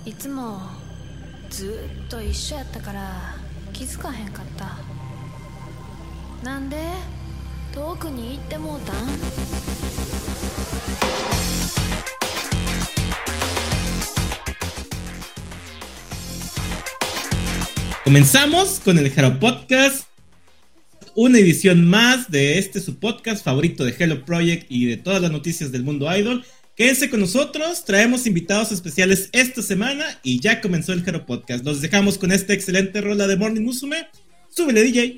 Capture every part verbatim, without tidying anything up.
いつもずっと一緒やったから気づかへんかった。なんで遠くに行ってもうたん？ Comenzamos con el Hello Podcast, una edición más de este su podcast favorito de Hello Project y de todas las noticias del mundo idol. Quédense con nosotros, traemos invitados especiales esta semana y ya comenzó el Hello Podcast. Los dejamos con esta excelente rola de Morning Musume. Súbele, D J.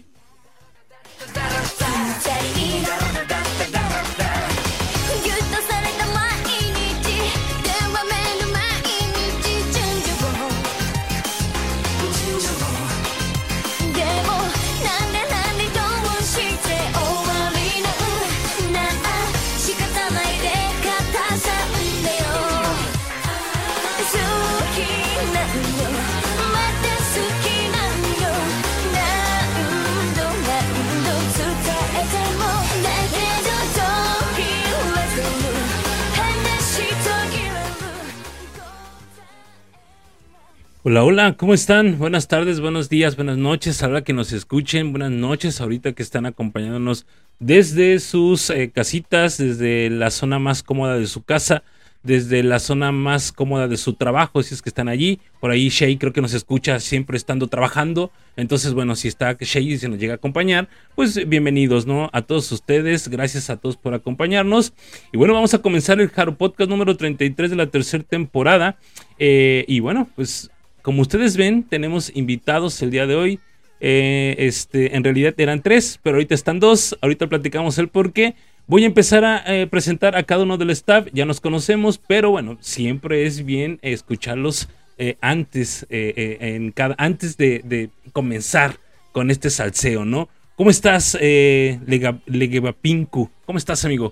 Hola, hola, ¿cómo están? Buenas tardes, buenos días, buenas noches, ahora que nos escuchen, buenas noches, ahorita que están acompañándonos desde sus eh, casitas, desde la zona más cómoda de su casa, desde la zona más cómoda de su trabajo, si es que están allí. Por ahí Shay creo que nos escucha siempre estando trabajando, entonces bueno, si está Shay y se nos llega a acompañar, pues bienvenidos, ¿no? A todos ustedes, gracias a todos por acompañarnos. Y bueno, vamos a comenzar el Hello Podcast número treinta y tres de la tercera temporada, eh, y bueno, pues como ustedes ven, tenemos invitados el día de hoy. Eh, este, en realidad eran tres, pero ahorita están dos. Ahorita platicamos el por qué. Voy a empezar a eh, presentar a cada uno del staff. Ya nos conocemos, pero bueno, siempre es bien escucharlos eh, antes, eh, eh, en cada, antes de, de comenzar con este salseo, ¿no? ¿Cómo estás, eh, Lega, Legebapinku? ¿Cómo estás, amigo?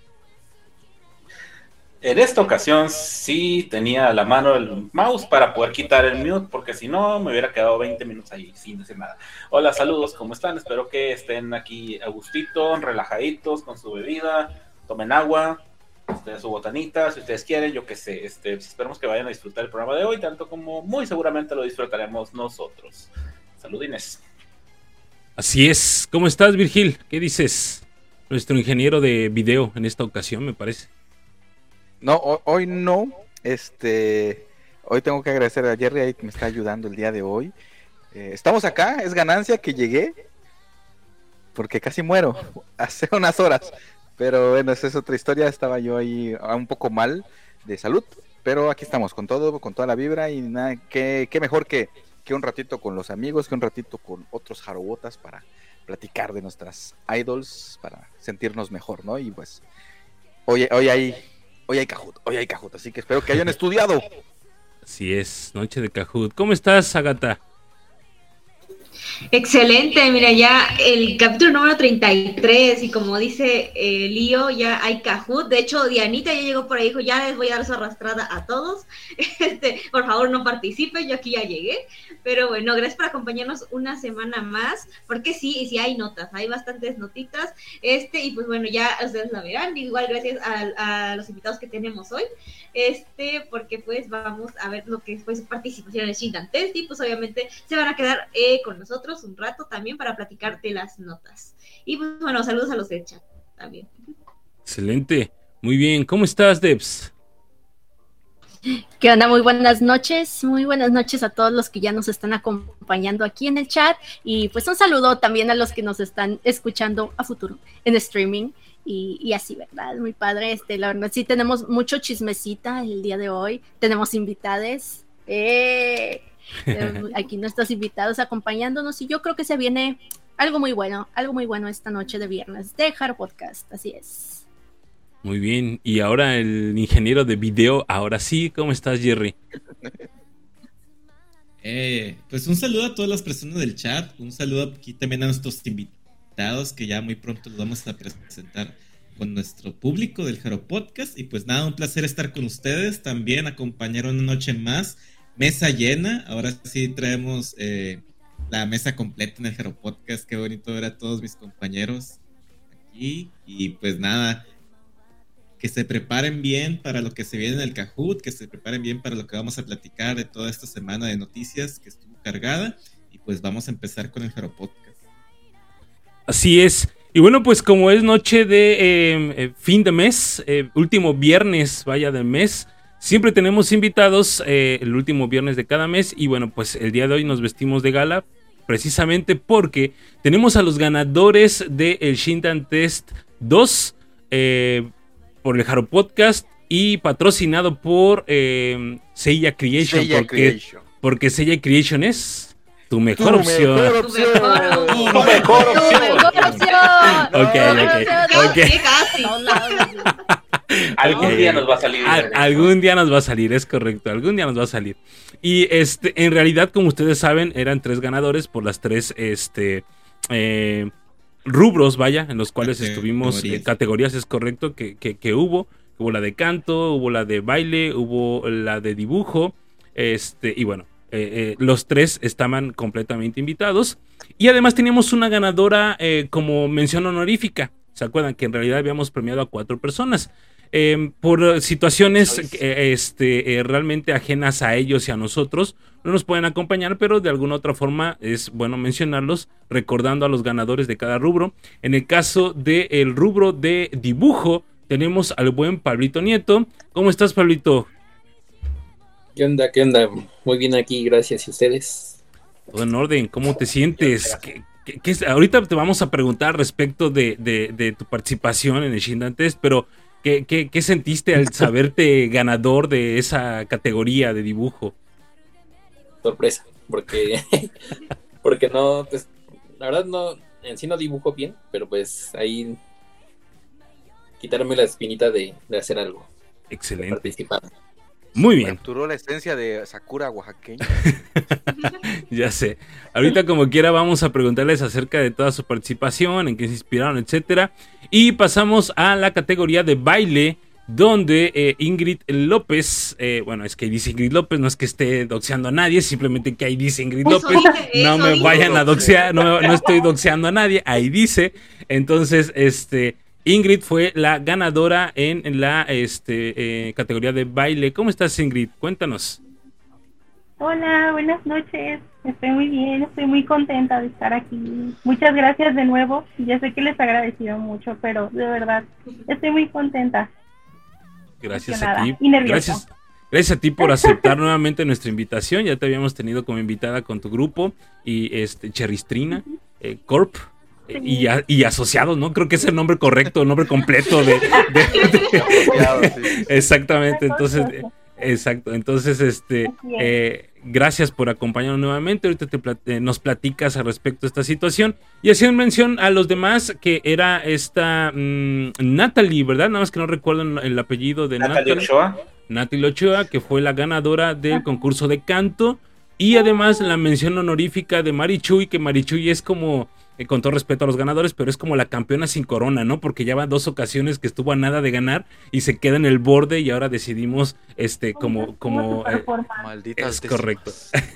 En esta ocasión sí tenía a la mano el mouse para poder quitar el mute, porque si no me hubiera quedado veinte minutos ahí sin decir nada. Hola, saludos, ¿cómo están? Espero que estén aquí a gustito, relajaditos con su bebida, tomen agua, este, su botanita, si ustedes quieren, yo qué sé. Este, esperemos que vayan a disfrutar el programa de hoy, tanto como muy seguramente lo disfrutaremos nosotros. Saludines. Así es. ¿Cómo estás, Virgil? ¿Qué dices? Nuestro ingeniero de video en esta ocasión, me parece. No, hoy no, este, hoy tengo que agradecer a Jerry ahí que me está ayudando el día de hoy. Eh, estamos acá, es ganancia que llegué, porque casi muero hace unas horas, pero bueno, esa es otra historia. Estaba yo ahí un poco mal de salud, pero aquí estamos con todo, con toda la vibra y nada, qué, qué mejor que, que un ratito con los amigos, que un ratito con otros jarobotas para platicar de nuestras idols, para sentirnos mejor, ¿no? Y pues, hoy, hoy hay... Hoy hay Kahoot, hoy hay Kahoot, así que espero que hayan estudiado. Así es, noche de Kahoot. ¿Cómo estás, Agatha? Excelente, mira, ya el capítulo número treinta y tres y como dice eh, Lío, ya hay Kahoot. De hecho, Dianita ya llegó por ahí, dijo, ya les voy a dar su arrastrada a todos. Este, por favor, no participen, yo aquí ya llegué. Pero bueno, gracias por acompañarnos una semana más, porque sí, y sí hay notas, hay bastantes notitas. Este, y pues bueno, ya ustedes la verán, igual gracias a, a los invitados que tenemos hoy. Este, porque pues vamos a ver lo que fue su participación en el Shindan Test, y pues obviamente se van a quedar eh, con nosotros un rato también para platicar de las notas. Y pues bueno, saludos a los del chat también. Excelente, muy bien. ¿Cómo estás, Debs? ¿Qué onda? Muy buenas noches, muy buenas noches a todos los que ya nos están acompañando aquí en el chat, y pues un saludo también a los que nos están escuchando a futuro en streaming. Y, y así, ¿verdad? Muy padre, este, la verdad sí tenemos mucho chismecita el día de hoy, tenemos invitades, eh, eh, aquí nuestros invitados acompañándonos, y yo creo que se viene algo muy bueno, algo muy bueno esta noche de viernes de Hello Podcast, así es. Muy bien, y ahora el ingeniero de video, ahora sí, ¿cómo estás, Jerry? Eh, pues un saludo a todas las personas del chat, un saludo aquí también a nuestros invitados, que ya muy pronto los vamos a presentar con nuestro público del Hello Podcast. Y pues nada, un placer estar con ustedes, también acompañar una noche más, mesa llena. Ahora sí traemos eh, la mesa completa en el Hello Podcast. Qué bonito ver a todos mis compañeros aquí. Y pues nada, que se preparen bien para lo que se viene en el Kahoot, que se preparen bien para lo que vamos a platicar de toda esta semana de noticias que estuvo cargada, y pues vamos a empezar con el Jaro Podcast. Así es. Y bueno, pues como es noche de eh, eh, fin de mes, eh, último viernes, vaya, del mes, siempre tenemos invitados eh, el último viernes de cada mes. Y bueno, pues el día de hoy nos vestimos de gala precisamente porque tenemos a los ganadores del Shindan Test dos eh, por el Jaro Podcast y patrocinado por eh, Seiya Creation. Seiya porque, Creation. Porque Seiya Creation es tu mejor Tu opción. mejor Tu mejor- Tu mejor opción. ¡Mejor opción! Ok, ok, ok. ¿Qué casi? Todos lados. Algún Ok. día nos va a salir. Al- algún día nos va a salir, es correcto, algún día nos va a salir. Y este, en realidad, como ustedes saben, eran tres ganadores por las tres este, eh, rubros, vaya, en los cuales estuvimos, Categorías. eh, categorías, es correcto, que, que, que hubo. Hubo la de canto, hubo la de baile, hubo la de dibujo, este, y bueno, eh, eh, los tres estaban completamente invitados. Y además teníamos una ganadora eh, como mención honorífica. ¿Se acuerdan que en realidad habíamos premiado a cuatro personas? Eh, por situaciones eh, este, eh, realmente ajenas a ellos y a nosotros, no nos pueden acompañar, pero de alguna otra forma es bueno mencionarlos, recordando a los ganadores de cada rubro. En el caso del rubro de dibujo, tenemos al buen Pablito Nieto. ¿Cómo estás, Pablito? ¿Qué onda? ¿Qué onda? Muy bien aquí, gracias. ¿Y ustedes? Todo en orden, ¿cómo te sientes? ¿Qué, qué- qué es? Ahorita te vamos a preguntar respecto de, de- de tu participación en el Shindan Test, pero ¿qué, qué, qué sentiste al saberte ganador de esa categoría de dibujo? Sorpresa, porque porque no, pues, la verdad no, en sí no dibujo bien, pero pues ahí quitarme la espinita de, de hacer algo, de Excelente. participar. Muy bien, Capturó la esencia de Sakura oaxaqueña. ya sé. Ahorita como quiera vamos a preguntarles acerca de toda su participación, en qué se inspiraron, etcétera. Y pasamos a la categoría de baile, donde eh, Ingrid López, eh, bueno, es que ahí dice Ingrid López, no es que esté doxeando a nadie, simplemente que ahí dice Ingrid Eso López. dije, No eso me dije. vayan a doxear, no, no estoy doxeando a nadie, ahí dice. Entonces, este, Ingrid fue la ganadora en la este, eh, categoría de baile. ¿Cómo estás, Ingrid? Cuéntanos. Hola, buenas noches. Estoy muy bien, estoy muy contenta de estar aquí. Muchas gracias de nuevo. Ya sé que les he agradecido mucho, pero de verdad estoy muy contenta. Gracias a Emocionada ti. y nerviosa. Gracias, gracias a ti por aceptar nuevamente nuestra invitación. Ya te habíamos tenido como invitada con tu grupo y este Cherristrina, eh, Corp. eh, Y, a- y asociados, ¿no? Creo que es el nombre correcto, el nombre completo de, de- de- Asociado, sí. exactamente. Entonces, eh, exacto. Entonces, este, Así es. eh, gracias por acompañarnos nuevamente. Ahorita te plat- eh, nos platicas al respecto de esta situación y haciendo mención a los demás que era esta mm, Natalie, ¿verdad? Nada más que no recuerdo el apellido de Natalie Natalie. Ochoa. Natalie Ochoa, que fue la ganadora del concurso de canto. Y además la mención honorífica de Marichuy, que Marichuy es como, eh, con todo respeto a los ganadores, pero es como la campeona sin corona, ¿no? Porque ya van dos ocasiones que estuvo a nada de ganar y se queda en el borde y ahora decidimos, este, como, como... Super eh, formal. Malditas es décimas. correcto.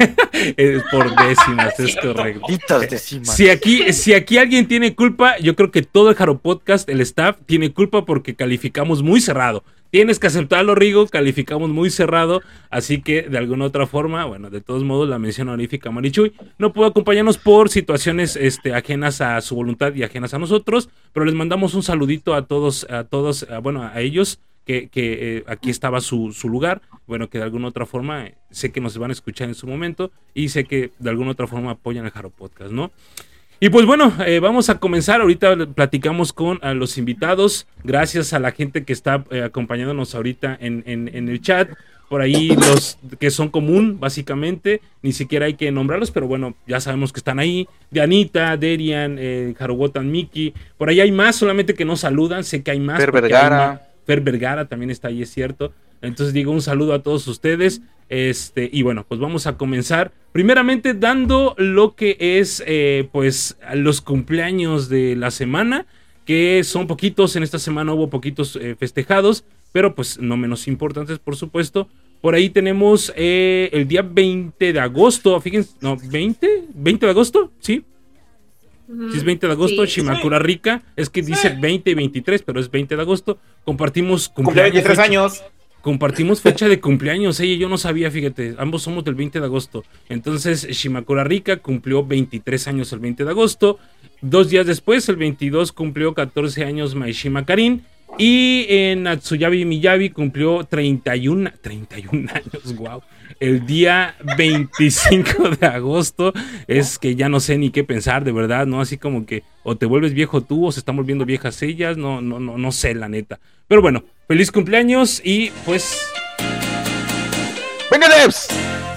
Es por décimas, es correcto. Malditas décimas. Si aquí, si aquí alguien tiene culpa, yo creo que todo el Jaro Podcast, el staff, tiene culpa porque calificamos muy cerrado. Tienes que aceptarlo, Rigo, calificamos muy cerrado, así que de alguna otra forma, bueno, de todos modos, la mención honorífica a Marichuy no pudo acompañarnos por situaciones este, ajenas a su voluntad y ajenas a nosotros, pero les mandamos un saludito a todos, a todos, a, bueno, a ellos, que, que eh, aquí estaba su, su lugar, bueno, que de alguna otra forma, eh, sé que nos van a escuchar en su momento, y sé que de alguna otra forma apoyan el Jaro Podcast, ¿no? Y pues bueno, eh, vamos a comenzar. Ahorita platicamos con a los invitados. Gracias a la gente que está eh, acompañándonos ahorita en, en, en el chat. Por ahí los que son común, básicamente. Ni siquiera hay que nombrarlos, pero bueno, ya sabemos que están ahí. Dianita, Derian, eh, Harugotan, Miki. Por ahí hay más, solamente que no saludan. Sé que hay más. Fer porque hay Vergara. más. Fer Vergara también está ahí, es cierto. Entonces digo un saludo a todos ustedes. Este, y bueno, pues vamos a comenzar. Primeramente dando lo que es eh, pues los cumpleaños de la semana, que son poquitos. En esta semana hubo poquitos eh, festejados, pero pues no menos importantes, por supuesto. Por ahí tenemos eh, el día veinte de agosto, fíjense, no, veinte, veinte de agosto, sí. Si es veinte de agosto, Sí. Shimakura Rika, es que dice veinte y veintitrés, pero es veinte de agosto. Compartimos Cumple cumpleaños. veintitrés fecha- años. Compartimos fecha de cumpleaños, ella y yo no sabía, fíjate, ambos somos del veinte de agosto. Entonces, Shimakura Rika cumplió veintitrés años el veinte de agosto. Dos días después, el veintidós, cumplió catorce años Maishima Karin. Y en Natsuyabi Miyabi cumplió treinta y uno, treinta y uno años, wow. El día veinticinco de agosto es que ya no sé ni qué pensar, de verdad, ¿no? Así como que o te vuelves viejo tú o se están volviendo viejas ellas, no, no, no, no sé, la neta. Pero bueno, feliz cumpleaños y pues... ¡Venga, Debs!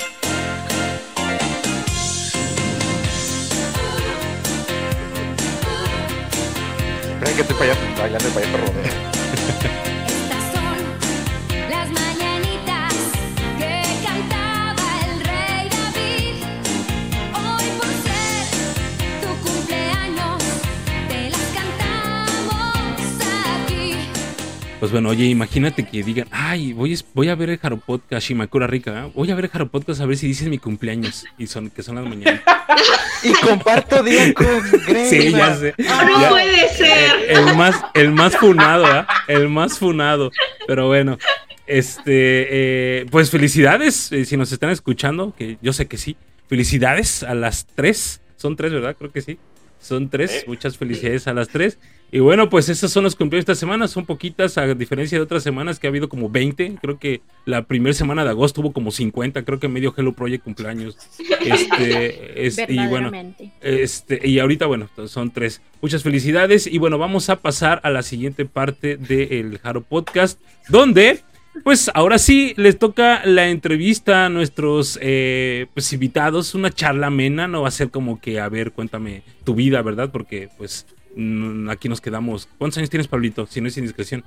Espera que estoy payaso, bailando el payaso rodeo. Estas son las mañanitas que cantaba el rey David. Hoy por ser tu cumpleaños te las cantamos aquí. Pues bueno, oye, imagínate que digan, ay, voy, a- voy a ver el Haro Podcast, Shimakura Rika, ¿eh? Voy a ver el Haro Podcast a ver si dices mi cumpleaños. Y son, que son las mañanas. Y comparto día con Greg. Sí, ya sé. No Ya- puede ser. El más, el más funado, ¿eh? El más funado. Pero bueno, este, eh, pues felicidades, eh, si nos están escuchando, que yo sé que sí. Felicidades a las tres. Son tres, ¿verdad? Creo que sí. Son tres. Muchas felicidades a las tres. Y bueno, pues esos son los cumpleaños de esta semana. Son poquitas, a diferencia de otras semanas que ha habido como veinte. Creo que la primera semana de agosto hubo como cincuenta. Creo que medio Hello Project cumpleaños. Este, este y bueno. Verdaderamente. Este, y ahorita, bueno, son tres. Muchas felicidades. Y bueno, vamos a pasar a la siguiente parte del Haro Podcast, donde, pues ahora sí, les toca la entrevista a nuestros eh, pues, invitados. Una charla amena, no va a ser como que, a ver, cuéntame tu vida, ¿verdad? Porque, pues, mm, aquí nos quedamos. ¿Cuántos años tienes, Pablito? Si no es indiscreción.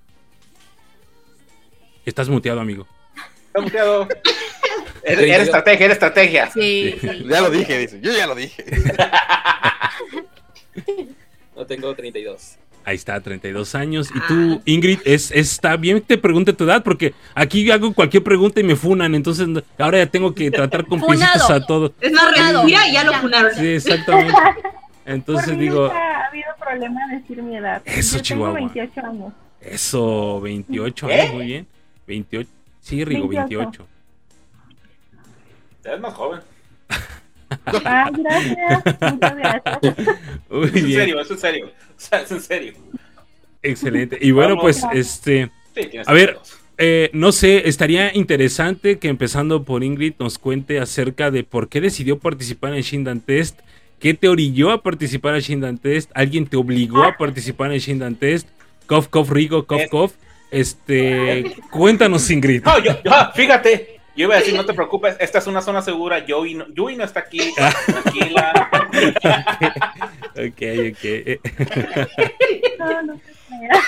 Estás muteado, amigo. Está muteado. Era, era estrategia, era estrategia. Sí, sí. Ya lo dije, dice. Yo ya lo dije. No tengo treinta y dos. Ahí está, treinta y dos años. Y tú, Ingrid, es, está bien que te pregunte tu edad, porque aquí hago cualquier pregunta y me funan. Entonces, no- ahora ya tengo que tratar con Funado. piecitos a todo. Es más, Funado. respira y ya lo Ya. funaron. Sí, exactamente. Por Entonces mí digo, nunca ha habido problema en decir mi edad. Eso, Yo Chihuahua. tengo veintiocho años. eso, veintiocho ¿Eh? años, muy bien. veintiocho. Sí, Rigo, veintiocho. veintiocho. Te ves más joven. Ah, gracias. Muchas gracias. Muy Es en bien, serio, es en serio. O sea, es en serio. excelente. Y bueno, Vamos. pues, este... Sí, tienes A ver, treinta y dos. Eh, no sé, estaría interesante que empezando por Ingrid nos cuente acerca de por qué decidió participar en Shindan Test, qué te orilló a participar en Shindan Test, alguien te obligó a participar en Shindan Test, cof, cof, Rigo, cof, Es- cof. Este, cuéntanos, Ingrid. No, yo, yo, ah, fíjate, yo iba a decir, no te preocupes, esta es una zona segura, Yui no, Yui no está aquí, tranquila. Ok, ok. No, no se espera.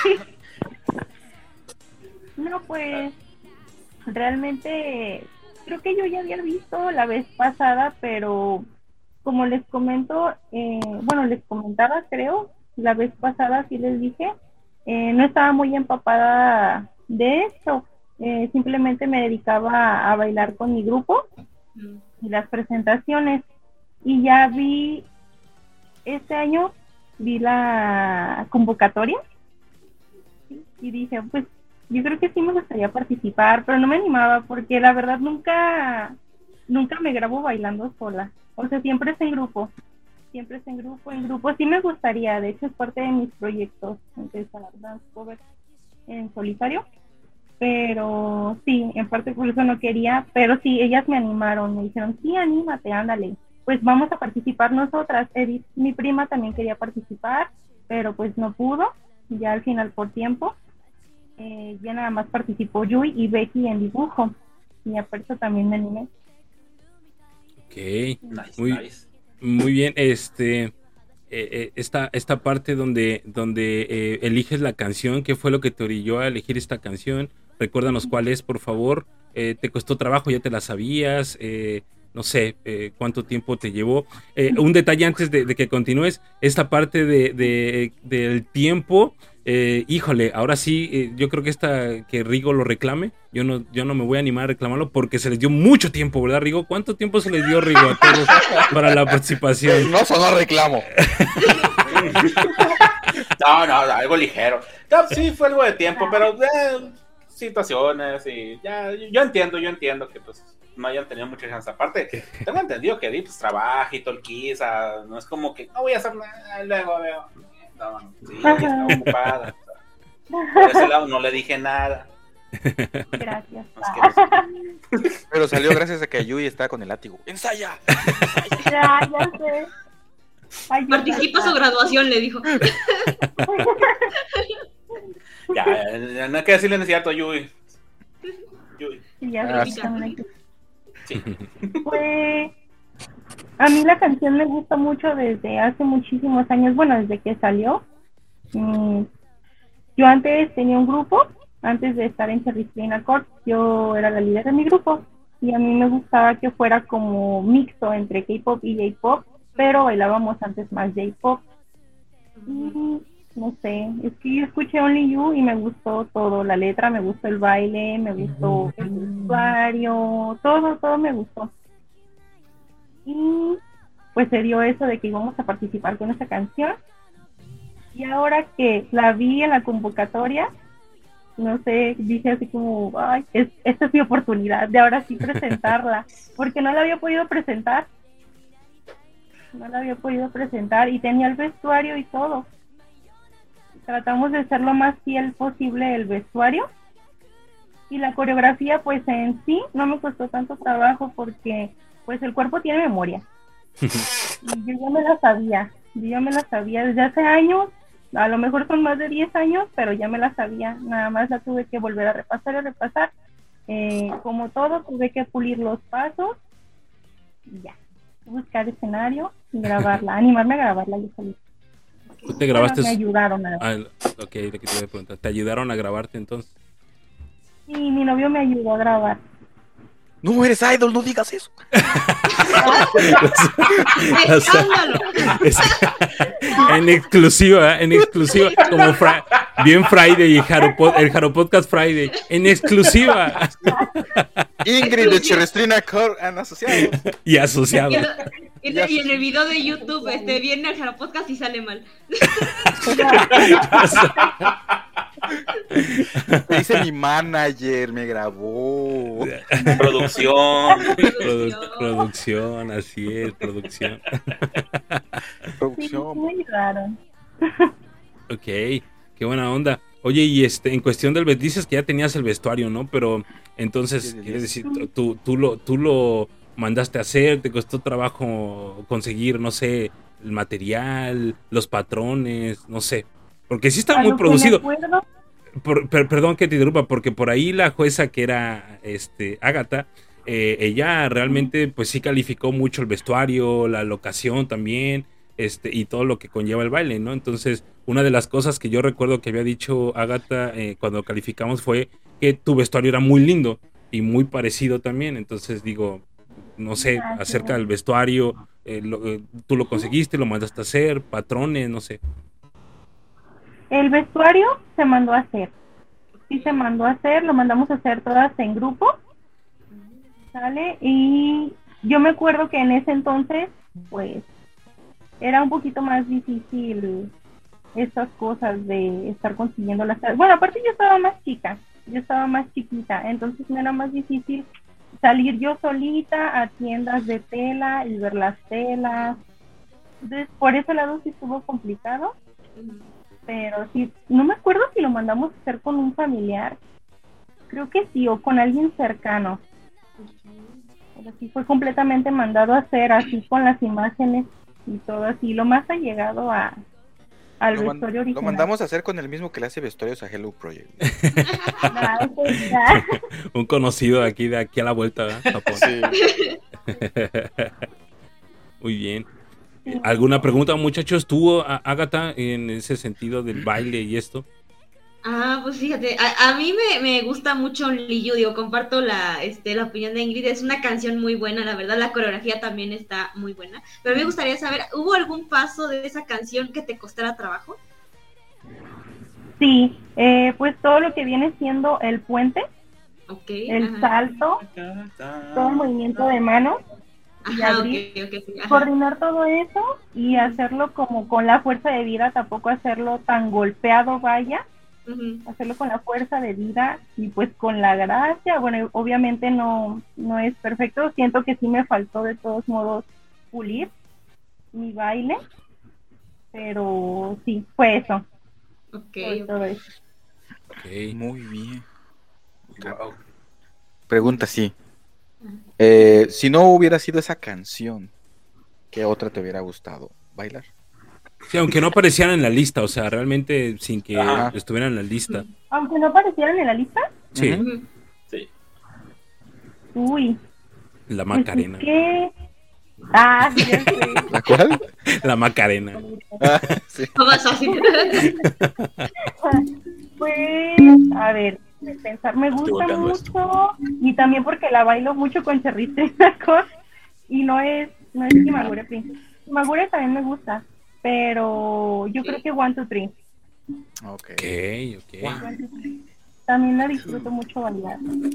No, pues realmente creo que yo ya había visto la vez pasada, pero como les comento, eh, bueno, les comentaba, creo, la vez pasada sí les dije, eh, no estaba muy empapada de esto, eh, simplemente me dedicaba a bailar con mi grupo y las presentaciones, y ya vi, este año vi la convocatoria y dije, pues yo creo que sí me gustaría participar, pero no me animaba porque la verdad nunca, nunca me grabo bailando sola. O sea, siempre es en grupo, siempre es en grupo, en grupo. Sí me gustaría, de hecho es parte de mis proyectos, empezar dance cover en solitario, pero sí, en parte por eso no quería, pero sí, ellas me animaron, me dijeron, sí, anímate, ándale, pues vamos a participar nosotras. Edith, mi prima, también quería participar, pero pues no pudo, ya al final por tiempo. Eh, ya nada más participó Yui y Becky en dibujo, y a eso también me animé. Ok, Nice, muy, nice. muy bien. Este, eh, eh, esta, esta parte donde, donde eh, eliges la canción, ¿qué fue lo que te orilló a elegir esta canción? Recuérdanos cuál es, por favor. Eh, ¿te costó trabajo? ¿Ya te la sabías? Eh, no sé, eh, ¿cuánto tiempo te llevó? Eh, un detalle antes de, de que continúes, esta parte de, de, del tiempo. Eh, híjole, ahora sí, eh, yo creo que esta que Rigo lo reclame. Yo no, yo no me voy a animar a reclamarlo porque se les dio mucho tiempo, ¿verdad, Rigo? ¿Cuánto tiempo se les dio, Rigo, a todos para la participación? No sonó reclamo. No, no, algo ligero. No, sí, fue algo de tiempo, pero eh, situaciones y ya, yo entiendo, yo entiendo que pues no hayan tenido mucha chance. Aparte, tengo entendido que Di pues trabaja y todo el quizá, no es como que no voy a hacer nada, luego veo. No, no, sí, está ocupada. Por ese lado no le dije nada. Gracias. Pero salió gracias a que Yui está con el látigo. ¡Ensaya! Ya, ya sé. Ay, Participa su graduación, le dijo. Ya, ya, no hay que decirle necesidad a Yui. Yui. Sí, ya Ah, sé, sí. también hay que- Sí. Pues a mí la canción me gusta mucho desde hace muchísimos años, bueno, desde que salió. Mm, yo antes tenía un grupo, antes de estar en Cherry Spring Accord, yo era la líder de mi grupo y a mí me gustaba que fuera como mixto entre K-pop y J-pop, pero bailábamos antes más J-pop. Y no sé, es que yo escuché Only You y me gustó todo, la letra, me gustó el baile, me gustó el vestuario, todo, todo me gustó. Y pues se dio eso de que íbamos a participar con esa canción. Y ahora que la vi en la convocatoria, no sé, dije así como, ay, es, esta es mi oportunidad de ahora sí presentarla, porque no la había podido presentar. No la había podido presentar y tenía el vestuario y todo. Tratamos de ser lo más fiel posible el vestuario. Y la coreografía, pues en sí, no me costó tanto trabajo porque pues el cuerpo tiene memoria. Y yo ya me la sabía, yo ya me la sabía desde hace años, a lo mejor son más de diez años, pero ya me la sabía, nada más la tuve que volver a repasar y repasar. Eh, como todo, tuve que pulir los pasos y ya, buscar escenario y grabarla, animarme a grabarla yo solita. ¿Tú te grabaste? Bueno, me ayudaron a Ah, ok, lo que te iba a preguntar. ¿Te ayudaron a grabarte entonces? Sí, mi novio me ayudó a grabar. No eres idol, no digas eso. ¡Escándalo! Es- en exclusiva, en exclusiva, como fra- bien Friday y Jaro Pod- el Jaro Podcast Friday, en exclusiva Ingrid de Cherrestrina Core han asociado. y asociado. Y, lo- y de- y en el video de YouTube este, viene el Jara Podcast y sale mal. Me dice mi manager, me grabó. Producción. Produ- producción, así es, producción. Sí, Producción. me ayudaron. Ok, qué buena onda. Oye, y este, en cuestión del vestido, dices que ya tenías el vestuario, ¿no? Pero entonces, Sí, sí, sí. quieres decir, tú, tú lo, tú lo mandaste a hacer, te costó trabajo conseguir, no sé, el material, los patrones, no sé. Porque sí estaba A muy lo que me producido. acuerdo, Por- per- perdón que te interrumpa, porque por ahí la jueza que era este Ágata, eh, ella realmente pues sí calificó mucho el vestuario, la locación también, este, y todo lo que conlleva el baile, ¿no? Entonces, una de las cosas que yo recuerdo que había dicho Ágata eh, cuando calificamos fue que tu vestuario era muy lindo y muy parecido también. Entonces digo, no sé, Gracias. acerca del vestuario, eh, lo- eh, tú lo conseguiste, lo mandaste a hacer, patrones, no sé. el vestuario se mandó a hacer. Sí se mandó a hacer, lo mandamos a hacer todas en grupo. ¿Sale? Y yo me acuerdo que en ese entonces, pues, era un poquito más difícil estas cosas de estar consiguiendo las... Bueno, aparte yo estaba más chica, yo estaba más chiquita, entonces me era más difícil salir yo solita a tiendas de tela y ver las telas. Entonces, por ese lado sí estuvo complicado, pero sí, no me acuerdo si lo mandamos a hacer con un familiar, creo que sí, o con alguien cercano. Pero sí fue completamente mandado a hacer así con las imágenes y todo así, lo más allegado a al Lo, man- vestuario lo original. mandamos a hacer con el mismo que le hace vestuarios a Hello Project. Ah, pues ya. Un conocido de aquí, de aquí a la vuelta, ¿verdad? Japón. Sí. Muy bien. Sí. ¿Alguna pregunta, muchachos? ¿Tú, a- Ágata, en ese sentido del baile y esto? Ah, pues fíjate, a, a mí me, me gusta mucho Only You, digo, comparto la, este, la opinión de Ingrid, es una canción muy buena, la verdad, la coreografía también está muy buena, pero me gustaría saber, ¿hubo algún paso de esa canción que te costara trabajo? Sí, eh, pues todo lo que viene siendo el puente, Okay, el ajá. salto, todo el movimiento de manos, y Ajá, abrir, ok, ok, sí, ajá. coordinar todo eso y hacerlo como con la fuerza de vida, tampoco hacerlo tan golpeado, vaya, Ujú. hacerlo con la fuerza de vida y pues con la gracia. Bueno, obviamente no, no es perfecto, siento que sí me faltó de todos modos pulir mi baile, pero sí, fue eso, Ok, fue ok. todo eso. Ok. Muy bien. Wow. Pregunta, sí. Eh, si no hubiera sido esa canción, ¿qué otra te hubiera gustado bailar? Sí, aunque no aparecieran en la lista, o sea, realmente sin que Ajá. estuvieran en la lista. Aunque no aparecieran en la lista, Sí, Ujú. Ujú. Sí. uy, la pues es Macarena. que... Ah, sí, ya sé. ¿La cuál? La Macarena. Ah, sí. Más fácil. Pues, a ver, de pensar, me Estoy gusta volteando esto. mucho y también porque la bailo mucho con Cherrita y Nacor, y no es, no es Kimagure Princess. Kimagure también me gusta, pero yo creo que One, Two, Three. Ok. Ok, ok. One, Two, Three. También la disfruto mucho bailar.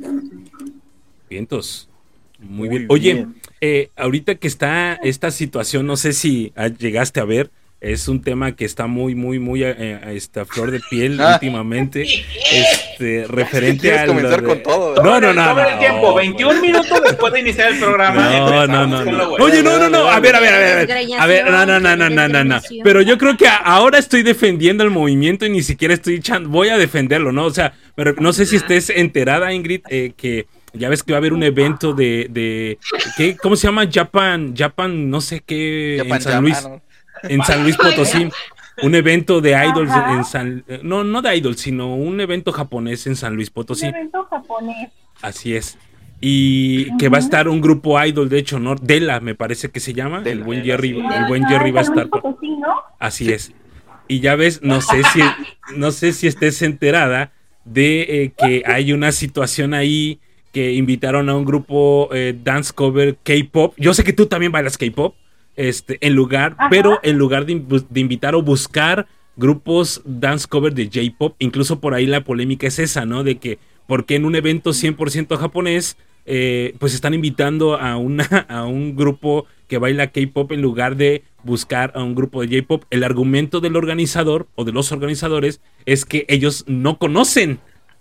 Vientos. Muy Muy bien. Oye, bien. eh, ahorita que está esta situación, no sé si ah, llegaste a ver, es un tema que está muy, muy, muy eh, eh, este, a flor de piel Ah. últimamente. Este, referente ¿Quieres a lo comenzar de- con todo? No, no, no, Tomen no. el tiempo, pues. veintiún minutos después de iniciar el programa. No, no, empezamos no, con no. lo bueno. Oye, no, no, no. A ver, a ver, a ver. A ver, a ver, no, no, no, no, no, no, no. Pero yo creo que ahora estoy defendiendo el movimiento y ni siquiera estoy echando. Voy a defenderlo, ¿no? O sea, pero no sé si estés enterada, Ingrid, eh, que ya ves que va a haber un evento de, de ¿qué? ¿Cómo se llama? Japan, Japan, no sé qué, Japan en San Jam. Luis, Ah, no. en San Luis Potosí. Un evento de idols Ajá. en San, no, no de idols, sino un evento japonés en San Luis Un Potosí. evento japonés. Así es. Y que va a estar un grupo idol, de hecho, ¿no? Dela, me parece que se llama. Dela. el buen Dela, Jerry, sí. el buen Ah, Jerry va a San Luis estar por... Potosí, ¿no? Así es. Y ya ves, no sé si, no sé si estés enterada de eh, que hay una situación ahí que invitaron a un grupo eh, dance cover K-pop. Yo sé que tú también bailas K-pop, este, en lugar, Ajá. pero en lugar de, in- de invitar o buscar grupos dance cover de J-pop, incluso por ahí la polémica es esa, ¿no? De que, porque en un evento cien por ciento japonés, eh, pues están invitando a, una, a un grupo que baila K-pop en lugar de buscar a un grupo de J-pop. El argumento del organizador o de los organizadores es que ellos no conocen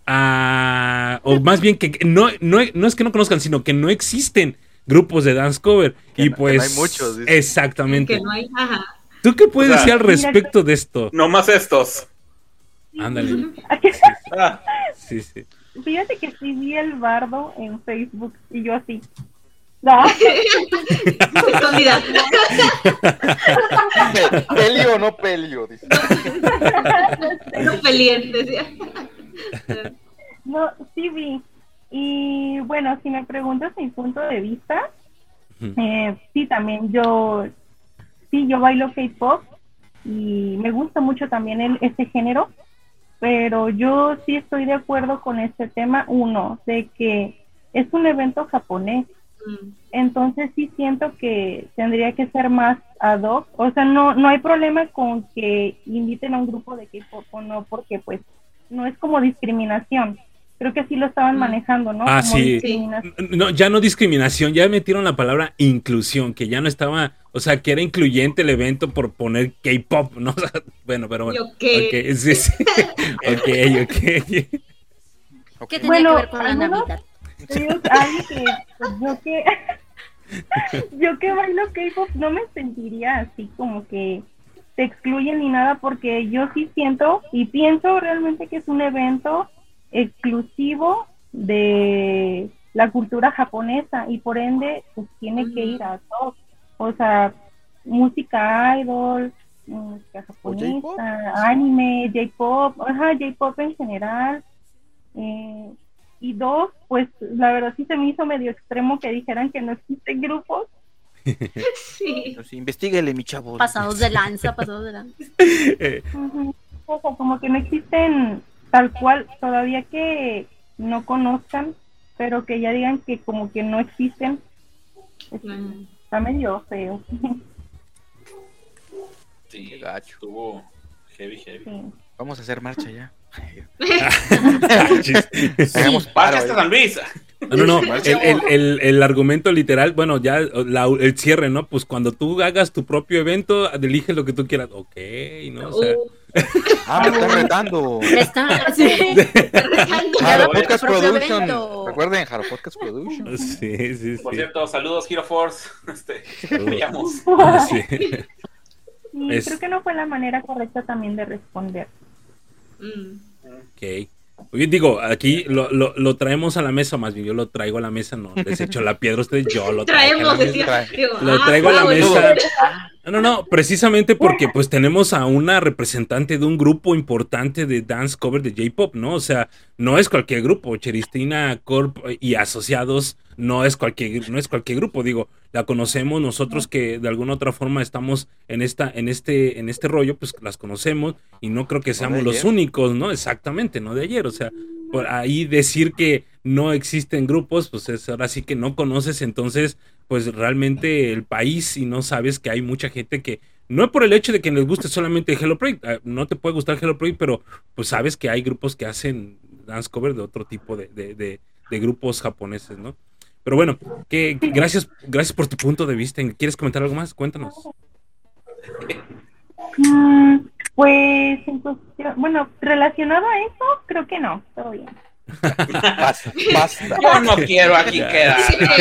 a, o más bien que no, no, no es que no conozcan, sino que no existen grupos de dance cover. Que y no- que pues no hay muchos, dice. exactamente. Que no hay, ajá. ¿Tú qué puedes O sea, decir al respecto de esto? No más estos. Ándale. Ah, Sí, sí. Fíjate que sí vi el bardo en Facebook y yo así. No, Escondida. Pelio o no pelio, dice. No peleen, decía. no, sí vi. Y bueno, si me preguntas mi punto de vista, Ujú. eh, sí, también yo, sí, yo bailo K-pop y me gusta mucho también el, ese género, pero yo sí estoy de acuerdo con este tema, uno, de que es un evento japonés. Mm. Entonces sí siento que tendría que ser más ad hoc, o sea, no no hay problema con que inviten a un grupo de K-pop o no, porque pues no es como discriminación. Creo que sí lo estaban Mm. manejando, ¿no? Ah, Como sí. discriminación. No, ya no discriminación, ya metieron la palabra inclusión, que ya no estaba, o sea, que era incluyente el evento por poner K-pop, ¿no? O sea, bueno, pero bueno. ¿Yo qué? Ok, sí, sí. Ok, ok. Ok. ¿Qué tenía Bueno, que ver con la al menos- Navidad? Te digo que alguien que pues, yo que yo que bailo K-pop no me sentiría así como que te excluyen ni nada, porque yo sí siento y pienso realmente que es un evento exclusivo de la cultura japonesa y por ende pues tiene que ir a todos, o sea, música idol, música J-pop? japonesa, anime, J-pop, ajá, J-pop en general. eh, y dos, pues la verdad sí se me hizo medio extremo que dijeran que no existen grupos. Sí. Entonces, investíguele, mi chavo. Pasados de lanza, pasados de lanza. Eh, Ujú. O sea, como que no existen tal cual, todavía que no conozcan, pero que ya digan que como que no existen. Es- Mm. Está medio feo. sí, Qué gacho. estuvo heavy, heavy. Sí. Vamos a hacer marcha ya. Hagamos paro. Hasta San Luis. No, no, no. El, el, el, el argumento literal, bueno, ya la, el cierre, ¿no? Pues cuando tú hagas tu propio evento, elige lo que tú quieras. Ok, ¿no? O sea. Uh. Ah, me están retando. Me están sí. retando. Jaro Podcast Production. Recuerden, Jaro Podcast Production. Sí, sí, sí. Por cierto, saludos, Hero Force. Este, veamos. Sí. Sí, es... Creo que no fue la manera correcta también de responder. Mm. Ok. Oye, digo, aquí lo, lo, lo traemos a la mesa, más bien yo lo traigo a la mesa, no desecho la piedra, ustedes yo lo traigo Traemos, a la decía, mesa. digo, Lo ah, traigo a la wow, mesa. No, no, no, precisamente porque pues tenemos a una representante de un grupo importante de dance cover de J-pop, ¿no? O sea, no es cualquier grupo, Cheristina Corp y asociados no es cualquier no es cualquier grupo, digo, la conocemos nosotros que de alguna otra forma estamos en esta en este en este rollo, pues las conocemos y no creo que seamos los únicos, ¿no? Exactamente, no de ayer, o sea, por ahí decir que no existen grupos, pues es ahora sí que no conoces entonces pues realmente el país y no sabes que hay mucha gente que no es por el hecho de que les guste solamente Hello Project, no te puede gustar Hello Project, pero pues sabes que hay grupos que hacen dance cover de otro tipo de, de, de, de grupos japoneses, ¿no? Pero bueno, que gracias, gracias por tu punto de vista. ¿Quieres comentar algo más? Cuéntanos. Mm, pues, bueno, relacionado a eso, creo que no, todo bien. Basta, basta. Yo no quiero aquí quedar.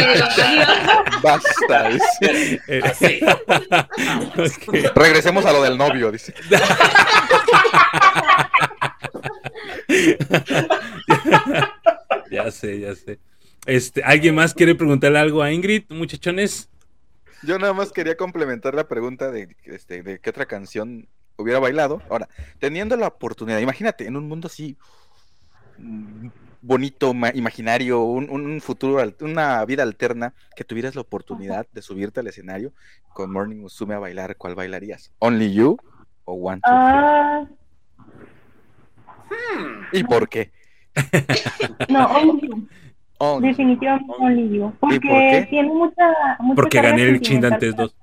Basta. Así. Okay. Regresemos a lo del novio, dice. Ya sé, ya sé. Este, ¿alguien más quiere preguntarle algo a Ingrid, muchachones? Yo nada más quería complementar la pregunta de, este, de qué otra canción hubiera bailado. Ahora, teniendo la oportunidad, imagínate, en un mundo así bonito, imaginario, un, un futuro, una vida alterna, que tuvieras la oportunidad de subirte al escenario con Morning Musume a bailar, ¿cuál bailarías? ¿Only You o One Two uh... ¿Y por qué? No, Only You. Oh, definitivamente no. Only You. Porque ¿por qué? Tiene mucha, mucha porque gané el Chindantes dos.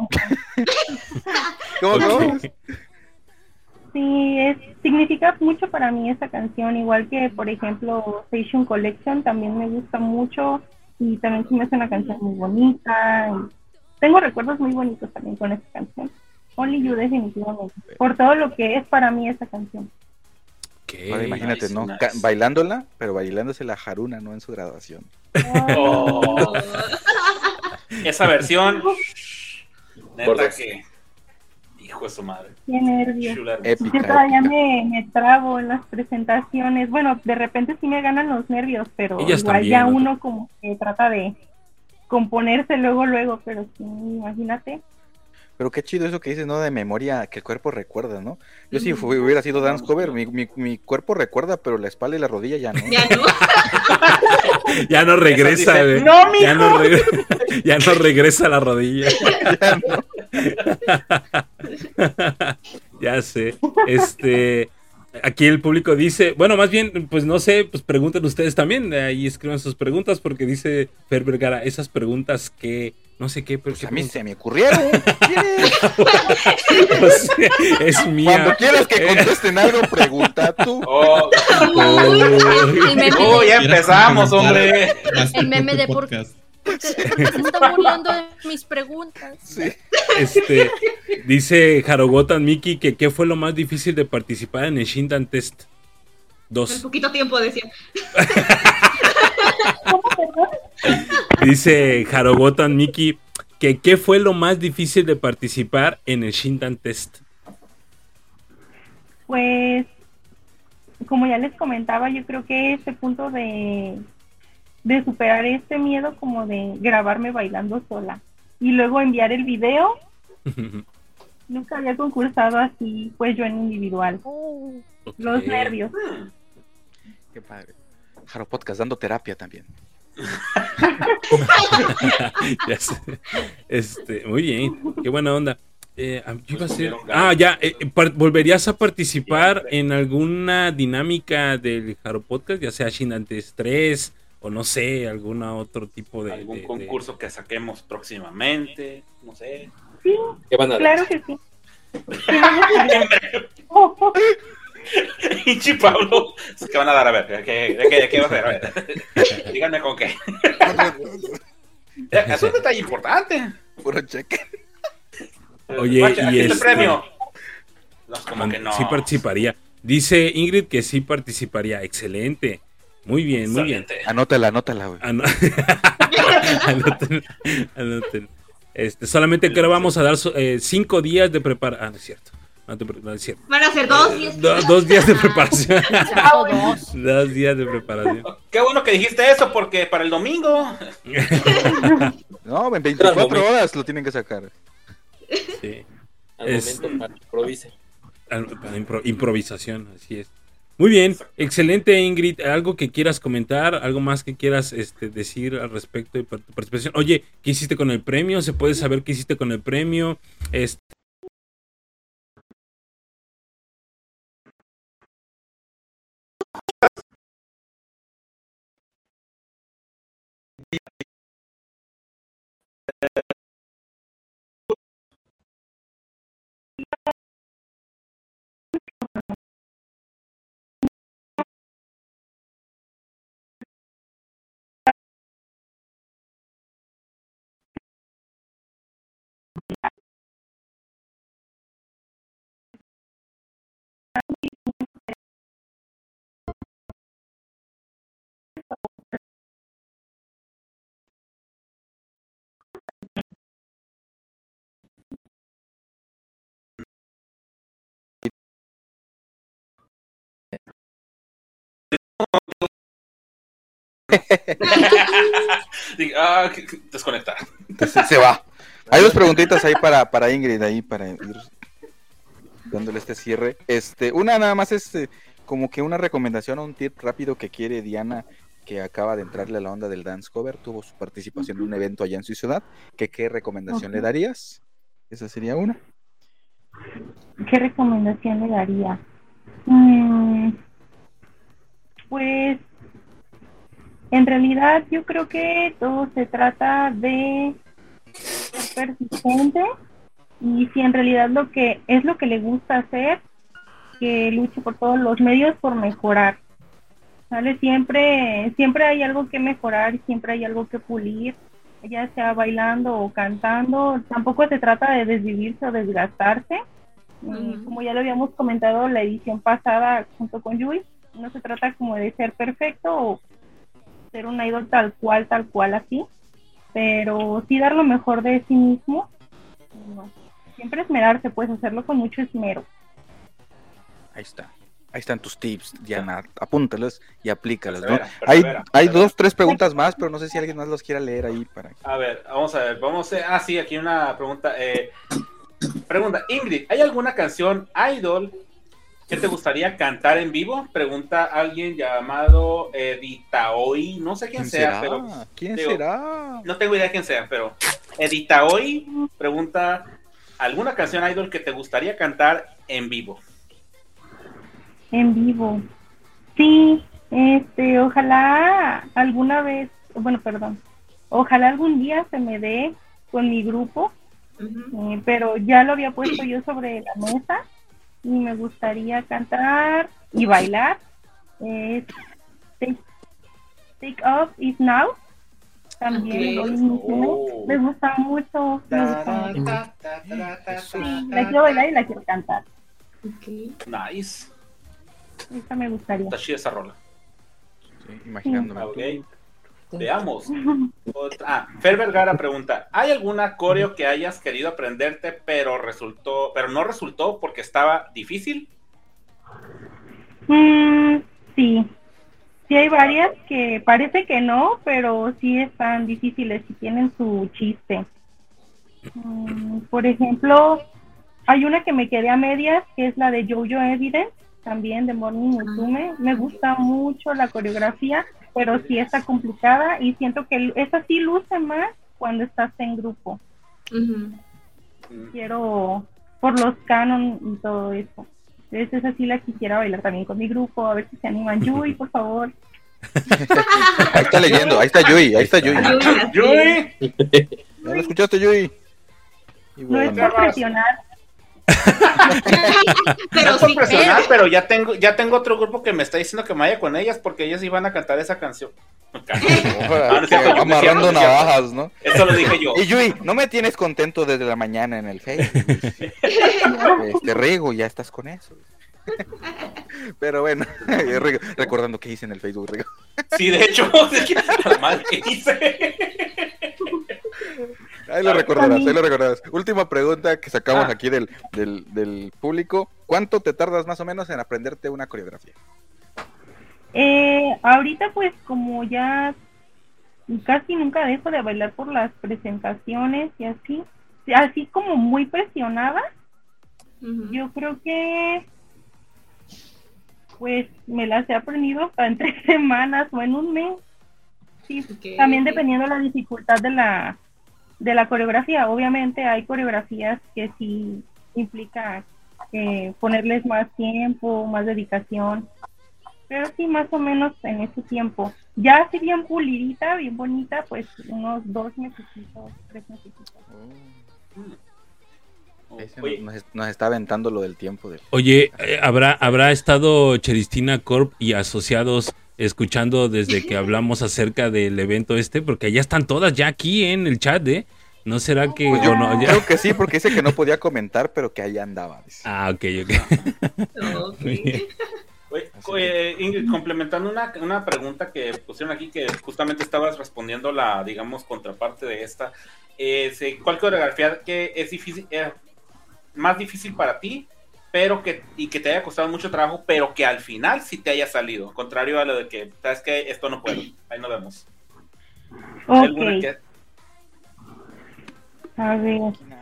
¿Cómo no? Sí, es, significa mucho para mí esa canción, igual que por ejemplo Station Collection también me gusta mucho y también se me hace una canción muy bonita y tengo recuerdos muy bonitos también con esa canción. Only You definitivamente, por todo lo que es para mí esa canción. Okay, ahora imagínate, nice, ¿no? Nice. Bailándola, pero bailándose la Haruna, ¿no? En su graduación. Oh. Esa versión, neta que... Hijo de su madre. Qué nervios. Yo todavía me, me trago en las presentaciones. Bueno, de repente sí me ganan los nervios, pero ellas igual también, ya ¿no? Uno como que trata de componerse luego, luego, pero sí, imagínate. Pero qué chido eso que dices, ¿no? De memoria, que el cuerpo recuerda, ¿no? Yo si fui, hubiera sido dance cover, mi, mi, mi cuerpo recuerda, pero la espalda y la rodilla ya no. Ya no. Ya no regresa, güey. No, mijo. Ya no, re ya no regresa la rodilla. Ya no. Ya sé. Este, aquí el público dice, bueno, más bien, pues no sé, pues pregunten ustedes también, ahí escriban sus preguntas, porque dice Fer Vergara, esas preguntas que, no sé qué, pero pues a mí se me ocurrieron. O sea, es mía. Cuando quieras que contesten algo, pregunta tú. Oh, oh, oh ya empezamos, hombre. El meme de por qué. Porque, porque se está burlando de mis preguntas. Sí. Este, dice Harogotan Miki que qué fue lo más difícil de participar en el Shindan Test dos. En poquito tiempo, decía. Dice Harogotan Miki que qué fue lo más difícil de participar en el Shindan Test. Pues, como ya les comentaba, yo creo que este punto de de superar este miedo como de grabarme bailando sola y luego enviar el video. Nunca había concursado así, pues yo en individual. Okay. Los nervios. Qué padre. Jaro Podcast dando terapia también. Ya sé. Este, muy bien, qué buena onda. Eh, yo iba a ser... Ah, ya, eh, ¿volverías a participar en alguna dinámica del Jaro Podcast, ya sea Shindan Test tres o no sé, algún otro tipo de... Algún de, concurso de... que saquemos próximamente, no sé. Sí, ¿Qué van a claro que sí. Hinchi Pablo, ¿qué van a dar? A ver, ¿qué, qué, qué va a hacer? A ver, díganme con qué. Es un detalle importante. Puro cheque. Oye, Macha, aquí y está este... el premio. No, como que no. Sí participaría. Dice Ingrid que sí participaría. Excelente. Muy bien, muy bien. Excelente. Anótala, anótala, güey. Ano- Anoten, anoten. Este, solamente que ahora vamos a dar so- eh, cinco días de preparación. Ah, no es cierto. No, te pre- no es cierto. Van a ser dos y es- Do- dos días de preparación. Exacto, dos. Dos días de preparación. Qué bueno que dijiste eso, porque para el domingo. No, en veinticuatro horas lo tienen que sacar. Sí. Al Es- momento para que improvise. Al- para impro- improvisación, así es. Muy bien, excelente Ingrid. ¿Algo que quieras comentar? ¿Algo más que quieras este, decir al respecto de tu participación? Oye, ¿qué hiciste con el premio? ¿Se puede saber qué hiciste con el premio? Este... ah, desconectar. Se, se va. Hay dos preguntitas ahí para, para Ingrid, ahí para ir dándole este cierre. Este, una nada más es eh, como que una recomendación o un tip rápido que quiere Diana, que acaba de entrarle a la onda del dance cover, tuvo su participación en un evento allá en su ciudad, que qué recomendación Ok. le darías. Esa sería una. ¿Qué recomendación le daría? Mm, pues en realidad yo creo que todo se trata de ser persistente y si en realidad lo que es lo que le gusta hacer, que luche por todos los medios por mejorar. ¿Vale? Siempre, siempre hay algo que mejorar, siempre hay algo que pulir, ya sea bailando o cantando. Tampoco se trata de desvivirse o desgastarse. Y como ya lo habíamos comentado la edición pasada junto con Yui, no se trata como de ser perfecto o ser un idol tal cual, tal cual así, pero sí dar lo mejor de sí mismo. No, siempre esmerarse, pues hacerlo con mucho esmero. Ahí está. Ahí están tus tips, Diana. Apúntalos y aplícalos, ¿no? Persevera, Hay, persevera, hay persevera. dos, tres preguntas más, pero no sé si alguien más los quiera leer ahí para. A ver, vamos a ver, vamos a... Ah, sí, aquí una pregunta. Eh, pregunta, Ingrid, ¿hay alguna canción idol que te gustaría cantar en vivo? Pregunta alguien llamado Editaoi, no sé quién, ¿Quién sea, será? pero... ¿Quién digo, será? No tengo idea quién sea, pero Editaoi pregunta, ¿alguna canción idol que te gustaría cantar en vivo? En vivo. Sí, este, ojalá alguna vez, bueno, perdón, ojalá algún día se me dé con mi grupo, eh, pero ya lo había puesto yo sobre la mesa y me gustaría cantar y bailar. Eh, take, Take Off Is Now. También Ok. hoy mismo. Oh. Me gusta mucho. Me gusta mucho. Sí, la quiero bailar y la quiero cantar. Nice. Esa me gustaría. Está chida esa rola. Sí, imaginándome. Ah, ok. Veamos. Otra- Ah, Fer Vergara pregunta, ¿hay alguna coreo que hayas querido aprenderte pero resultó, pero no resultó porque estaba difícil? Mm, sí, sí hay varias que parece que no, pero sí están difíciles y tienen su chiste. Mm, por ejemplo, hay una que me quedé a medias, que es la de Jojo Evidence, también de Morning Musume. Me gusta mucho la coreografía, pero sí está complicada y siento que esa sí luce más cuando estás en grupo. Quiero, por los canon y todo eso. Entonces esa sí la quisiera bailar también con mi grupo, a ver si se animan. Yui, por favor. Ahí está leyendo, ahí está Yui, ahí está Yui. ¡Yui! ¿Ya lo escuchaste, Yui? Y No es bueno, por presionar, Pero no es por sí, presionar, pero- pero ya tengo, ya tengo otro grupo que me está diciendo que me vaya con ellas porque ellas iban a cantar esa canción. Ah, no es cierto, no es Amarrando cierto, no es cierto. navajas, ¿no? Eso lo dije yo. Y Yui, no me tienes contento desde la mañana en el Facebook. Este Rigo, ya estás con eso. Pero bueno, Rigo, recordando qué hice en el Facebook, Rigo. Sí, de hecho, la madre que hice. Ahí lo recordarás, ahí lo recordarás. Última pregunta que sacamos Ah. aquí del, del, del público. ¿Cuánto te tardas más o menos en aprenderte una coreografía? Eh, ahorita pues como ya casi nunca dejo de bailar por las presentaciones y así, así como muy presionada, Ujú. yo creo que pues me las he aprendido hasta en tres semanas o en un mes. Sí, Ok. también dependiendo la dificultad de la de la coreografía. Obviamente hay coreografías que sí implica eh, ponerles más tiempo, más dedicación, pero sí más o menos en ese tiempo. Ya así bien pulidita, bien bonita, pues unos dos meses, tres meses. Ese Oye, nos, nos está aventando lo del tiempo. Del... Oye, eh, ¿habrá, ¿habrá estado Cheristina Corp y asociados escuchando desde que hablamos acerca del evento este? Porque ya están todas ya aquí en el chat, ¿eh? ¿No será que...? Pues yo o no, ya- creo que sí, porque dice que no podía comentar, pero que ahí andaba. Dice. Ah, ok, ok. Ok. Muy bien. Oye, eh, Ingrid, complementando una, una pregunta que pusieron aquí, que justamente estabas respondiendo la, digamos, contraparte de esta. Eh, sí, ¿cuál coreografía que es difícil, eh, más difícil para ti, pero que, y que te haya costado mucho trabajo, pero que al final sí te haya salido? Contrario a lo de que, ¿sabes qué? Esto no puedo. Ahí nos vemos. ¿Hay alguna Ok, que- a ver,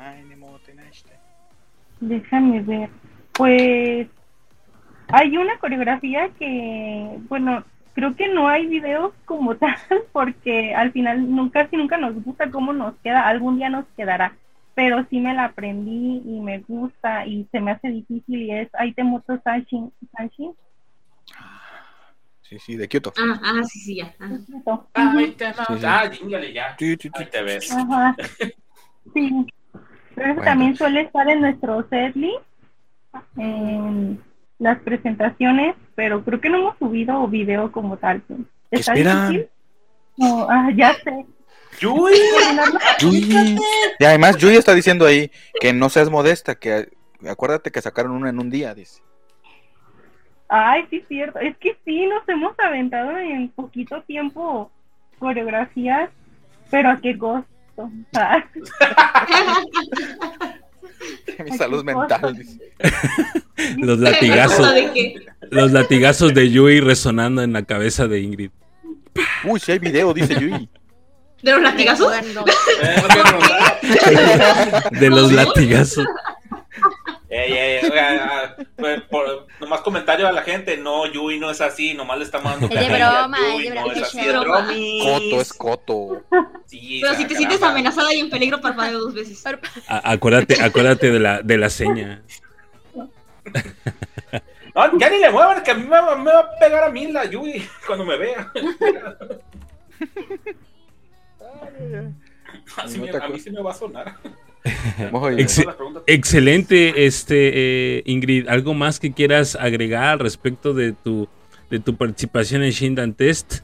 déjame ver. Pues hay una coreografía que, bueno, creo que no hay videos como tal, porque al final nunca, casi nunca nos gusta cómo nos queda, algún día nos quedará, pero sí me la aprendí y me gusta y se me hace difícil y es Aitemoto Sanshin. Sanshin. Sí, sí, de Kyoto. Ah, ah, sí, sí, ya. Ah. Ah, ahí te- Sí, sí. ah, díngale ya. Sí, sí, sí. Ahí te ves. Ajá. Sí. Pero eso Bueno. también suele estar en nuestro setlist, en las presentaciones, pero creo que no hemos subido video como tal. ¿Qué ¿Está esperan? difícil? No, ah, ya sé. Yui. Yui. Y además Yui está diciendo ahí que no seas modesta, que acuérdate que sacaron uno en un día, dice. Ay, sí, es cierto. Es que sí, nos hemos aventado en poquito tiempo coreografías, pero a qué costo. Ah, Mi salud mental, dice. Los latigazos, ¿De qué? los latigazos de Yui resonando en la cabeza de Ingrid. Uy, si hay video, dice Yui. ¿De los latigazos? Eh, no quiero preguntar. De los latigazos. Ey, ey, oiga, pues, por- nomás comentario a la gente, no, Yui no es así, nomás le estamos dando Es de carrilla, broma, Yui es de no broma, es es así, de es broma. bromis. Coto es coto. Sí, Pero o si sea, te sientes caramba. amenazada y en peligro, parpadeo dos veces. A- acuérdate, acuérdate de la, de la seña. No, ya ni le muevan, que a mí me, va- me va a pegar a mí la Yui cuando me vea. Así No me- te a mí acu- sí me va a sonar. Muy bien. Ex- Son las preguntas. Excelente, este eh, Ingrid. ¿Algo más que quieras agregar al respecto de tu de tu participación en Shindan Test?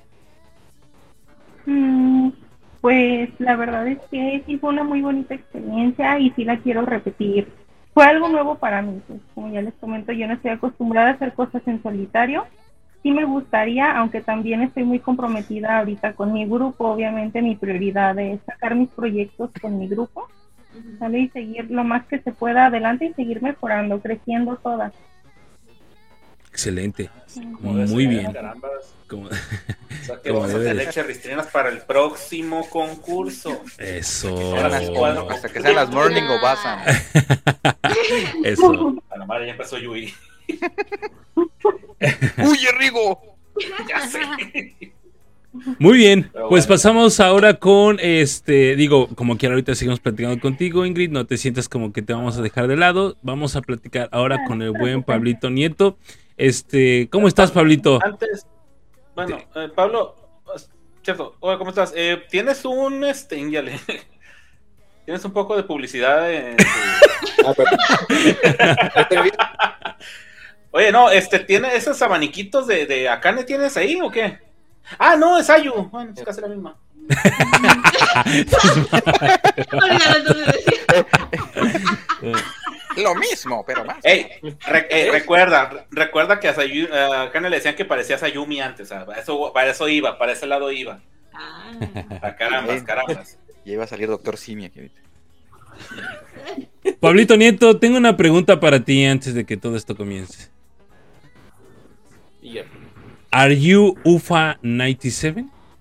mm, pues la verdad es que sí fue una muy bonita experiencia y sí la quiero repetir. Fue algo nuevo para mí, pues como ya les comento, yo no estoy acostumbrada a hacer cosas en solitario. Sí me gustaría, aunque también estoy muy comprometida ahorita con mi grupo. Obviamente mi prioridad es sacar mis proyectos con mi grupo, ¿vale? Y seguir lo más que se pueda adelante y seguir mejorando, creciendo todas. Excelente. Como debe Muy ser, bien. carambas. Como- O sea, que Como vamos a debe de tener cherristrinas para el próximo concurso. Eso. Hasta que sean las morning o basan. Eso. A la madre ya empezó Yui. ¡Uy, Rigo! Ya sé. Muy bien, Pero pues bueno. pasamos ahora con este, digo, como quiera ahorita seguimos platicando contigo, Ingrid, no te sientas como que te vamos a dejar de lado, vamos a platicar ahora con el buen Pablito Nieto. Este, ¿cómo estás, Pablito? Antes, bueno, eh, Pablo, cierto, hola, ¿cómo estás? Eh, ¿Tienes un, este, íngale, Tienes un poco de publicidad en Ah, pero- Oye, no, este, ¿tiene esos abaniquitos de, de Akane tienes ahí o qué? Ah, no, es Ayu. Bueno, es casi la misma. Olvídalo, entonces decía. Lo mismo, pero más. Ey, re- eh, recuerda, recuerda que a, Sayu, a Akane le decían que parecía Sayumi antes, o sea, para eso, para eso iba, para ese lado iba. Ah, A carambas, carambas. Ya iba a salir Doctor Simi aquí ahorita. Pablito Nieto, tengo una pregunta para ti antes de que todo esto comience. Y ya. ¿Are you U F A noventa y siete?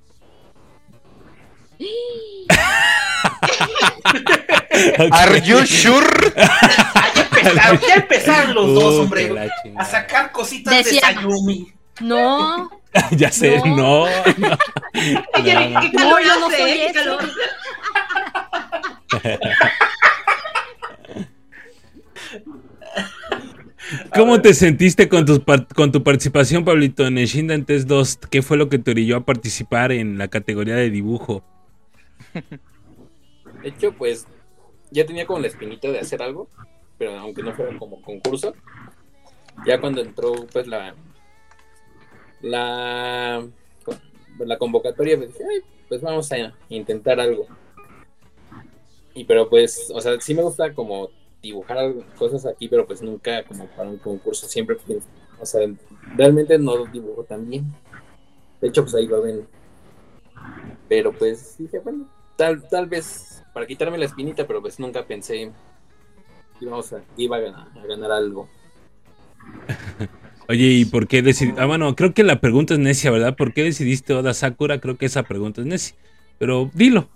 Are you sure? Empezaron, ya empezaron los dos, Uh, hombre, que la a chingada. sacar cositas Decía- de Sayumi. No, Ya sé, no. No. no. Jerry, No, qué no, calor yo no hace, soy qué ese. calor. ¿Cómo te sentiste con tu, par- con tu participación, Pablito, en el Shindan Test dos? ¿Qué fue lo que te orilló a participar en la categoría de dibujo? De hecho, pues ya tenía como la espinita de hacer algo, pero aunque no fuera como concurso. Ya cuando entró pues la la la convocatoria, pues dije, "Ay, pues vamos a intentar algo". Y pero pues, o sea, sí me gusta como dibujar algo- cosas aquí, pero pues nunca como para un concurso, siempre pienso, o sea, realmente no dibujo tan bien. De hecho, pues ahí lo ven. Pero pues dije, bueno, tal, tal vez para quitarme la espinita, pero pues nunca pensé que íbamos a, iba a ganar, a ganar algo. Oye, ¿y por qué decidiste? Ah, bueno, creo que la pregunta es necia, ¿verdad? ¿Por qué decidiste Oda Sakura? Creo que esa pregunta es necia. Pero dilo.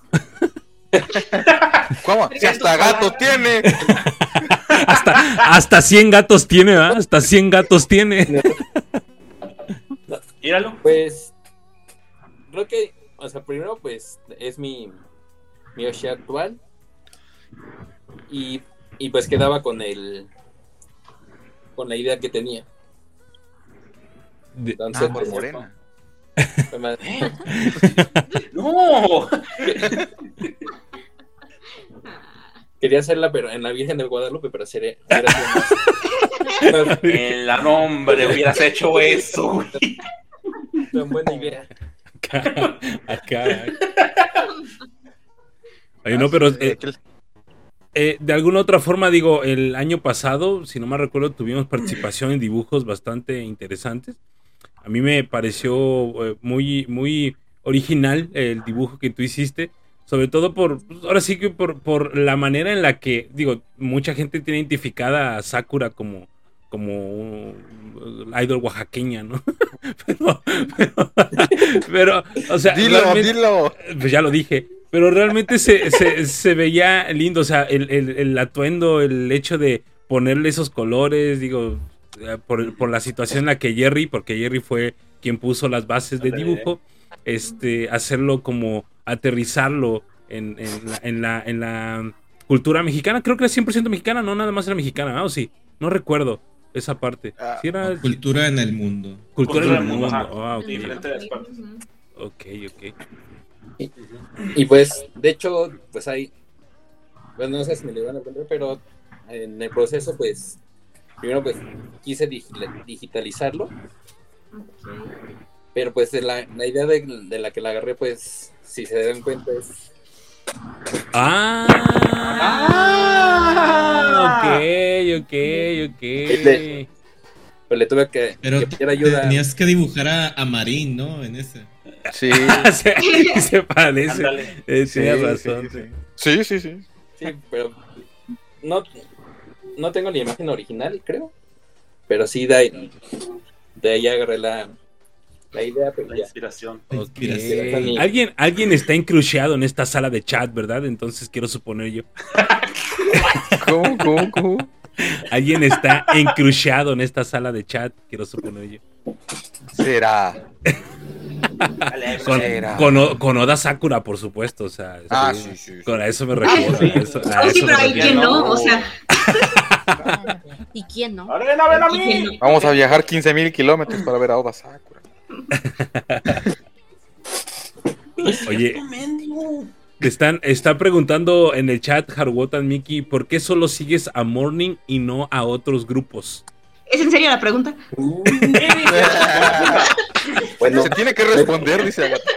¿Cómo? Si hasta gato tiene. Hasta, hasta cien gatos tiene, ¿verdad? Hasta cien gatos tiene. Míralo. Pues creo que, o sea, primero pues es mi mi Oshi actual y, y pues quedaba con el con la idea que tenía. De- Entonces, Ah, por pues, morena. fue más- No. quería hacerla pero en la Virgen del Guadalupe, pero sería, hubiera sido más, En la nombre hubieras hecho eso, güey. más- tan buena idea. Acá, acá. Oye, no, pero eh, eh, de alguna otra forma, digo, el año pasado, si no me recuerdo, tuvimos participación en dibujos bastante interesantes. A mí me pareció eh, muy, muy original el dibujo que tú hiciste, sobre todo por, pues, ahora sí que por, por la manera en la que, digo, mucha gente tiene identificada a Sakura como, como un idol oaxaqueña, ¿no? pero, pero, pero, o sea, Dilo, realmente- dilo. pues ya lo dije, pero realmente se, se, se veía lindo, o sea, el, el, el atuendo, el hecho de ponerle esos colores, digo, eh, por, por la situación en la que Jerry, porque Jerry fue quien puso las bases de dibujo, este, hacerlo como aterrizarlo en, en, la, en, la, en la cultura mexicana, creo que era cien por ciento mexicana, no nada más era mexicana, ¿no? Sí, no recuerdo esa parte. Ah, Sí era Cultura en el mundo. cultura Cultura del del mundo. mundo, ajá. Ah, ok, Diferentes partes. ok, ok. Y pues, de hecho, pues hay, bueno, no sé si me lo iban a encontrar, pero en el proceso, pues, primero pues quise digi- digitalizarlo, pero pues de la, la idea de, de la que la agarré, pues, si se dan cuenta es, Ah, ok, ok, ok. pues le tuve que, Pero que pedir ayuda. tenías que dibujar a, a Marín, ¿no? En ese. Sí. se, se parece. Ándale. Eh, Sí, tienes sí, razón. sí. Sí, sí, sí. Sí, pero no, no tengo la imagen original, creo, pero sí de ahí, de ahí agarré la, la idea, pero La ya. inspiración. Ok. Inspiración. Alguien, alguien está encruciado en esta sala de chat, ¿verdad? Entonces quiero suponer yo. ¿Cómo, cómo, cómo? Alguien está encruciado en esta sala de chat, quiero suponer yo. Será. Con, Será. con, O- con Oda Sakura, por supuesto. O sea, Ah, sí, sí, sí, sí. con a eso me refiero. A eso, a Oh, sí, eso me pero hay refiero. quien no, o sea, ¿y quién no? ¡Ahora ven a ver a ¿y quién no? mí! Vamos a viajar quince mil kilómetros para ver a Oda Sakura. Oye, Te están, está preguntando en el chat Harugotan Miki, ¿por qué solo sigues a Morning y no a otros grupos? ¿Es en serio la pregunta? Uh, bueno, se tiene que responder, dice Agatha.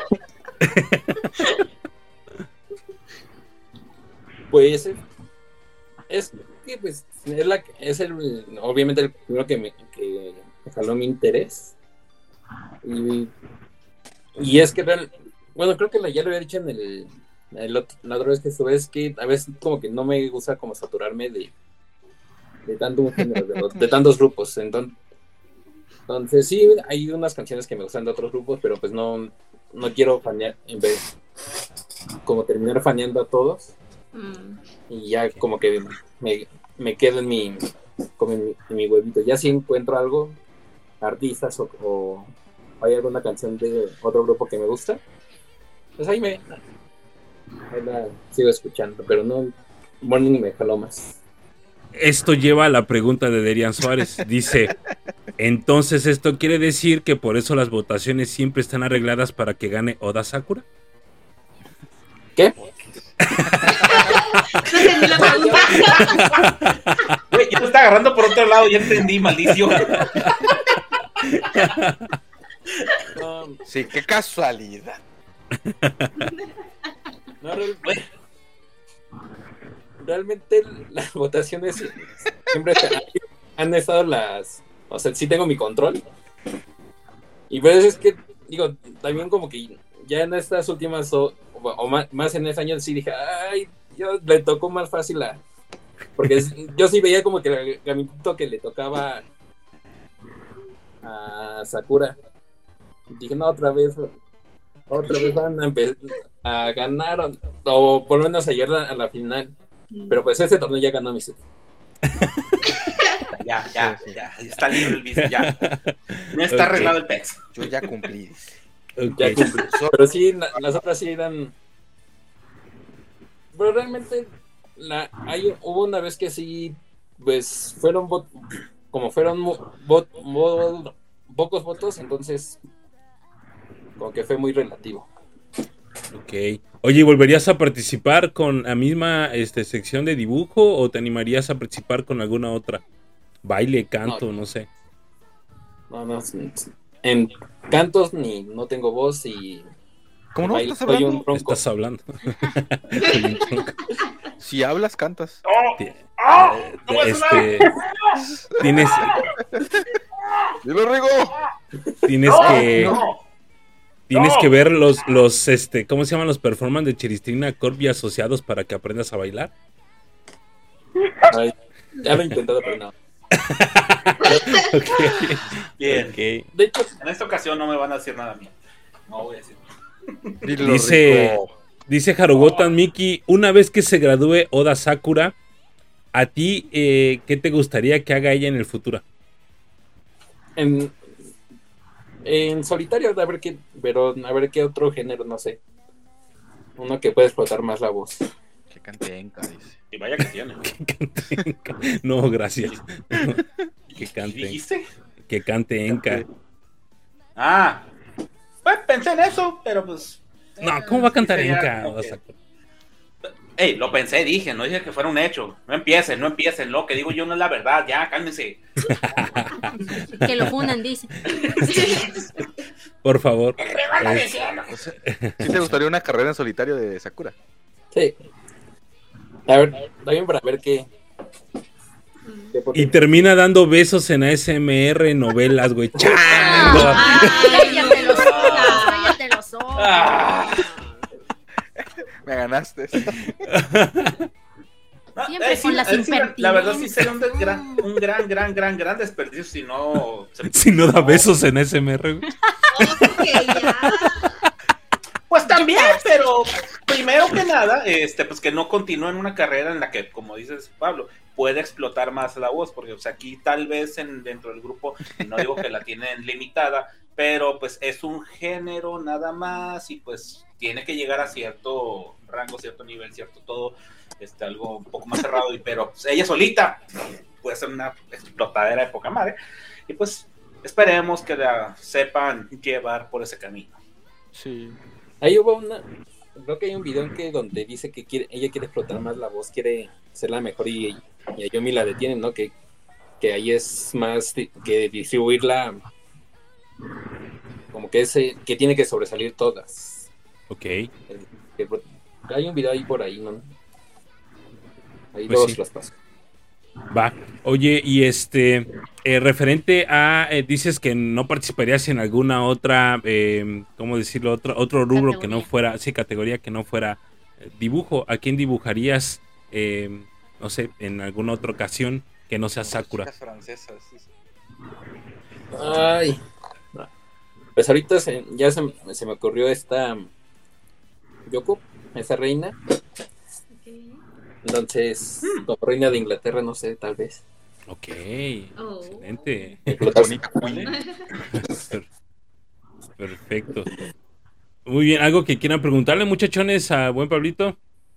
Pues es que pues es, la, es el obviamente el primero que me, que me jaló mi interés. Y, y es que real, bueno, creo que la, ya lo había dicho en el, el otro, la otra vez que estuve, es que a veces como que no me gusta como saturarme de de tanto género, de, de tantos grupos. Entonces, entonces sí, hay unas canciones que me gustan de otros grupos, pero pues no, no quiero fanear, en vez como terminar faneando a todos. Mm. Y ya como que me, me quedo en mi, como en mi, en mi huevito. Ya si encuentro algo, artistas o, o hay alguna canción de otro grupo que me gusta, pues ahí me ahí la sigo escuchando, pero no, Morning me jaló más. Esto lleva a la pregunta de Derian Suárez. Dice, entonces esto quiere decir que por eso las votaciones siempre están arregladas para que gane Oda Sakura. ¿Qué? No entendí la pregunta. Güey, yo te estaba agarrando por otro lado, ya entendí, maldición. Um, sí, qué casualidad. No, realmente, realmente las votaciones siempre han estado las... O sea, sí tengo mi control. Y pues es que, digo, también como que ya en estas últimas, o, o más, más en ese año sí dije, ay, yo le tocó más fácil a... Porque es, yo sí veía como que a mi punto que le tocaba a Sakura. Dije, no, otra vez, otra vez van a, empe- a ganar, o, o por lo menos ayer a, a la final. Pero pues ese torneo ya ganó mi set. Ya, ya, ya, está libre el vicio, ya. No está arreglado el pez. Yo ya cumplí. Okay. Ya cumplí. Pero sí, la, las otras sí eran... Pero realmente, la, hay, hubo una vez que sí, pues fueron, vot, como fueron vot, vot, pocos votos, entonces como que fue muy relativo. Ok. Oye, ¿volverías a participar con la misma este, sección de dibujo o te animarías a participar con alguna otra? Baile, canto, no, no sé. No, no, en cantos ni no tengo voz y... ¿Cómo no? Baile, ¿Estás hablando? Un tronco. Estás hablando. Si hablas, cantas. ¡Oh! ¡Oh! ¿Cómo este, tienes... ¡Dilo, Rigo! Tienes no, que... No. Tienes No. que ver los, los, este, ¿cómo se llaman los performances de Chiristrina Corby asociados para que aprendas a bailar? Ay, ya lo he intentado, pero no. Okay. Bien. Okay. De hecho, En esta ocasión no me van a decir nada a mí. No voy a decir. Dilo, Dice, Rigo. dice Harugotan Miki, una vez que se gradúe Oda Sakura, ¿a ti eh, qué te gustaría que haga ella en el futuro? en, en solitario, a ver qué, pero a ver qué otro género, no sé. Uno que pueda explotar más la voz. Que cante Enka, dice. Y vaya que tiene. Que cante Enka. No, gracias. Que ¿Qué cante, dijiste? que cante Enka. Ah, pues pensé en eso, pero pues... No, ¿cómo va a cantar sí, sería Enka, como Oda que- Sakura? Ey, lo pensé, dije, no dije que fuera un hecho. No empiecen, no empiecen, lo que digo yo no es la verdad, ya, cálmense. Que lo funan, dice. Por favor. Es... O sea, ¿sí te gustaría una carrera en solitario de Sakura? Sí. A ver, también para ver qué. qué Y termina dando besos en A S M R novelas, güey. ¡Chango! Ah, cállate los ojos, cállate los ojos. Ah. Me ganaste. No, Siempre con las eh, sí, la, la verdad sí impertinencias. sería un, de- gran, un gran, gran, gran, gran desperdicio si no... se- Si no da besos en A S M R, güey. Ok, ya. Pues también, pero primero que nada, este, pues que no continúe en una carrera en la que, como dices Pablo, puede explotar más la voz, porque o sea, aquí tal vez en, dentro del grupo, no digo que la tienen limitada, pero pues es un género nada más y pues tiene que llegar a cierto rango, cierto nivel, cierto todo, este, algo un poco más cerrado, y, pero pues, ella solita puede ser una explotadera de poca madre, y pues esperemos que la sepan llevar por ese camino. Sí. Ahí hubo una, creo que hay un video en que donde dice que quiere, ella quiere explotar más la voz, quiere ser la mejor y, y a Yumi la detienen, ¿no? Que, que ahí es más di- que distribuirla, como que ese que tiene que sobresalir todas. Ok. El- que pro- hay un video ahí por ahí, ¿no? Ahí Pues luego sí. se los paso. Va. Oye, y este, eh, referente a, eh, dices que no participarías en alguna otra, eh, ¿cómo decirlo? Otro, otro rubro que no Categoría. fuera, sí, categoría que no fuera eh, dibujo. ¿A quién dibujarías, eh, no sé, en alguna otra ocasión que no sea Sakura? Chicas francesas, sí, sí. Ay. Pues ahorita se- ya se, se me ocurrió esta Yoko, esa reina. Entonces, como reina de Inglaterra, no sé, tal vez. Ok, Oh. excelente. Bonita Queen. Per- Perfecto. Muy bien, ¿algo que quieran preguntarle, muchachones, a buen Pablito?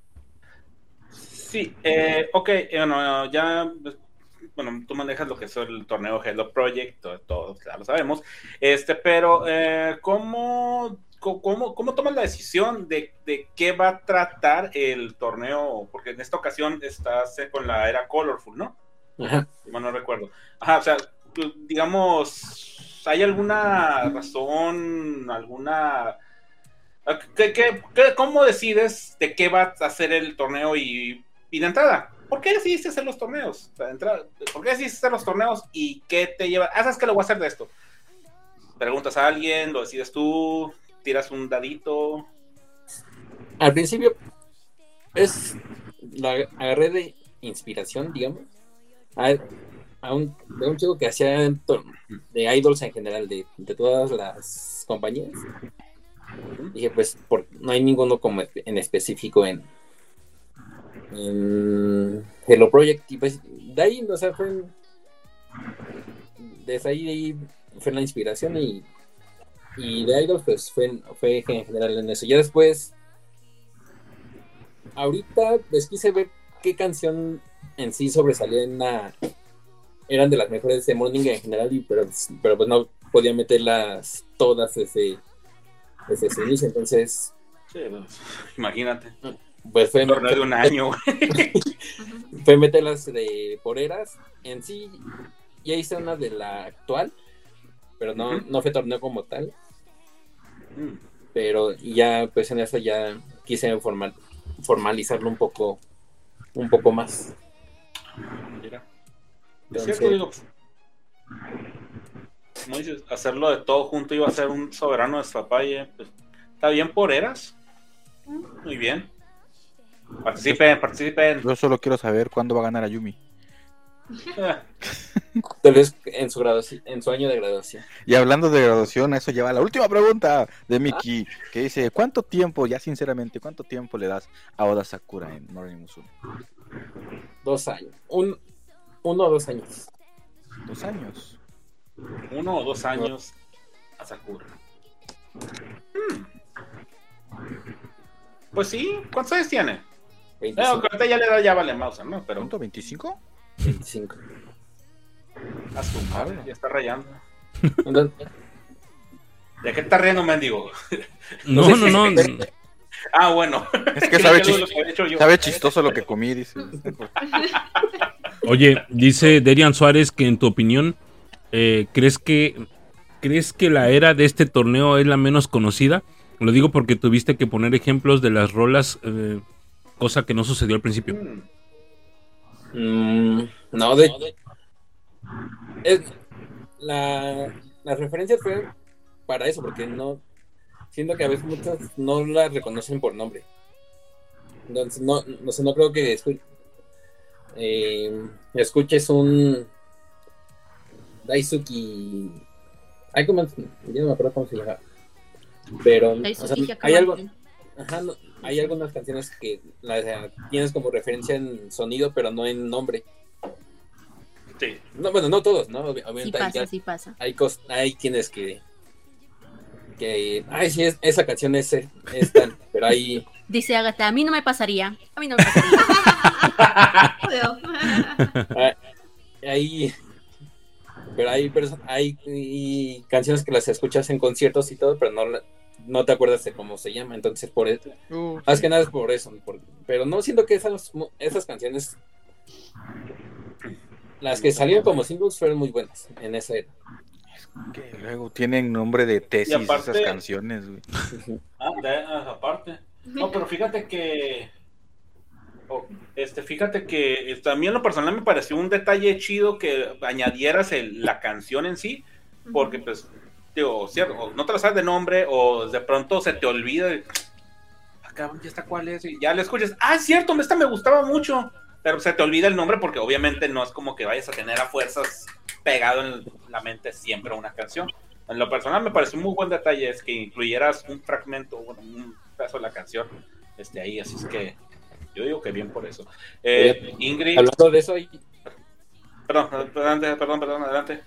Sí, eh, ok, eh, bueno, ya, pues, bueno, tú manejas lo que es el torneo Hello Project, to- todos ya lo sabemos, este, pero eh, ¿cómo, co- cómo, cómo tomas la decisión de, de qué va a tratar el torneo? Porque en esta ocasión estás eh, con la era Colorful, ¿no? Ajá. Si mal no recuerdo. Ajá, o sea, tú, digamos, ¿hay alguna razón, alguna... ¿Qué, qué, qué- cómo decides de qué va a hacer el torneo y, y de entrada? ¿Por qué decidiste hacer los torneos? O sea, de entrada, ¿por qué decidiste hacer los torneos y qué te lleva? Ah, ¿sabes qué lo voy a hacer de esto? Preguntas a alguien, lo decides tú, tiras un dadito. Al principio, es la agarré de inspiración, digamos, a, a un, de un chico que hacía tor- de idols en general, de, de todas las compañías. Dije, pues, por, no hay ninguno como en específico en, en Hello Project. Y pues, de ahí, o sea, fue. Desde ahí, de ahí fue la inspiración y, y de idols, pues, fue, fue en general en eso. Ya después, ahorita, pues, quise ver qué canción en sí sobresalía en la. Eran de las mejores de Morning en general, y, pero, pero pues no podía meterlas todas desde. desde su inicio, entonces Sí, pues, imagínate. pues fue, Un torneo de un año. fue meterlas de por eras. En sí ya hice una de la actual, pero no, Ujú. no fue torneo como tal, Mm, pero ya pues en eso ya quise formal, formalizarlo un poco un poco más. mira. Es Entonces, cierto, digo, como dices, hacerlo de todo junto iba a ser un soberano despapalle. Pues, está bien por eras. Muy bien. Participen, participen. Yo solo quiero saber cuándo va a ganar a Yumi. Eh, tal vez en su graduación, en su año de graduación. Y hablando de graduación, eso lleva a la última pregunta de Miki, que dice, ¿cuánto tiempo, ya sinceramente, cuánto tiempo le das a Oda Sakura en Morning Musume? Dos años. Un, uno o dos años. Dos años. uno o dos años a Sakura. Hmm. Pues sí, ¿cuántos años tiene? No, veinticinco, ahorita ya le da ya vale Mauser, ¿no? Pero ¿Cuánto? ¿veinticinco? veinticinco. a su madre, ya está rayando. Entonces, ¿De qué está riendo, mendigo? No, no, no. no. Ah, bueno. Es que sabe, Creí chis- lo que había hecho yo. sabe chistoso lo que comí, dice. Oye, dice Derian Suárez que en tu opinión, eh, ¿crees que crees que la era de este torneo es la menos conocida? Lo digo porque tuviste que poner ejemplos de las rolas, eh, cosa que no sucedió al principio. Mm, mm, no, de es, la, las referencias fueron para eso, porque no siento que a veces muchos no las reconocen por nombre. Entonces no, no sé, no creo que escu- eh, escuches un Daisuki. Ay, como, ya no me acuerdo cómo se llama. Pero o sea, Daisuke hay Hyakkimaru. algo, ajá, no, hay algunas canciones que las eh, tienes como referencia en sonido, pero no en nombre. sí. No, bueno, no todos, ¿no? Ob- Sí Obviamente pasa, hay, sí pasa. hay, cos- hay quienes que que ay, sí, es, esa canción es, es tal, pero hay Dice Agatha, a mí no me pasaría. A mí no me pasaría. hay, hay- pero hay perso- hay y canciones que las escuchas en conciertos y todo, pero no la- no te acuerdas de cómo se llama, entonces por eso, Uh, más que nada es por eso, por- pero no siento que esas, esas canciones, las que salieron como singles fueron muy buenas en esa era. que luego tienen nombre de tesis Y aparte- esas canciones, güey. Ah, de- ah, aparte. No, pero fíjate que. oh, este, fíjate que este, a mí en lo personal me pareció un detalle chido que añadieras el- la canción en sí, porque pues, digo, cierto, o no te la sabes de nombre, o de pronto se te olvida. y, Ah, cabrón, ya está cuál es, y ya le escuchas. Ah, es cierto, esta me gustaba mucho. Pero se te olvida el nombre porque obviamente no es como que vayas a tener a fuerzas pegado en la mente siempre una canción. En lo personal me pareció un muy buen detalle es que incluyeras un fragmento, bueno, un pedazo de la canción este, ahí, así es que yo digo que bien por eso. Eh, Ingrid, Hablando de eso, hay- perdón, adelante, perdón, perdón, adelante.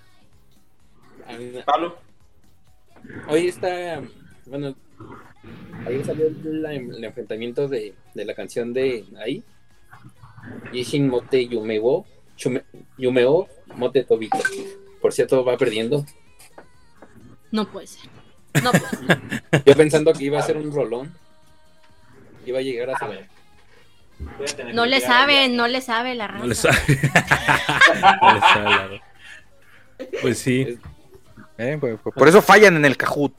Pablo. hoy está, bueno, ayer salió el, el enfrentamiento de, de la canción de ahí, Yishin Mote Yumeo, Chume- Yumeo Mote Tobito. Por cierto, va perdiendo. No puede ser. No puede ser. Yo pensando que iba a ser un rolón, iba a llegar a saber. Voy a tener No que le llegar sabe, allá. no le sabe la raza. No le sabe. No le sabe, la verdad. Pues sí. Eh, pues, pues, por eso fallan en el Kahoot.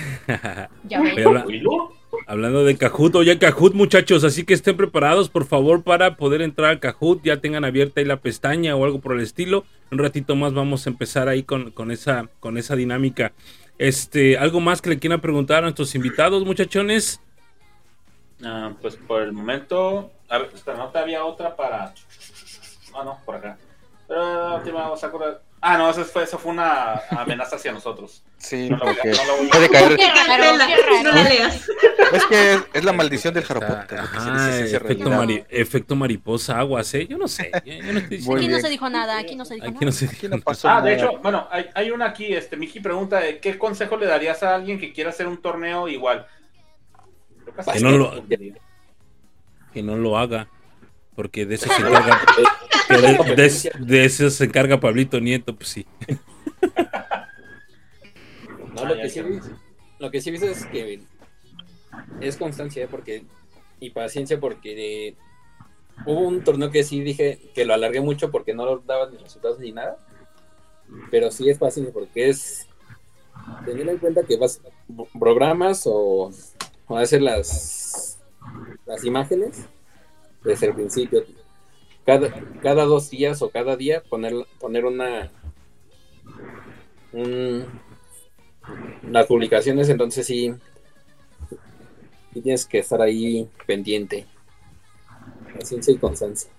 Ya ven. Oye, habla- Oílo. hablando de Kahoot, oye Kahoot muchachos, así que estén preparados por favor para poder entrar al Kahoot, ya tengan abierta ahí la pestaña o algo por el estilo. Un ratito más vamos a empezar ahí con, con esa, con esa dinámica. Este, ¿algo más que le quieran preguntar a nuestros invitados, muchachones? Ah, pues por el momento, a ver, espera, no te había otra para. Ah, no, por acá. Pero la última vamos a acordar. Ah, no, eso fue, eso fue una amenaza hacia nosotros. Sí, No lo voy a- porque no lo voy a- puede caer. Qué raro, Cancela, qué raro. no la leas. Es que es, es la maldición del Jaropot. Ajá, efecto, mari- efecto mariposa aguas, ¿eh? Yo no sé. Yo, yo no estoy Muy Aquí diciendo- no se dijo nada, aquí no se dijo Aquí nada. no sé. Aquí no pasó Ah, de nada. hecho, bueno, hay, hay una aquí, este, Miki pregunta, de ¿qué consejo le darías a alguien que quiera hacer un torneo igual? Que no lo- que no lo haga, porque de eso se encarga, que de, de- de eso se encarga Pablito Nieto, pues sí. No, lo que sí, lo que sí viste es que es constancia, ¿eh? Porque y paciencia, porque eh, hubo un torneo que sí dije que lo alargué mucho porque no daba ni resultados ni nada, pero sí es paciencia porque es tener en cuenta que vas programas o, o hacer las las imágenes desde el principio, cada, cada dos días o cada día poner poner una un las publicaciones, entonces sí, sí tienes que estar ahí pendiente. Paciencia y constancia.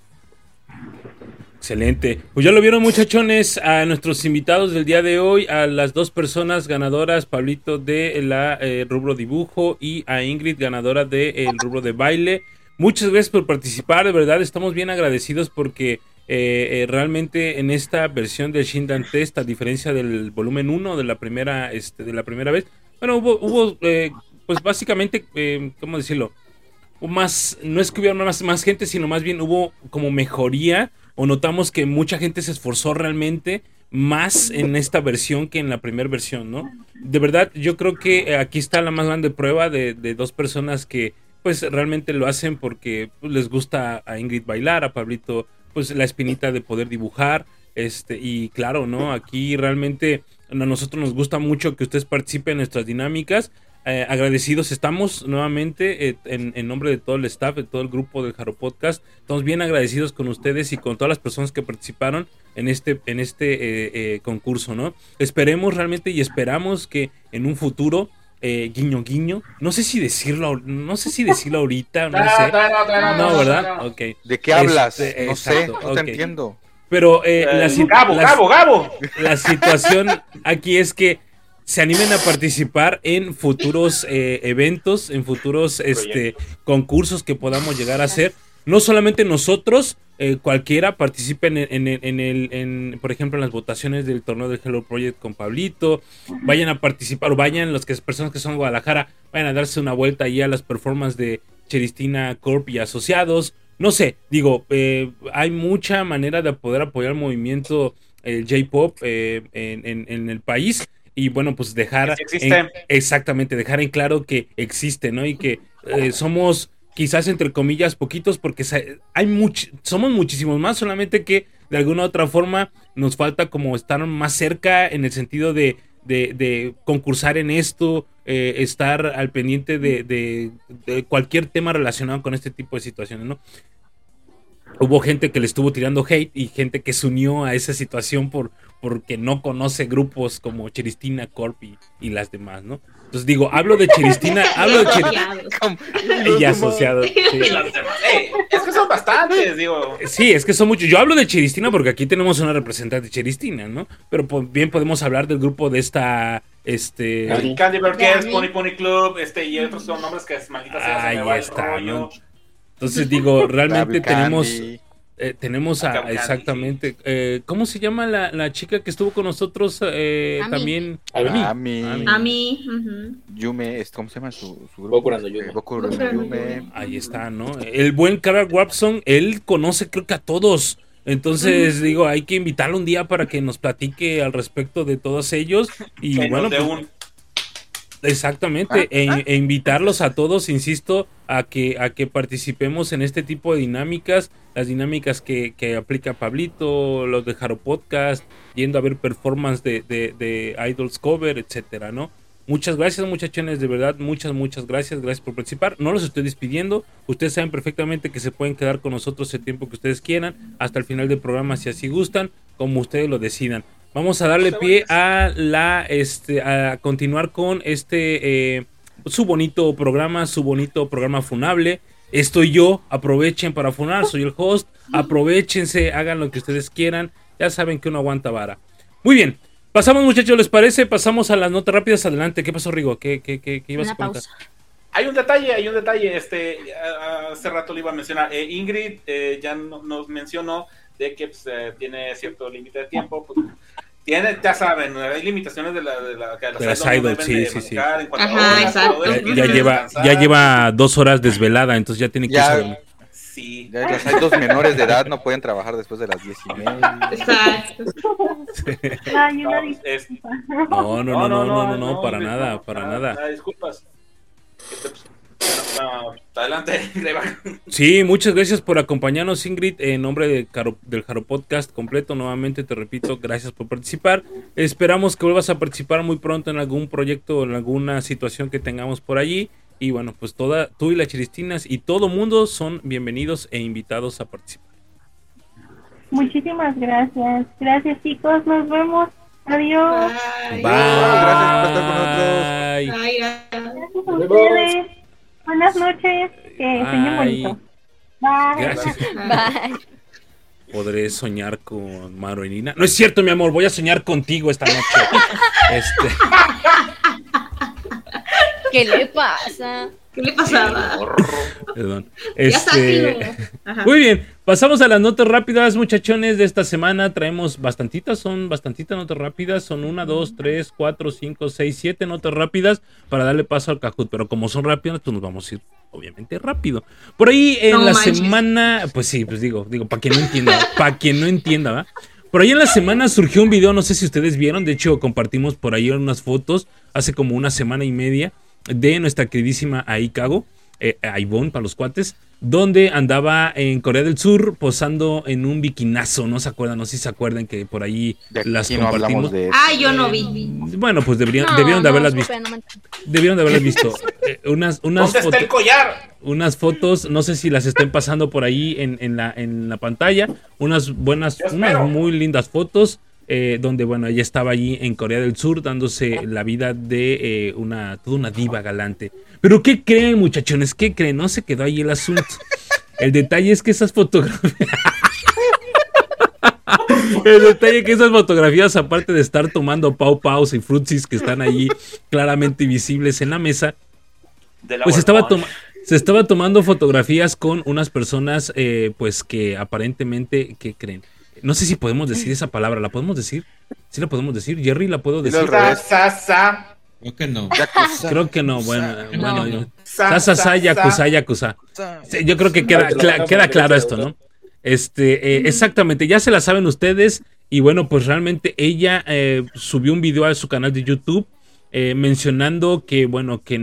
Excelente. Pues ya lo vieron, muchachones, a nuestros invitados del día de hoy, a las dos personas ganadoras, Pablito de la eh, rubro dibujo y a Ingrid, ganadora del de, rubro de baile. Muchas gracias por participar, de verdad, estamos bien agradecidos porque eh, eh, realmente en esta versión del Shindan Test, a diferencia del volumen uno de la primera, este, de la primera vez, bueno, hubo, hubo eh, pues básicamente, eh, ¿cómo decirlo? Más, no es que hubiera más, más gente, sino más bien hubo como mejoría, o notamos que mucha gente se esforzó realmente más en esta versión que en la primera versión, ¿no? De verdad, yo creo que aquí está la más grande prueba de, de dos personas que pues realmente lo hacen porque pues, les gusta a Ingrid bailar, a Pablito pues la espinita de poder dibujar, este, y claro, ¿no? Aquí realmente a nosotros nos gusta mucho que ustedes participen en nuestras dinámicas. Eh, agradecidos estamos nuevamente eh, en, en nombre de todo el staff, de todo el grupo del Jaro Podcast. Estamos bien agradecidos con ustedes y con todas las personas que participaron en este, en este eh, eh, concurso, ¿no? Esperemos realmente y esperamos que en un futuro, eh, guiño guiño, no sé si decirlo, no sé si decirlo ahorita, no sé. No, ¿verdad? Ok. ¿De qué hablas? Este, no exacto, sé, no ok. te entiendo. Pero eh, Eh, la, si- Gabo, la- Gabo, Gabo. la situación aquí es que se animen a participar en futuros eh, eventos, en futuros este, concursos que podamos llegar a hacer. No solamente nosotros, eh, cualquiera participen en, en, en, en el, en, por ejemplo, en las votaciones del torneo del Hello Project con Pablito. Vayan a participar, o vayan las que, personas que son de Guadalajara, vayan a darse una vuelta ahí a las performances de Cheristina Corp y asociados. No sé, digo, eh, hay mucha manera de poder apoyar el movimiento eh, J-Pop eh, en, en, en el país. y bueno, pues dejar sí existe. en, exactamente, dejar en claro que existe, ¿no? Y que eh, somos quizás entre comillas poquitos porque hay much, somos muchísimos más, solamente que de alguna u otra forma nos falta como estar más cerca en el sentido de, de, de concursar en esto, eh, estar al pendiente de, de, de cualquier tema relacionado con este tipo de situaciones, ¿no? Hubo gente que le estuvo tirando hate y gente que se unió a esa situación por porque no conoce grupos como Chiristina, Corp y, y las demás, ¿no? Entonces digo, hablo de Chiristina, hablo de Chiristina y asociados. Sí. Y los demás, eh, es que son bastantes, digo. Sí, es que son muchos. Yo hablo de Chiristina porque aquí tenemos una representante de Chiristina, ¿no? Pero pues, bien podemos hablar del grupo de esta, este... Candy, Candy Burgers, Pony Pony Club, este, y otros son nombres que es maldita sea. Ahí está, ¿no? Entonces digo, realmente tenemos... Eh, tenemos a, a exactamente, eh, ¿cómo se llama la, la chica que estuvo con nosotros eh, Ami. también? Ami. Ami. A mí. Uh-huh. Yume, ¿cómo se llama su, su grupo? Boku no Yume. Boku no Yume. Ahí está, ¿no? El buen Carl Watson, él conoce creo que a todos. Entonces, uh-huh. digo, hay que invitarlo un día para que nos platique al respecto de todos ellos. Y que bueno, de pues, un... exactamente, ah, e, ah. e invitarlos a todos, insisto, a que, a que participemos en este tipo de dinámicas, las dinámicas que, que aplica Pablito, los de Jaro Podcast, yendo a ver performance de, de, de Idols Cover, etcétera, ¿no? Muchas gracias, muchachones, de verdad, muchas, muchas gracias, gracias por participar. No los estoy despidiendo, ustedes saben perfectamente que se pueden quedar con nosotros el tiempo que ustedes quieran, hasta el final del programa si así gustan, como ustedes lo decidan. Vamos a darle pie a la, este, a continuar con este, eh, su bonito programa, su bonito programa funable. Estoy yo, aprovechen para funar, soy el host, aprovechense, hagan lo que ustedes quieran, ya saben que uno aguanta vara. Muy bien, pasamos muchachos, ¿les parece? Pasamos a las notas rápidas, adelante. ¿Qué pasó, Rigo? ¿Qué, qué, qué, qué ibas Una a contar? pausa. Hay un detalle, hay un detalle, este, hace rato lo iba a mencionar, eh, Ingrid eh, ya no, nos mencionó de que pues, eh, tiene cierto límite de tiempo, pues, tiene, ya saben, hay limitaciones de la de la que de las idols, sí, sí, sí. Ajá, exacto. Ya, ya lleva, ya lleva dos horas desvelada, entonces ya tiene que Ya. irse. Sí. Ya los hay dos menores de edad, no pueden trabajar después de las diez y media. Exacto. Ay, una No, es- disculpa. No, no, no, no, no, no, no, para Ingrid, nada, no, para nada, nada. nada, disculpas. Este, pues, no, no, adelante, Reba. Sí, muchas gracias por acompañarnos, Ingrid, en nombre de Caro- del Jaro Podcast completo. Nuevamente te repito, gracias por participar. Esperamos que vuelvas a participar muy pronto en algún proyecto o en alguna situación que tengamos por allí. Y bueno, pues toda, tú y las Chiristinas y todo mundo son bienvenidos e invitados a participar. Muchísimas gracias. Gracias, chicos. Nos vemos. Adiós. Bye. Gracias por estar con nosotros. Bye. Ay, gracias. Gracias a ustedes. Buenas noches. Que sueñen bonito. Bye. Gracias. Bye. Podré soñar con Maro y Nina. No es cierto, mi amor, voy a soñar contigo esta noche. Este, ¿Qué le pasa? ¿Qué le pasaba? perdón. Ya Este, sáquenlo. Ajá. muy bien, pasamos a las notas rápidas, muchachones, de esta semana. Traemos bastantitas, son bastantitas notas rápidas. Son una, dos, tres, cuatro, cinco, seis, siete notas rápidas para darle paso al Kahoot. Pero como son rápidas, pues nos vamos a ir, obviamente, rápido. Por ahí en No la manches. semana, pues sí, pues digo, digo, para quien no entienda, para quien no entienda, ¿va? Por ahí en la semana surgió un video, no sé si ustedes vieron, de hecho compartimos por ahí unas fotos hace como una semana y media de nuestra queridísima Aikago, eh, Aibon para los cuates, donde andaba en Corea del Sur posando en un bikinazo, ¿no se acuerdan? No sé si se acuerdan que por ahí De aquí las no hablamos compartimos. de eso. Ay, yo no vi. Bueno, pues deberían, No, debieron de no, haberlas supe, visto. no me- Debieron de haberlas visto. Eh, unas unas ¿Dónde está fotos. el collar? Unas fotos, no sé si las estén pasando por ahí en, en, la, en la pantalla, unas buenas, Yo unas espero. muy lindas fotos, eh, donde bueno, ella estaba allí en Corea del Sur dándose la vida de eh, una, toda una diva galante. Pero ¿qué creen, muchachones? ¿Qué creen? No se quedó ahí el asunto. El detalle es que esas fotografías... El detalle es que esas fotografías, aparte de estar tomando pau paus y frutsis que están allí claramente visibles en la mesa, De la pues World estaba Punch. toma- se estaba tomando fotografías con unas personas, eh, pues que aparentemente, ¿qué creen? No sé si podemos decir esa palabra, ¿la podemos decir? ¿Sí la podemos decir? ¿Jerry la puedo Dilo decir? al revés. Sa, sa, sa. Creo que no. Yakuza. Creo que no, bueno, No. bueno, yo- Sa, Sa, sa, sa, sa, yakuza, sa. yakuza. Sí, yo creo que queda, cla- queda claro esto, ¿no? Este, eh, exactamente, ya se la saben ustedes. Y bueno, pues realmente ella eh, subió un video a su canal de YouTube eh, mencionando que, bueno, que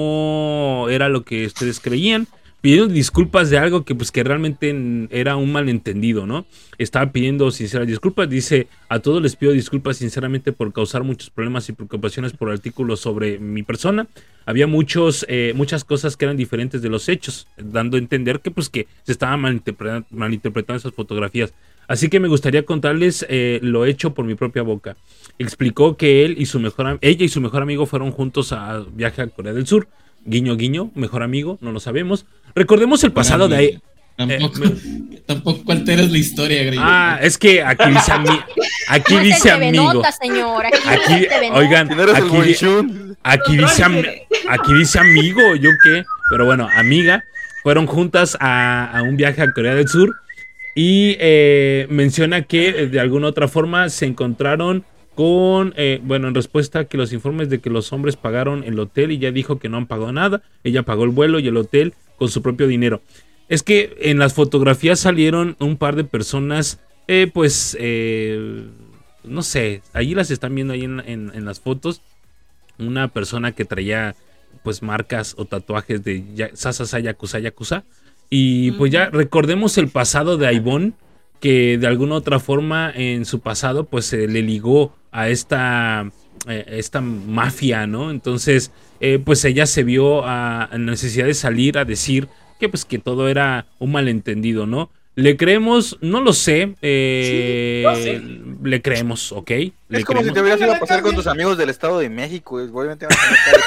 no era lo que ustedes creían, pidiendo disculpas de algo que pues que realmente era un malentendido, ¿no? Estaba pidiendo sinceras disculpas, dice, a todos les pido disculpas sinceramente por causar muchos problemas y preocupaciones por artículos sobre mi persona. Había muchos, eh, muchas cosas que eran diferentes de los hechos, dando a entender que pues que se estaban malinterpretando, malinterpretando esas fotografías. Así que me gustaría contarles eh, lo hecho por mi propia boca. Explicó que él y su mejor, ella y su mejor amigo fueron juntos a viaje a Corea del Sur. Guiño, guiño, mejor amigo, no lo sabemos. Recordemos el pasado de ahí. Tampoco, eh, tampoco alteras la historia, Grillo. Ah, es que aquí dice ami aquí No es dice el T V amigo. Nota, señor. Aquí, no es Aquí, el T V Nota. oigan, Si no eres el aquí, Bonchun. aquí dice am- aquí dice amigo, yo qué, pero bueno, amiga, fueron juntas a, a un viaje a Corea del Sur y eh, menciona que eh, de alguna otra forma se encontraron con, eh, bueno, en respuesta a que los informes de que los hombres pagaron el hotel y ya dijo que no han pagado nada, ella pagó el vuelo y el hotel con su propio dinero. Es que en las fotografías salieron un par de personas, eh, pues, eh, no sé, ahí las están viendo ahí en, en, en las fotos, una persona que traía pues marcas o tatuajes de ya, Sasasa Yakuza Yakuza, y pues ya recordemos el pasado de Aibon, que de alguna otra forma en su pasado pues se le ligó a esta, eh, esta mafia, ¿no? Entonces eh, pues ella se vio a, a necesidad de salir a decir que pues que todo era un malentendido, ¿no? ¿Le creemos? No lo sé. Eh, sí, no, sí. Le creemos, ¿ok? ¿Le es como creemos? si te hubieras ido a pasar con tus amigos del Estado de México. Obviamente van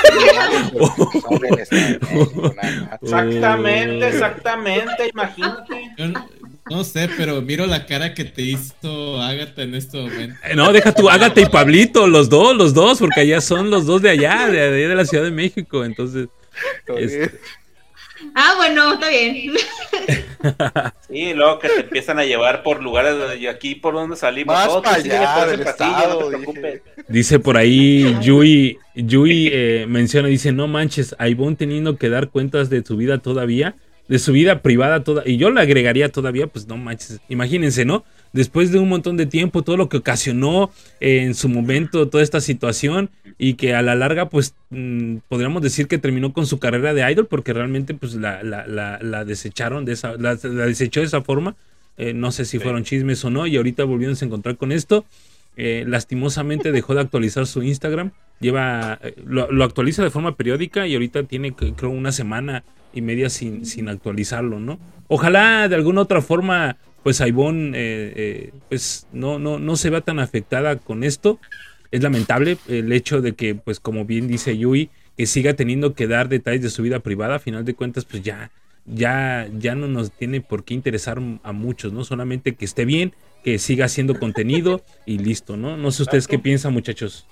a tener son del Estado de México. Exactamente, exactamente, imagínate. Yo no, no sé, pero miro la cara que te hizo Ágata en este momento. No, deja tú, Ágata y Pablito, los dos, los dos, porque allá son los dos de allá, de, de, de la Ciudad de México, entonces... Este... Ah, bueno, está bien. Sí, luego que te empiezan a llevar por lugares de aquí por donde salimos. Más oh, para allá del estado, no te preocupes. Dice por ahí Yui, Yui eh, menciona, dice, no manches, Aibon teniendo que dar cuentas de su vida todavía, de su vida privada toda, y yo le agregaría todavía, pues no manches, imagínense, ¿no? Después de un montón de tiempo, todo lo que ocasionó eh, en su momento toda esta situación y que a la larga, pues, mmm, podríamos decir que terminó con su carrera de idol porque realmente, pues, la, la, la, la desecharon de esa, la, la desechó de esa forma. Eh, no sé si fueron chismes o no y ahorita volviéndose a encontrar con esto. Eh, lastimosamente dejó de actualizar su Instagram. Lleva, eh, lo, lo actualiza de forma periódica y ahorita tiene, creo, una semana y media sin, sin actualizarlo, ¿no? Ojalá de alguna otra forma pues Aibon eh, eh, pues no, no, no se vea tan afectada con esto. Es lamentable el hecho de que, pues como bien dice Yui, que siga teniendo que dar detalles de su vida privada. A final de cuentas, pues ya, ya, ya no nos tiene por qué interesar a muchos, ¿no? Solamente que esté bien, que siga haciendo contenido y listo, ¿no? No sé ustedes qué piensan, muchachos.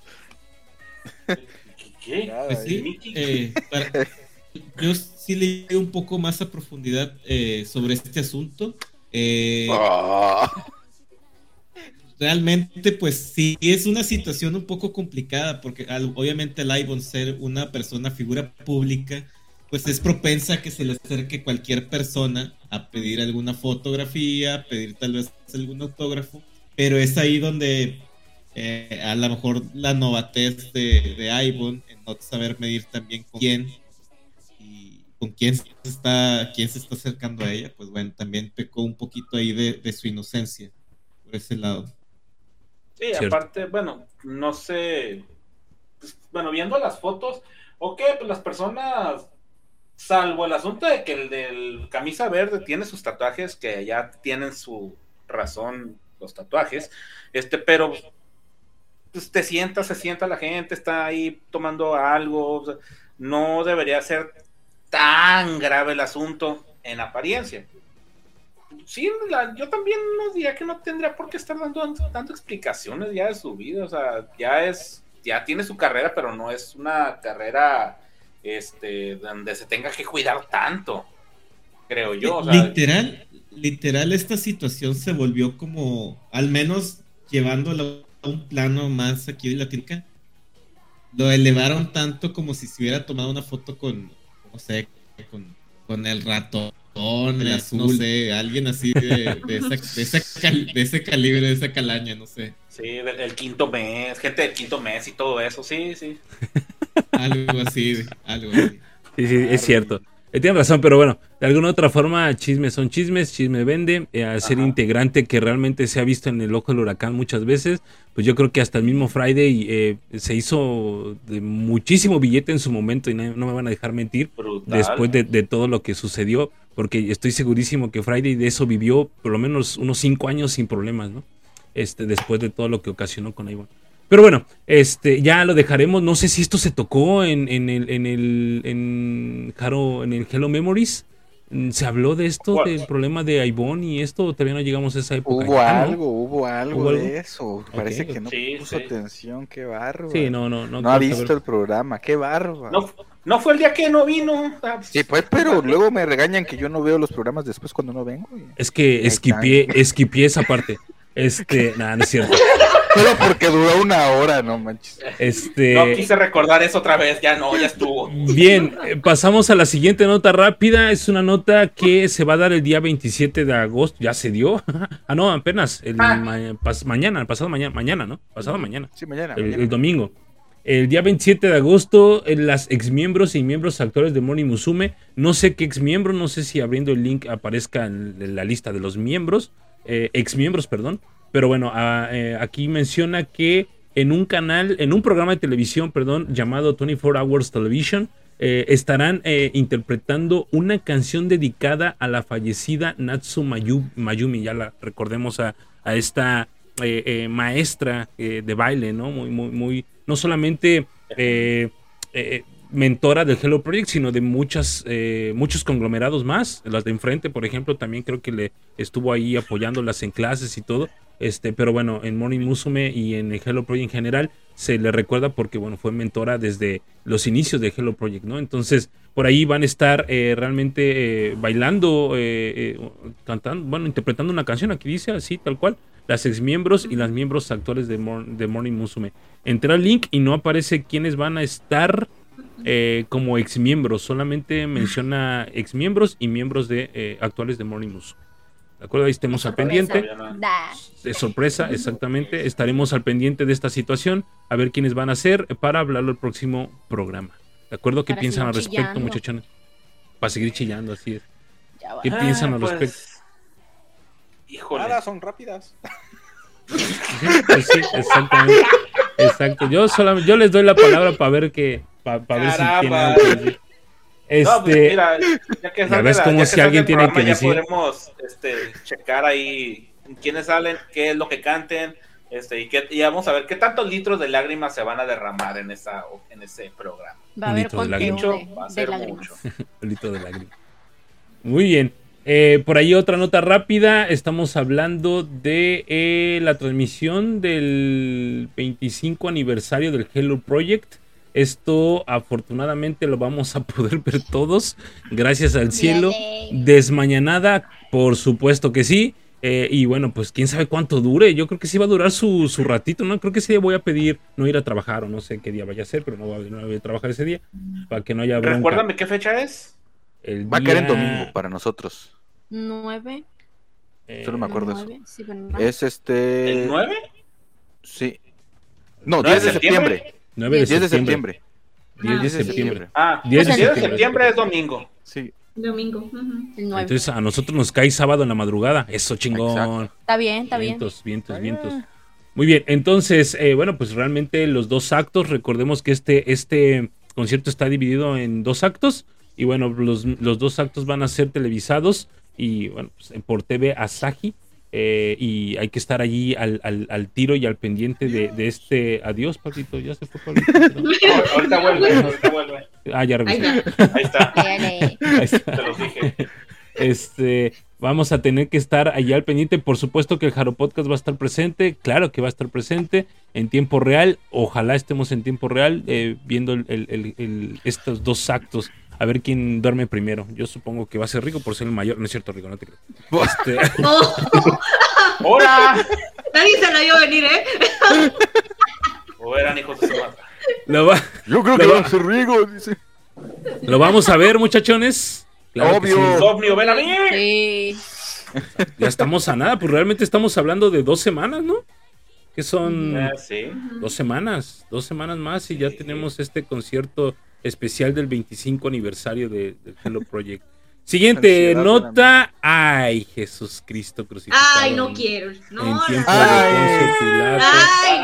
¿Qué? Pues sí, eh, para, yo sí leí un poco más a profundidad eh, sobre este asunto. Eh, oh. Realmente pues sí es una situación un poco complicada porque al, obviamente el Aibon ser una persona, figura pública, pues es propensa a que se le acerque cualquier persona a pedir alguna fotografía, a pedir tal vez algún autógrafo, pero es ahí donde eh, a lo mejor la novatez de, de Aibon en no saber medir también con quién con quién se está quién se está acercando a ella, pues bueno, también pecó un poquito ahí de, de su inocencia por ese lado. Sí, Cierto. Aparte, bueno, no sé, pues, bueno, viendo las fotos, ok, pues las personas, salvo el asunto de que el del camisa verde tiene sus tatuajes, que ya tienen su razón los tatuajes, este, pero pues te sientas, se sienta la gente, está ahí tomando algo, o sea, no debería ser tan grave el asunto en apariencia. Sí, la, yo también no diría que no tendría por qué estar dando, dando explicaciones ya de su vida, o sea, ya es, ya tiene su carrera, pero no es una carrera este, donde se tenga que cuidar tanto, creo yo. O sea, literal, literal esta situación se volvió como, al menos llevándolo a un plano más aquí de Latinoamérica, lo elevaron tanto como si se hubiera tomado una foto con, no sé, con, con el ratón el azul, no sé, alguien así de, de, esa, de, esa cal, de ese calibre, de esa calaña, no sé. Sí, del, del quinto mes, gente del quinto mes y todo eso, sí, sí. Algo así, algo así. Sí, sí, es cierto. Eh, tienen razón, pero bueno, de alguna otra forma, chismes son chismes, chisme vende. Eh, al ser integrante que realmente se ha visto en el ojo del huracán muchas veces, pues yo creo que hasta el mismo Friday eh, se hizo de muchísimo billete en su momento y no, no me van a dejar mentir. Brutal. Después de, de todo lo que sucedió, porque estoy segurísimo que Friday de eso vivió por lo menos unos cinco años sin problemas, ¿no? Este, después de todo lo que ocasionó con Ivonne. Pero bueno, este, ya lo dejaremos. No sé si esto se tocó en, en el, en el, en Haro, en el Hello Memories. ¿Se habló de esto, bueno, del problema de Ivonne y esto? Todavía no llegamos a esa época. Hubo ya, algo, ¿no? hubo algo ¿Hubo de algo? eso. Parece okay. que no sí, puso sí. atención, qué bárbaro. Sí, no, no, no. No ha visto el programa, qué bárbaro. No, no fue el día que no vino. Sí, pues, pero luego me regañan que yo no veo los programas después cuando no vengo. Y... Es que esquipié, esquipié esa parte. Este, nada, no es cierto. Pero porque duró una hora, no manches. Este... No quise recordar eso otra vez, ya no, ya estuvo. Bien, eh, pasamos a la siguiente nota rápida. Es una nota que se va a dar el día veintisiete de agosto. Ya se dio. Ah, no, apenas. El Ah. ma pas mañana, el pasado mañana, mañana, ¿no? Pasado mañana. Sí, mañana. El, mañana. el domingo. El día veintisiete de agosto, eh, las exmiembros y miembros actuales de Mori Musume. No sé qué exmiembro, no sé si abriendo el link aparezca en, en la lista de los miembros. Eh, exmiembros, perdón. Pero bueno, a, eh, aquí menciona que en un canal, en un programa de televisión, perdón, llamado veinticuatro Hours Television, eh, estarán eh, interpretando una canción dedicada a la fallecida Natsu Mayu, Mayumi. Ya la recordemos a, a esta eh, eh, maestra eh, de baile, ¿no? Muy, muy, muy, no solamente eh, eh, mentora del Hello Project, sino de muchas, eh, muchos conglomerados más. Las de enfrente, por ejemplo, también creo que le estuvo ahí apoyándolas en clases y todo. Este, pero bueno, en Mori Musume y en el Hello Project en general se le recuerda porque bueno, fue mentora desde los inicios de Hello Project, ¿no? Entonces, por ahí van a estar eh, realmente eh, bailando, eh, eh, cantando, bueno, interpretando una canción, aquí dice así, tal cual, las exmiembros y las miembros actuales de, Mor de Mori Musume. Entra el link y no aparece quiénes van a estar eh, como exmiembros, solamente menciona exmiembros y miembros de eh, actuales de Mori Musume. ¿De acuerdo? Ahí estemos al pendiente. De sorpresa, exactamente. Estaremos al pendiente de esta situación, a ver quiénes van a ser para hablarlo el próximo programa. ¿De acuerdo? ¿Qué Para piensan al seguir respecto, chillando. muchachones? Para seguir chillando, así es. Ya va. ¿Qué Ah, piensan al pues, respecto? Híjole. Nada, son rápidas. Sí, pues sí, exactamente. Exacto. Yo solamente, yo les doy la palabra para ver que, para ver si tienen Caramba. algo que decir. Este, No, pues mira, ya que ya salga ves la- como ya si salga alguien el tiene programa, que ya decir. podremos este, checar ahí quiénes salen, qué es lo que canten, este, y, qué, y vamos a ver qué tantos litros de lágrimas se van a derramar en esa en ese programa. Va a Un haber litro de conteo lágrimas. de, Va a de ser lágrimas. mucho. Un litro de lágrimas. Muy bien. Eh, por ahí otra nota rápida. Estamos hablando de eh, la transmisión del veinticinco aniversario del Hello Project. Esto afortunadamente lo vamos a poder ver todos, gracias al cielo. Yay. Desmañanada, por supuesto que sí. Eh, y bueno, pues quién sabe cuánto dure. Yo creo que sí va a durar su, su ratito, ¿no? Creo que ese día voy a pedir no ir a trabajar o no sé qué día vaya a ser, pero no voy a, no voy a trabajar ese día para que no haya bronca. Recuérdame qué fecha es. El Va a caer en día- domingo para nosotros. Nueve. eh, Solo me acuerdo eso. nueve, sí, ¿verdad? Es este. ¿El nueve? Sí. No, ¿nueve diez de septiembre. nueve de diez de septiembre. septiembre. diez de diez de septiembre. septiembre. Ah, diez diez de de septiembre. septiembre es domingo. Sí. Domingo. Ujú. El nueve. Entonces a nosotros nos cae sábado en la madrugada. Eso chingón. Exacto. Está bien, está bien. Vientos, vientos, vientos. Muy bien, entonces, eh, bueno, pues realmente los dos actos, recordemos que este, este concierto está dividido en dos actos. Y bueno, los, los dos actos van a ser televisados y bueno, pues, por T V Asahi. Eh, y hay que estar allí al, al, al tiro y al pendiente de, de este. Adiós, Pablito, ya se fue Pablito. perdón. No, ahorita vuelve, ahorita vuelve. Ah, ya Ahí regresé. está. Ahí está, Dale. Ahí está. te los dije. Este, vamos a tener que estar allá al pendiente. Por supuesto que el Jaro Podcast va a estar presente. Claro que va a estar presente en tiempo real. Ojalá estemos en tiempo real eh, viendo el, el, el, el, estos dos actos. A ver quién duerme primero. Yo supongo que va a ser Rico por ser el mayor. No es cierto, Rico, no te creo. Este, Oh, ¡Hora! nadie se lo vio venir, ¿eh? O eran hijos de su madre. lo, va- Yo creo Lo que va- va a ser Rigo, dice. lo vamos a ver, muchachones. Claro que Obvio. sí. Ovnio, ven a mí. Sí. Ya estamos a nada, pues realmente estamos hablando de dos semanas, ¿no? Que son Ah, sí. dos semanas, dos semanas más y ya tenemos este concierto especial del veinticinco aniversario de, del Hello Project. Siguiente Ansiedad, nota. Ay, Jesús Cristo crucificado. Ay, no en- quiero. No, En no, tiempo no. de Ay. Poncio Pilato. Ay,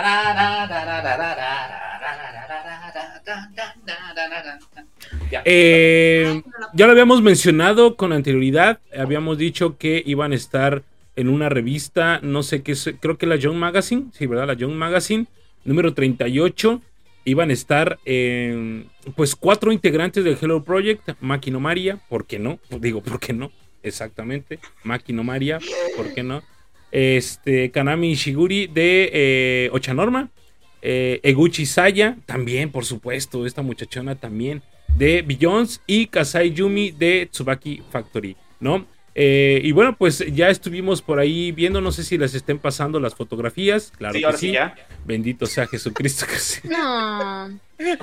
Ya. Eh, ya lo habíamos mencionado con anterioridad. Habíamos dicho que iban a estar en una revista, no sé qué, es, creo que la Young Magazine, sí, ¿verdad? La Young Magazine, número treinta y ocho. Iban a estar, eh, pues, cuatro integrantes del Hello Project. Maki no Maria, ¿por qué no? Digo, ¿por qué no? Exactamente. Maki no Maria, ¿por qué no? Este, Kanami Ishiguri de eh, Ochanorma. Eh, Eguchi Saya, también, por supuesto, esta muchachona también, de Billions, y Kasai Yumi de Tsubaki Factory, ¿no? Eh, y bueno, pues ya estuvimos por ahí viendo, no sé si les estén pasando las fotografías, claro Sí, que ahora sí. sí ya. Bendito sea Jesucristo que sí. No.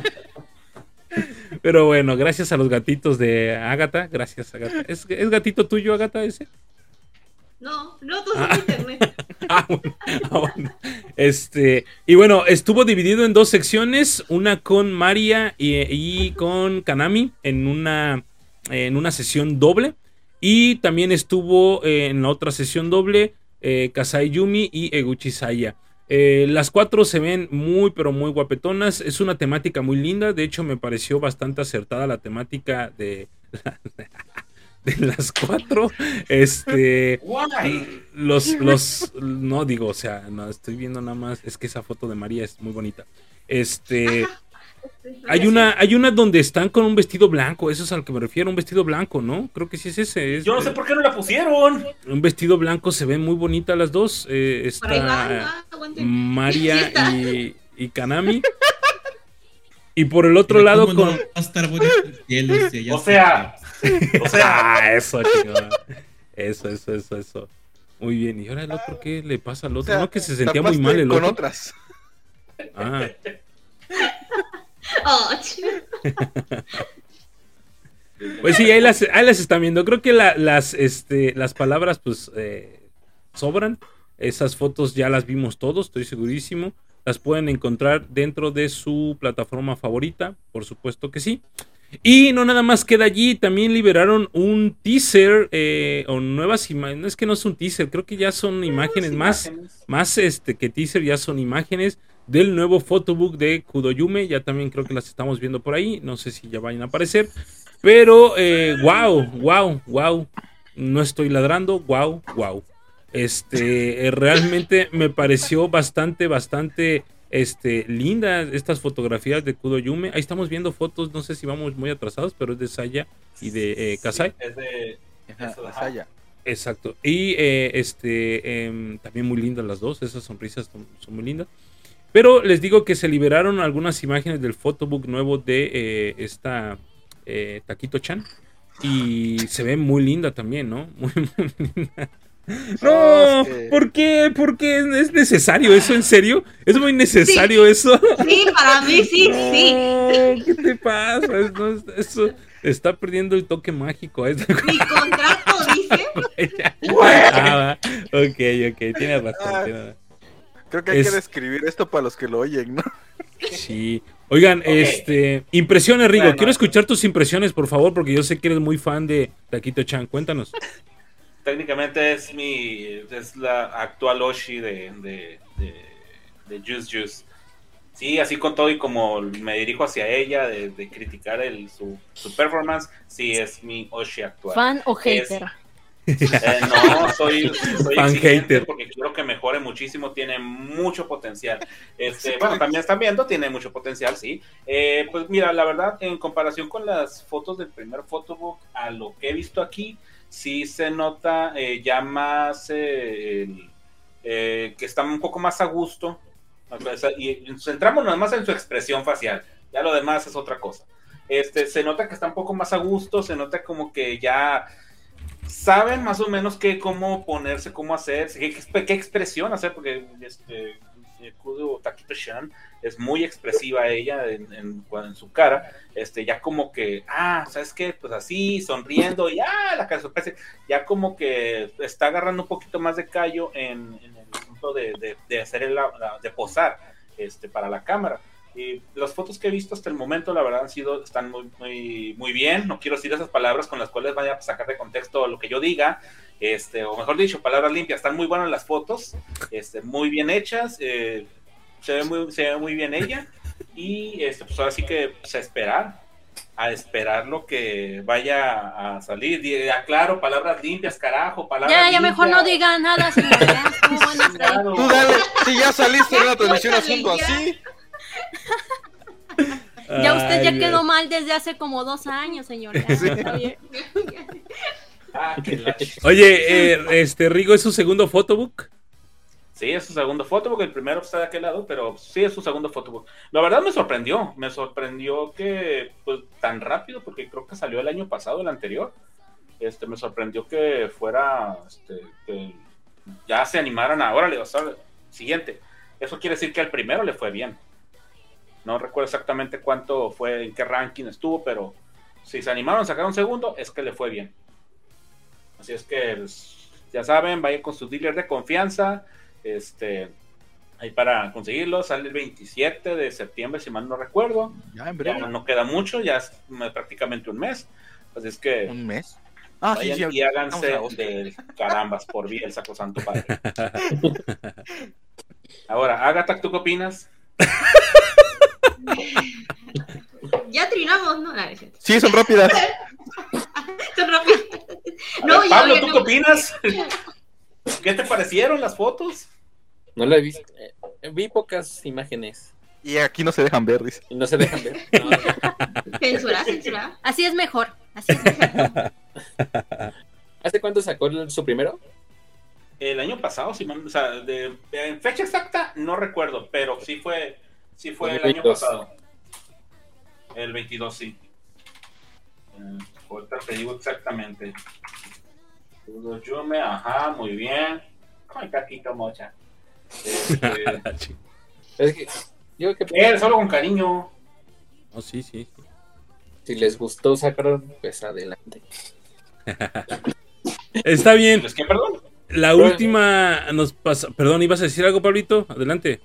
Pero bueno, gracias a los gatitos de Agatha, gracias Agatha. ¿Es, es gatito tuyo, Agatha, ese? no, no, tú usas internet. Ah, bueno, ah, bueno. Este, y bueno, estuvo dividido en dos secciones, una con Maria y, y con Kanami en una, en una sesión doble. Y también estuvo eh, en la otra sesión doble eh, Kasai Yumi y Eguchi Saya. Eh, las cuatro se ven muy pero muy guapetonas. Es una temática muy linda. De hecho me pareció bastante acertada la temática de, de las cuatro. Este... Guay. Los, los, no digo, o sea, no, estoy viendo nada más, es que esa foto de María es muy bonita. Este, hay una, hay una donde están con un vestido blanco, eso es al que me refiero, un vestido blanco, ¿no? Creo que sí es ese. Es, Yo no sé por qué no la pusieron. Un vestido blanco, se ven muy bonitas las dos. Eh, Por ahí va, está va, aguanten. María Sí está. y, y Kanami. Y por el otro Mira, lado ¿cómo no con... va a estar bonito el cielo si allá O está? sea, o sea, Ah, eso, chingada. Eso, eso, eso, eso. Muy bien. ¿Y ahora el otro qué le pasa al O otro? sea, No, que se sentía muy tapaste mal el con otro. otras. Ah, Oh, ch- pues sí, ahí las, ahí las están viendo. Creo que la- las, este, las palabras, pues, eh, sobran. Esas fotos ya las vimos todos, estoy segurísimo. Las pueden encontrar dentro de su plataforma favorita, por supuesto que sí. Y no nada más queda allí, también liberaron un teaser eh, o nuevas imágenes. No es que no es un teaser, creo que ya son imágenes más, imágenes. más este, que teaser, ya son imágenes del nuevo photobook de Kudoyume. Ya también creo que las estamos viendo por ahí, no sé si ya vayan a aparecer. Pero, eh, wow, wow, wow. No estoy ladrando, wow, wow. Este, eh, realmente me pareció bastante, bastante este, lindas estas fotografías de Kudoyume. Ahí estamos viendo fotos, no sé si vamos muy atrasados, pero es de Saya y de eh, Kasai. Sí, es de. Ajá, Eso, la ajá. Saya. Exacto. Y eh, este em, también muy lindas las dos, esas sonrisas son, son muy lindas. Pero les digo que se liberaron algunas imágenes del photobook nuevo de eh, esta eh, Taquito Chan. Y se ve muy linda también, ¿no? Muy, muy linda. No, es que- ¿por qué? ¿Por qué es necesario eso? ¿En serio? ¿Es muy necesario eso? sí, para mí sí, sí. No, ¿qué te pasa? Es- no, es- eso está perdiendo el toque mágico. Es- Mi contrato dice. Ah, va. Ok, ok, tienes razón. Ah. tienes razón. Creo que hay Es- que describir esto para los que lo oyen, ¿no? Sí. Oigan, este, impresiones, Rigo. Bueno. Quiero escuchar tus impresiones, por favor, porque yo sé que eres muy fan de Taquito Chan. Cuéntanos. Técnicamente es mi. Es la actual Oshi de. de, de, de Juice Juice. Sí, así con todo y como me dirijo hacia ella de, de criticar el, su, su performance, sí es mi Oshi actual. ¿Fan o Es- hater? Eh, no, soy, soy Fan exigente hater. porque quiero que mejore muchísimo, tiene mucho potencial. Este, bueno, también están viendo, tiene mucho potencial, sí. Eh, pues mira, la verdad, en comparación con las fotos del primer photobook, a lo que he visto aquí, sí se nota eh, ya más eh, el, eh, que está un poco más a gusto. Y nos centramos nada más en su expresión facial, ya lo demás es otra cosa. Este, se nota que está un poco más a gusto, se nota como que ya saben más o menos qué, cómo ponerse, cómo hacer, qué, qué expresión hacer, porque este, Kudo Taketo-chan, es muy expresiva ella en, en, en su cara, este, ya como que, ah, ¿sabes qué? Pues así, sonriendo, y ah, la cara sorpresa, ya como que está agarrando un poquito más de callo en, en el punto de, de, de hacer el, la, de posar este, para la cámara. Y las fotos que he visto hasta el momento, la verdad, han sido, están muy, muy, muy bien. No quiero decir esas palabras con las cuales vaya a sacar de contexto lo que yo diga, este, o mejor dicho, palabras limpias. Están muy buenas las fotos, este, muy bien hechas, eh, se ve muy, se ve muy bien ella. Y este, pues ahora sí que pues, a esperar, a esperar lo que vaya a salir. Y, aclaro, palabras limpias, carajo, palabras Ya, ya limpias. Mejor no diga nada, señora. ¿Cómo van a estar? Claro. Tú dale, si ya saliste en una transmisión haciendo así. Ya usted ya Ay, quedó Dios. mal desde hace como dos años, señora. Sí. Está bien. Ah, qué la- Oye, eh, este Rigo, ¿es su segundo photobook? Sí, es su segundo photobook, el primero está de aquel lado, pero sí es su segundo photobook. La verdad me sorprendió, me sorprendió que pues tan rápido, porque creo que salió el año pasado, el anterior. Este, me sorprendió que fuera, este, que ya se animaran a, órale, o sea, siguiente. Eso quiere decir que al primero le fue bien. No recuerdo exactamente cuánto fue, en qué ranking estuvo, pero si se animaron a sacar un segundo, es que le fue bien. Así es que, pues, ya saben, vayan con su dealer de confianza, este, ahí para conseguirlo. Sale el veintisiete de septiembre, si mal no recuerdo. Ya en Ya breve. no queda mucho, ya es prácticamente un mes. Así es que Un mes. Ah, sí, vayan sí. y háganse Vamos a- de carambas por vía el sacrosanto padre. Ahora, Agatha, ¿tú qué opinas? Ya trinamos, ¿no? Nah, es cierto. Sí, son rápidas. Son rápidas. A No, ver, ya, Pablo, ya ¿tú no. qué opinas? ¿Qué te parecieron las fotos? No la he visto. Eh, vi pocas imágenes Y aquí no se dejan ver, dice. y no se dejan ver. No. Censura, censura. Así es mejor. Así es mejor. ¿Hace cuánto sacó el- su primero? El año pasado, si mal- o sea, de, en fecha exacta no recuerdo, pero sí fue, sí fue el año veintidós. pasado. El veintidós, sí. Eh, ahorita te digo exactamente. Udo Yume, ajá, muy bien. Ay, caquita mocha. Este, Es que, yo que eh, solo con cariño. Oh, sí, sí. si les gustó sacaron, pues adelante. Está bien. ¿Es que perdón? La última nos pasa. Perdón, ¿ibas a decir algo, Pablito? Adelante.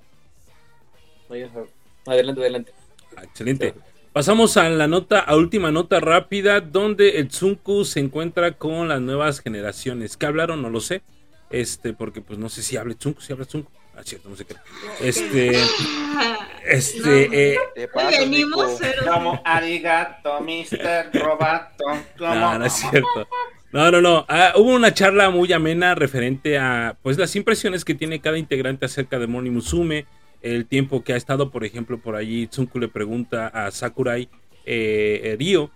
Oye, Adelante, adelante. Ah, excelente. Pasamos a la nota, a última nota rápida, donde el Tsunku se encuentra con las nuevas generaciones. ¿Qué hablaron? No lo sé. Este, porque pues no sé si hable Tsunku, si habla Tsunku. Ah, cierto, no sé qué. Este, este, No. eh, Te pasas, Venimos, Nico. pero. Como arigato, mister Robato. no, no es cierto. No, no, no. Ah, hubo una charla muy amena referente a pues las impresiones que tiene cada integrante acerca de Moni Musume, el tiempo que ha estado, por ejemplo, por allí Tsunku le pregunta a Sakurai eh, eh, Ryo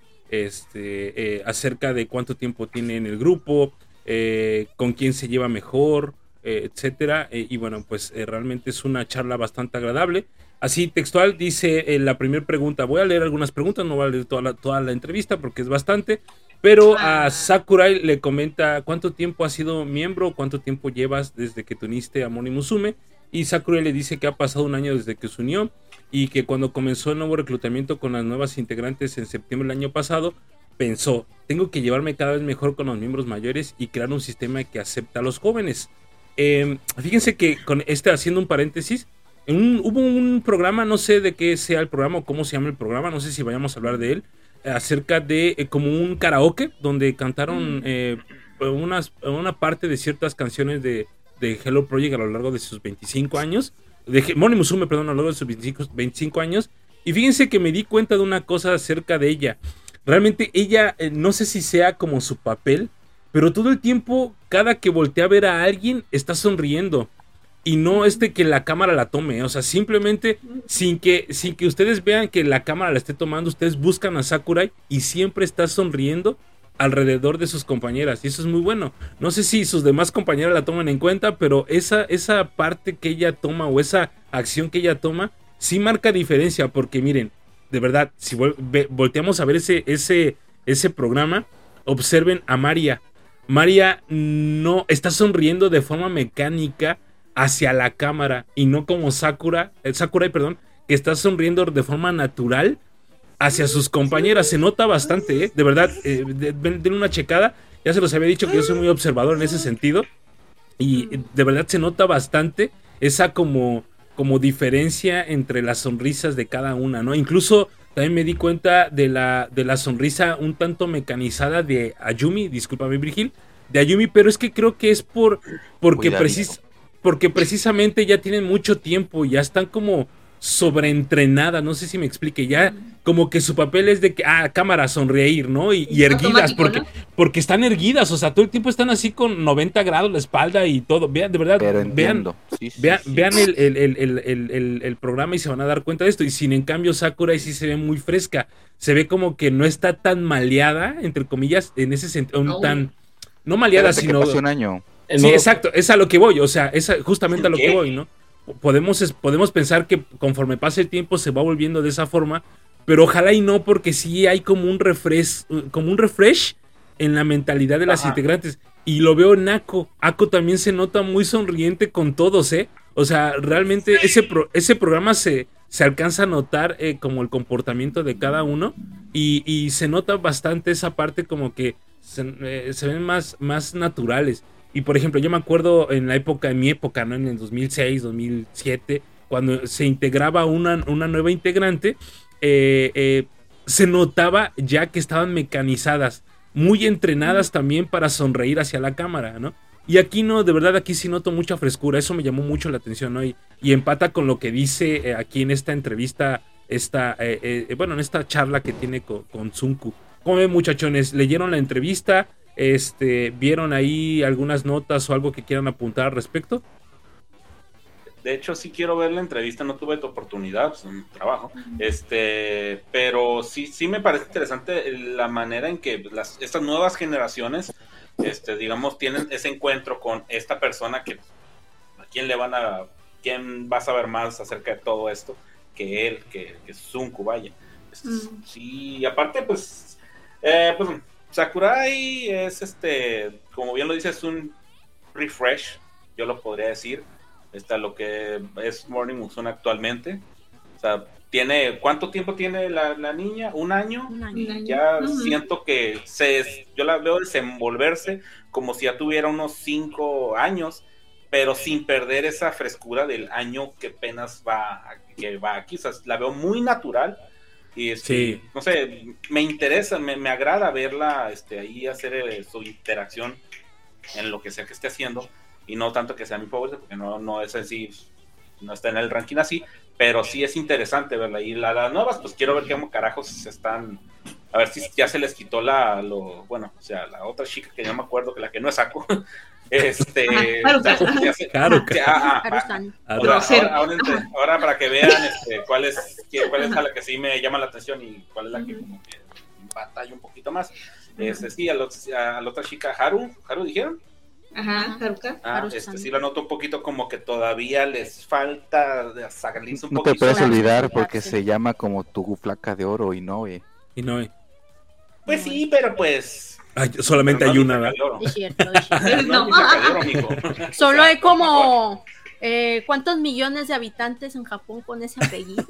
este, eh, acerca de cuánto tiempo tiene en el grupo, eh, con quién se lleva mejor, eh, etcétera. Eh, y bueno, pues eh, realmente es una charla bastante agradable. Así textual dice eh, la primera pregunta. Voy a leer algunas preguntas, no voy a leer toda la, toda la entrevista porque es bastante. Pero a Sakurai le comenta cuánto tiempo has sido miembro, cuánto tiempo llevas desde que te uniste a Moni Musume. Y Sakurai le dice que ha pasado un año desde que se unió y que cuando comenzó el nuevo reclutamiento con las nuevas integrantes en septiembre del año pasado, pensó, tengo que llevarme cada vez mejor con los miembros mayores y crear un sistema que acepta a los jóvenes. Eh, fíjense que con este, haciendo un paréntesis, en un, hubo un programa, no sé de qué sea el programa o cómo se llama el programa, no sé si vayamos a hablar de él, acerca de eh, como un karaoke donde cantaron eh, unas, una parte de ciertas canciones de, de Hello Project a lo largo de sus veinticinco años, de Moni Musume, perdón, a lo largo de sus veinticinco, veinticinco años. Y fíjense que me di cuenta de una cosa acerca de ella. Realmente ella, eh, no sé si sea como su papel, pero todo el tiempo, cada que voltea a ver a alguien, está sonriendo. Y no es de que la cámara la tome, o sea, simplemente sin que, sin que ustedes vean que la cámara la esté tomando, ustedes buscan a Sakurai y siempre está sonriendo alrededor de sus compañeras. Y eso es muy bueno. No sé si sus demás compañeras la toman en cuenta, pero esa, esa parte que ella toma o esa acción que ella toma, sí marca diferencia. Porque miren, de verdad, si vol- ve- volteamos a ver ese, ese, ese programa, observen a Maria. Maria no está sonriendo de forma mecánica hacia la cámara y no como Sakura, eh, Sakurai, perdón, que está sonriendo de forma natural hacia sus compañeras. Se nota bastante, ¿eh? De verdad, eh, den de una checada. Ya se los había dicho que yo soy muy observador en ese sentido. Y de verdad se nota bastante esa como, como diferencia entre las sonrisas de cada una, ¿no? Incluso también me di cuenta de la, de la sonrisa un tanto mecanizada de Ayumi, discúlpame Virgil, de Ayumi, pero es que creo que es por porque, precis, porque precisamente ya tienen mucho tiempo, ya están como sobreentrenadas, no sé si me explique, ya como que su papel es de que, ah, cámara, sonreír, ¿no? Y, y erguidas, porque, ¿no? Porque están erguidas, o sea, todo el tiempo están así con noventa grados la espalda y todo, vean, de verdad, Pero vean, sí, sí, vean, sí. vean el, el, el, el, el, el, el programa y se van a dar cuenta de esto, y sin en cambio Sakura sí se ve muy fresca, se ve como que no está tan maleada, entre comillas, en ese sentido, no. tan, no maleada, Espérate sino... que pasó un año. Sí, exacto, es a lo que voy, o sea, es a, justamente a lo ¿Qué? que voy, ¿no? Podemos, podemos pensar que conforme pase el tiempo se va volviendo de esa forma, pero ojalá y no, porque sí hay como un refresh, como un refresh en la mentalidad de las Ajá. integrantes. Y lo veo en Ako. Ako también se nota muy sonriente con todos, ¿eh? O sea, realmente ese, pro, ese programa se, se alcanza a notar eh, como el comportamiento de cada uno. Y, y se nota bastante esa parte como que se, eh, se ven más, más naturales. Y por ejemplo, yo me acuerdo en la época, en mi época, ¿no? En el dos mil seis, dos mil siete, cuando se integraba una, una nueva integrante, eh, eh, se notaba ya que estaban mecanizadas, muy entrenadas también para sonreír hacia la cámara, ¿no? Y aquí no, de verdad, aquí sí noto mucha frescura, eso me llamó mucho la atención, ¿no? Y, y empata con lo que dice eh, aquí en esta entrevista, esta, eh, eh, bueno, en esta charla que tiene con, con Tsunku. ¿Cómo ven, muchachones? ¿Leyeron la entrevista? Este, ¿vieron ahí algunas notas o algo que quieran apuntar al respecto? De hecho, sí quiero ver la entrevista, no tuve tu oportunidad, pues, en mi trabajo, este, pero sí, sí me parece interesante la manera en que las, estas nuevas generaciones, este, digamos, tienen ese encuentro con esta persona que, ¿a quién le van a, quién va a saber más acerca de todo esto que él, que, que Tsunku, vaya? Este, mm. Sí, aparte, pues, eh, pues, Sakurai es, este, como bien lo dice, es un refresh, yo lo podría decir. Está lo que es Morning Musume actualmente. O sea, tiene, ¿cuánto tiempo tiene la, la niña? ¿Un año? Un año. Y ya Uh-huh. siento que se, yo la veo desenvolverse como si ya tuviera unos cinco años, pero sin perder esa frescura del año que apenas va, que va aquí. O sea, la veo muy natural. Y este, sí. no sé, me interesa, me, me agrada verla este, ahí hacer eh, su interacción en lo que sea que esté haciendo. Y no tanto que sea mi favorito, porque no, no es así, no está en el ranking así, pero sí es interesante verla. Y la, las nuevas, pues quiero ver qué carajos se están, a ver si ya se les quitó la, lo, bueno, o sea, la otra chica que no me acuerdo, que la que no es Ako, este, claro, ahora, ahora, ahora para que vean este, cuál es, cuál es la que sí me llama la atención y cuál es la que como que batalla un poquito más. Este, sí, a, los, a la otra chica, Haru, Haru dijeron. Ajá, Haruka. Ah, este, sí lo noto un poquito como que todavía les falta de salirse un no poquito. No te puedes olvidar porque se llama como tu flaca de oro, Inoue. Inoue. Pues sí, pero pues... Ay, solamente pero hay no una, ¿verdad? Es cierto, es cierto. No, no. Solo hay como... Eh, ¿Cuántos millones de habitantes en Japón con ese apellido?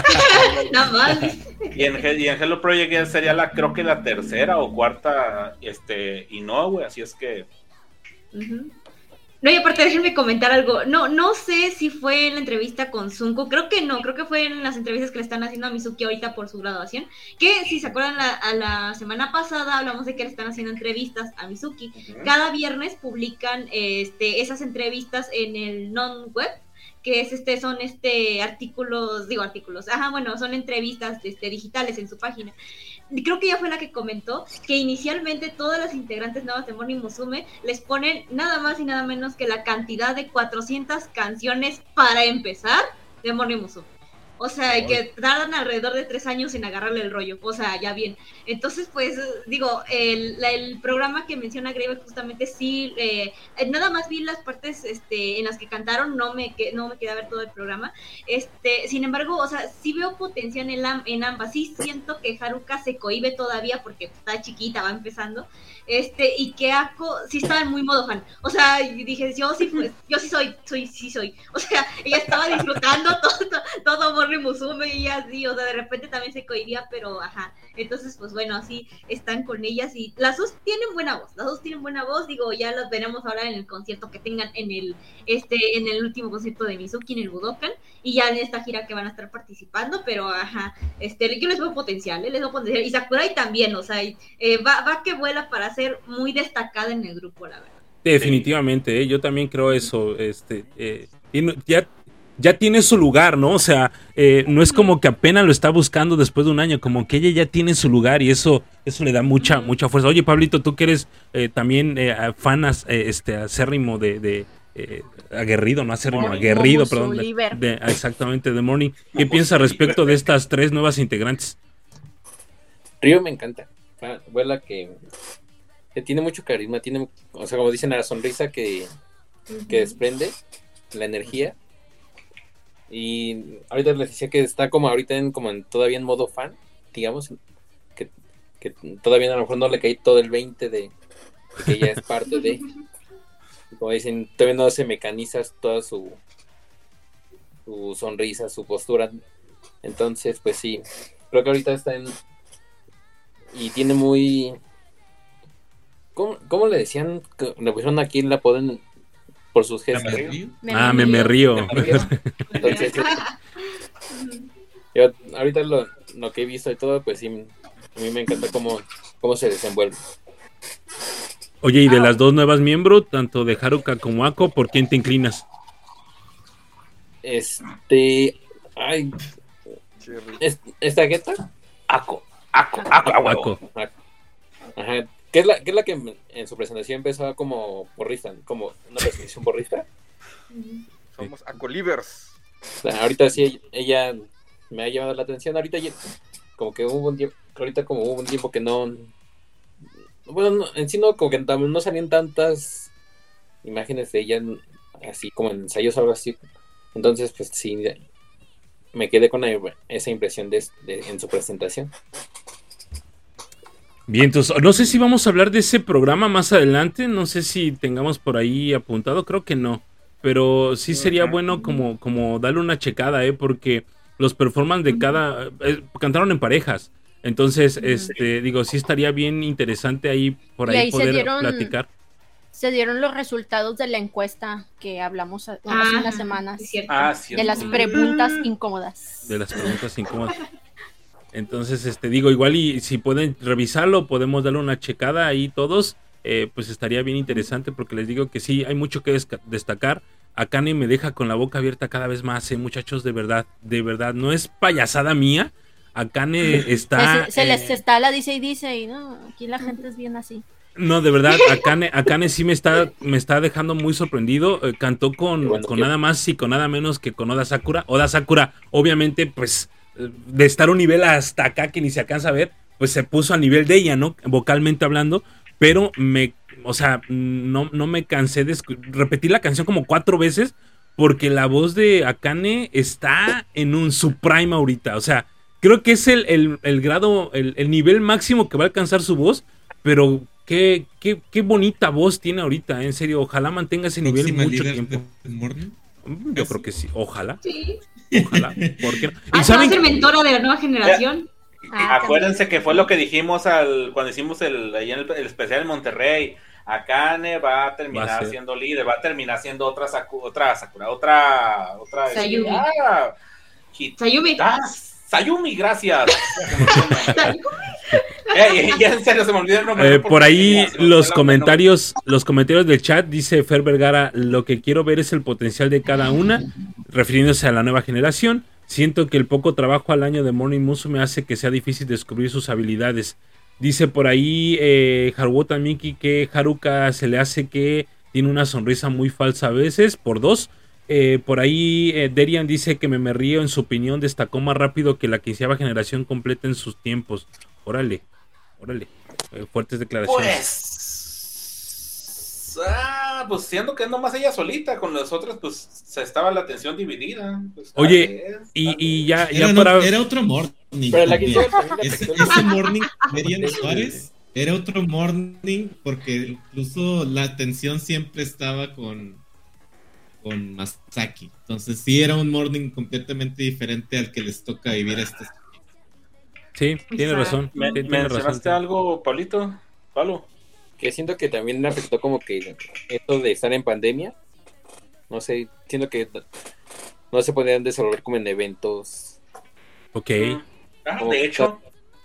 Nada más. Y en, y en Hello Project sería la, creo que la tercera o cuarta este, Inoue, así es que... Uh-huh. No, y aparte déjenme comentar algo. No, no sé si fue en la entrevista con Tsunku, creo que no, creo que fue en las entrevistas que le están haciendo a Mizuki ahorita por su graduación. Que si se acuerdan, la, a la semana pasada hablamos de que le están haciendo entrevistas a Mizuki. Uh-huh. Cada viernes publican este, esas entrevistas en el non-web, que es este, son este artículos, digo artículos, ajá, bueno, son entrevistas este, digitales en su página. Creo que ella fue la que comentó que inicialmente todas las integrantes nuevas de Morning Musume les ponen nada más y nada menos que la cantidad de cuatrocientas canciones para empezar de Morning Musume. O sea, que tardan alrededor de tres años en agarrarle el rollo. O sea, ya bien. Entonces, pues, digo, el, el programa que menciona Greve justamente sí, eh, nada más vi las partes este, en las que cantaron, no me, no me quedé a ver todo el programa. Este, sin embargo, o sea, sí veo potencial en, la, en ambas. Sí siento que Haruka se cohíbe todavía porque está chiquita, va empezando. Este, y que Ako sí estaba en muy modo fan. O sea, dije, yo sí, pues, yo sí soy, soy, sí soy. O sea, ella estaba disfrutando todo, todo, todo Morri Musume y ella sí, o sea, de repente también se cohibía, pero ajá. Entonces, pues bueno, así están con ellas y las dos tienen buena voz, las dos tienen buena voz, digo, ya las veremos ahora en el concierto que tengan en el, este, en el último concierto de Mizuki en el Budokan y ya en esta gira que van a estar participando, pero ajá, este, yo les veo potencial, ¿eh? Les veo potencial. Y Sakurai también, o sea, eh, va, va que vuela para ser muy destacada en el grupo, la verdad. Definitivamente, ¿eh? Yo también creo eso. Este, eh, ya, ya tiene su lugar, ¿no? O sea, eh, no es como que apenas lo está buscando después de un año, como que ella ya tiene su lugar y eso, eso le da mucha, mucha fuerza. Oye, Pablito, tú que eres eh, también eh, fan eh, este, acérrimo de, de eh, aguerrido, no acérrimo, aguerrido, perdón. De, de, exactamente, de Morning. ¿Qué piensas respecto de estas tres nuevas integrantes? Ryo me encanta. Fue la que, que tiene mucho carisma, tiene, o sea, como dicen, la sonrisa que, que desprende, la energía. Y ahorita les decía que está como ahorita en, como en, todavía en modo fan, digamos, que, que todavía a lo mejor no le caí todo el veinte de, de que ella es parte de, como dicen, todavía no se mecaniza toda su, su sonrisa, su postura. Entonces, pues sí, creo que ahorita está en... Y tiene muy... ¿Cómo, cómo le decían? Le pusieron aquí, la poden por sus gestos. ¿Me ah, me me río. Me río. Entonces, yo ahorita lo, lo que he visto y todo, pues sí, a mí me encanta cómo, cómo se desenvuelve. Oye, y de las dos nuevas miembros, tanto de Haruka como Ako, ¿por quién te inclinas? Este... Ay... ¿Esta gueta? Ako. Ako, Ako, Ako. Ajá. ¿Qué es la, qué es la que en su presentación empezó como porrista? Como una presentación porrista. Somos Acolivers. O sea, ahorita sí ella me ha llamado la atención. Ahorita como que hubo un tiempo, ahorita como hubo un tiempo que no, bueno, no, en sí no, como que no salían tantas imágenes de ella así como en ensayos o algo así. Entonces, pues sí, me quedé con esa impresión de, de en su presentación. Bien, entonces, no sé si vamos a hablar de ese programa más adelante, no sé si tengamos por ahí apuntado, creo que no, pero sí sería bueno como, como darle una checada, ¿eh? Porque los performances de cada, eh, cantaron en parejas, entonces, este, digo, sí estaría bien interesante ahí, por ahí, ahí poder dieron, platicar. Se dieron los resultados de la encuesta que hablamos hace ah, unas semanas, ah, de las preguntas incómodas. De las preguntas incómodas. Entonces, este, digo, igual y si pueden revisarlo, podemos darle una checada ahí todos, eh, pues estaría bien interesante porque les digo que sí, hay mucho que destacar. Akane me deja con la boca abierta cada vez más, eh, muchachos, de verdad, de verdad, no es payasada mía, Akane está... Se, se eh, les está la dice y dice y no, aquí la gente es bien así. No, de verdad, Akane, Akane sí me está, me está dejando muy sorprendido, eh, cantó con, bueno, con nada más y con nada menos que con Oda Sakura. Oda Sakura, obviamente, pues... de estar un nivel hasta acá que ni se alcanza a ver, pues se puso a nivel de ella, ¿no? Vocalmente hablando, pero me, o sea, no, no me cansé de repetir la canción como cuatro veces porque la voz de Akane está en un subprime ahorita, o sea, creo que es el, el, el grado, el, el nivel máximo que va a alcanzar su voz, pero qué, qué, qué bonita voz tiene ahorita, ¿eh? En serio, ojalá mantenga ese nivel mucho tiempo. Yo creo que sí, ojalá. Sí. Ojalá, ¿por qué no? ¿Y ah, saben? Va a ser mentora de la nueva generación. Ah, acuérdense también. Que fue lo que dijimos al cuando hicimos el, ahí en el, el especial en Monterrey. Akane va a terminar va a siendo líder, va a terminar siendo otra Saku, otra Sakura, otra otra Sayumi. Ah, Sayumi. Ah, Sayumi, gracias. eh, ya en serio se me olvidó el nombre. Eh, por ahí los comentarios, los comentarios del chat dice Fer Vergara, lo que quiero ver es el potencial de cada una, refiriéndose a la nueva generación. Siento que el poco trabajo al año de Morning Musume hace que sea difícil descubrir sus habilidades. Dice por ahí eh, Haruota Miki que Haruka se le hace que tiene una sonrisa muy falsa a veces, por dos. Eh, por ahí eh, Derian dice que me, me río, en su opinión destacó más rápido que la quinceava generación completa en sus tiempos. Órale, órale, eh, fuertes declaraciones. Pues, ah, pues siendo que nomás ella solita, con las otras pues se estaba la atención dividida. Pues, Oye, vez, y, y ya, ya Era, para... no, era otro morning. Pero la también. quinceava familia ese, pequeña. ese morning de Derian Suárez era otro morning porque incluso la atención siempre estaba con con Masaki. Entonces sí era un morning completamente diferente al que les toca vivir a estos. Sí, tiene razón. ¿Me, tiene ¿Mencionaste razón. algo, Pablito? Pablo. Que siento que también me afectó como que esto de estar en pandemia. No sé, siento que no se podían desarrollar como en eventos. Ok. Ah, Como de hecho,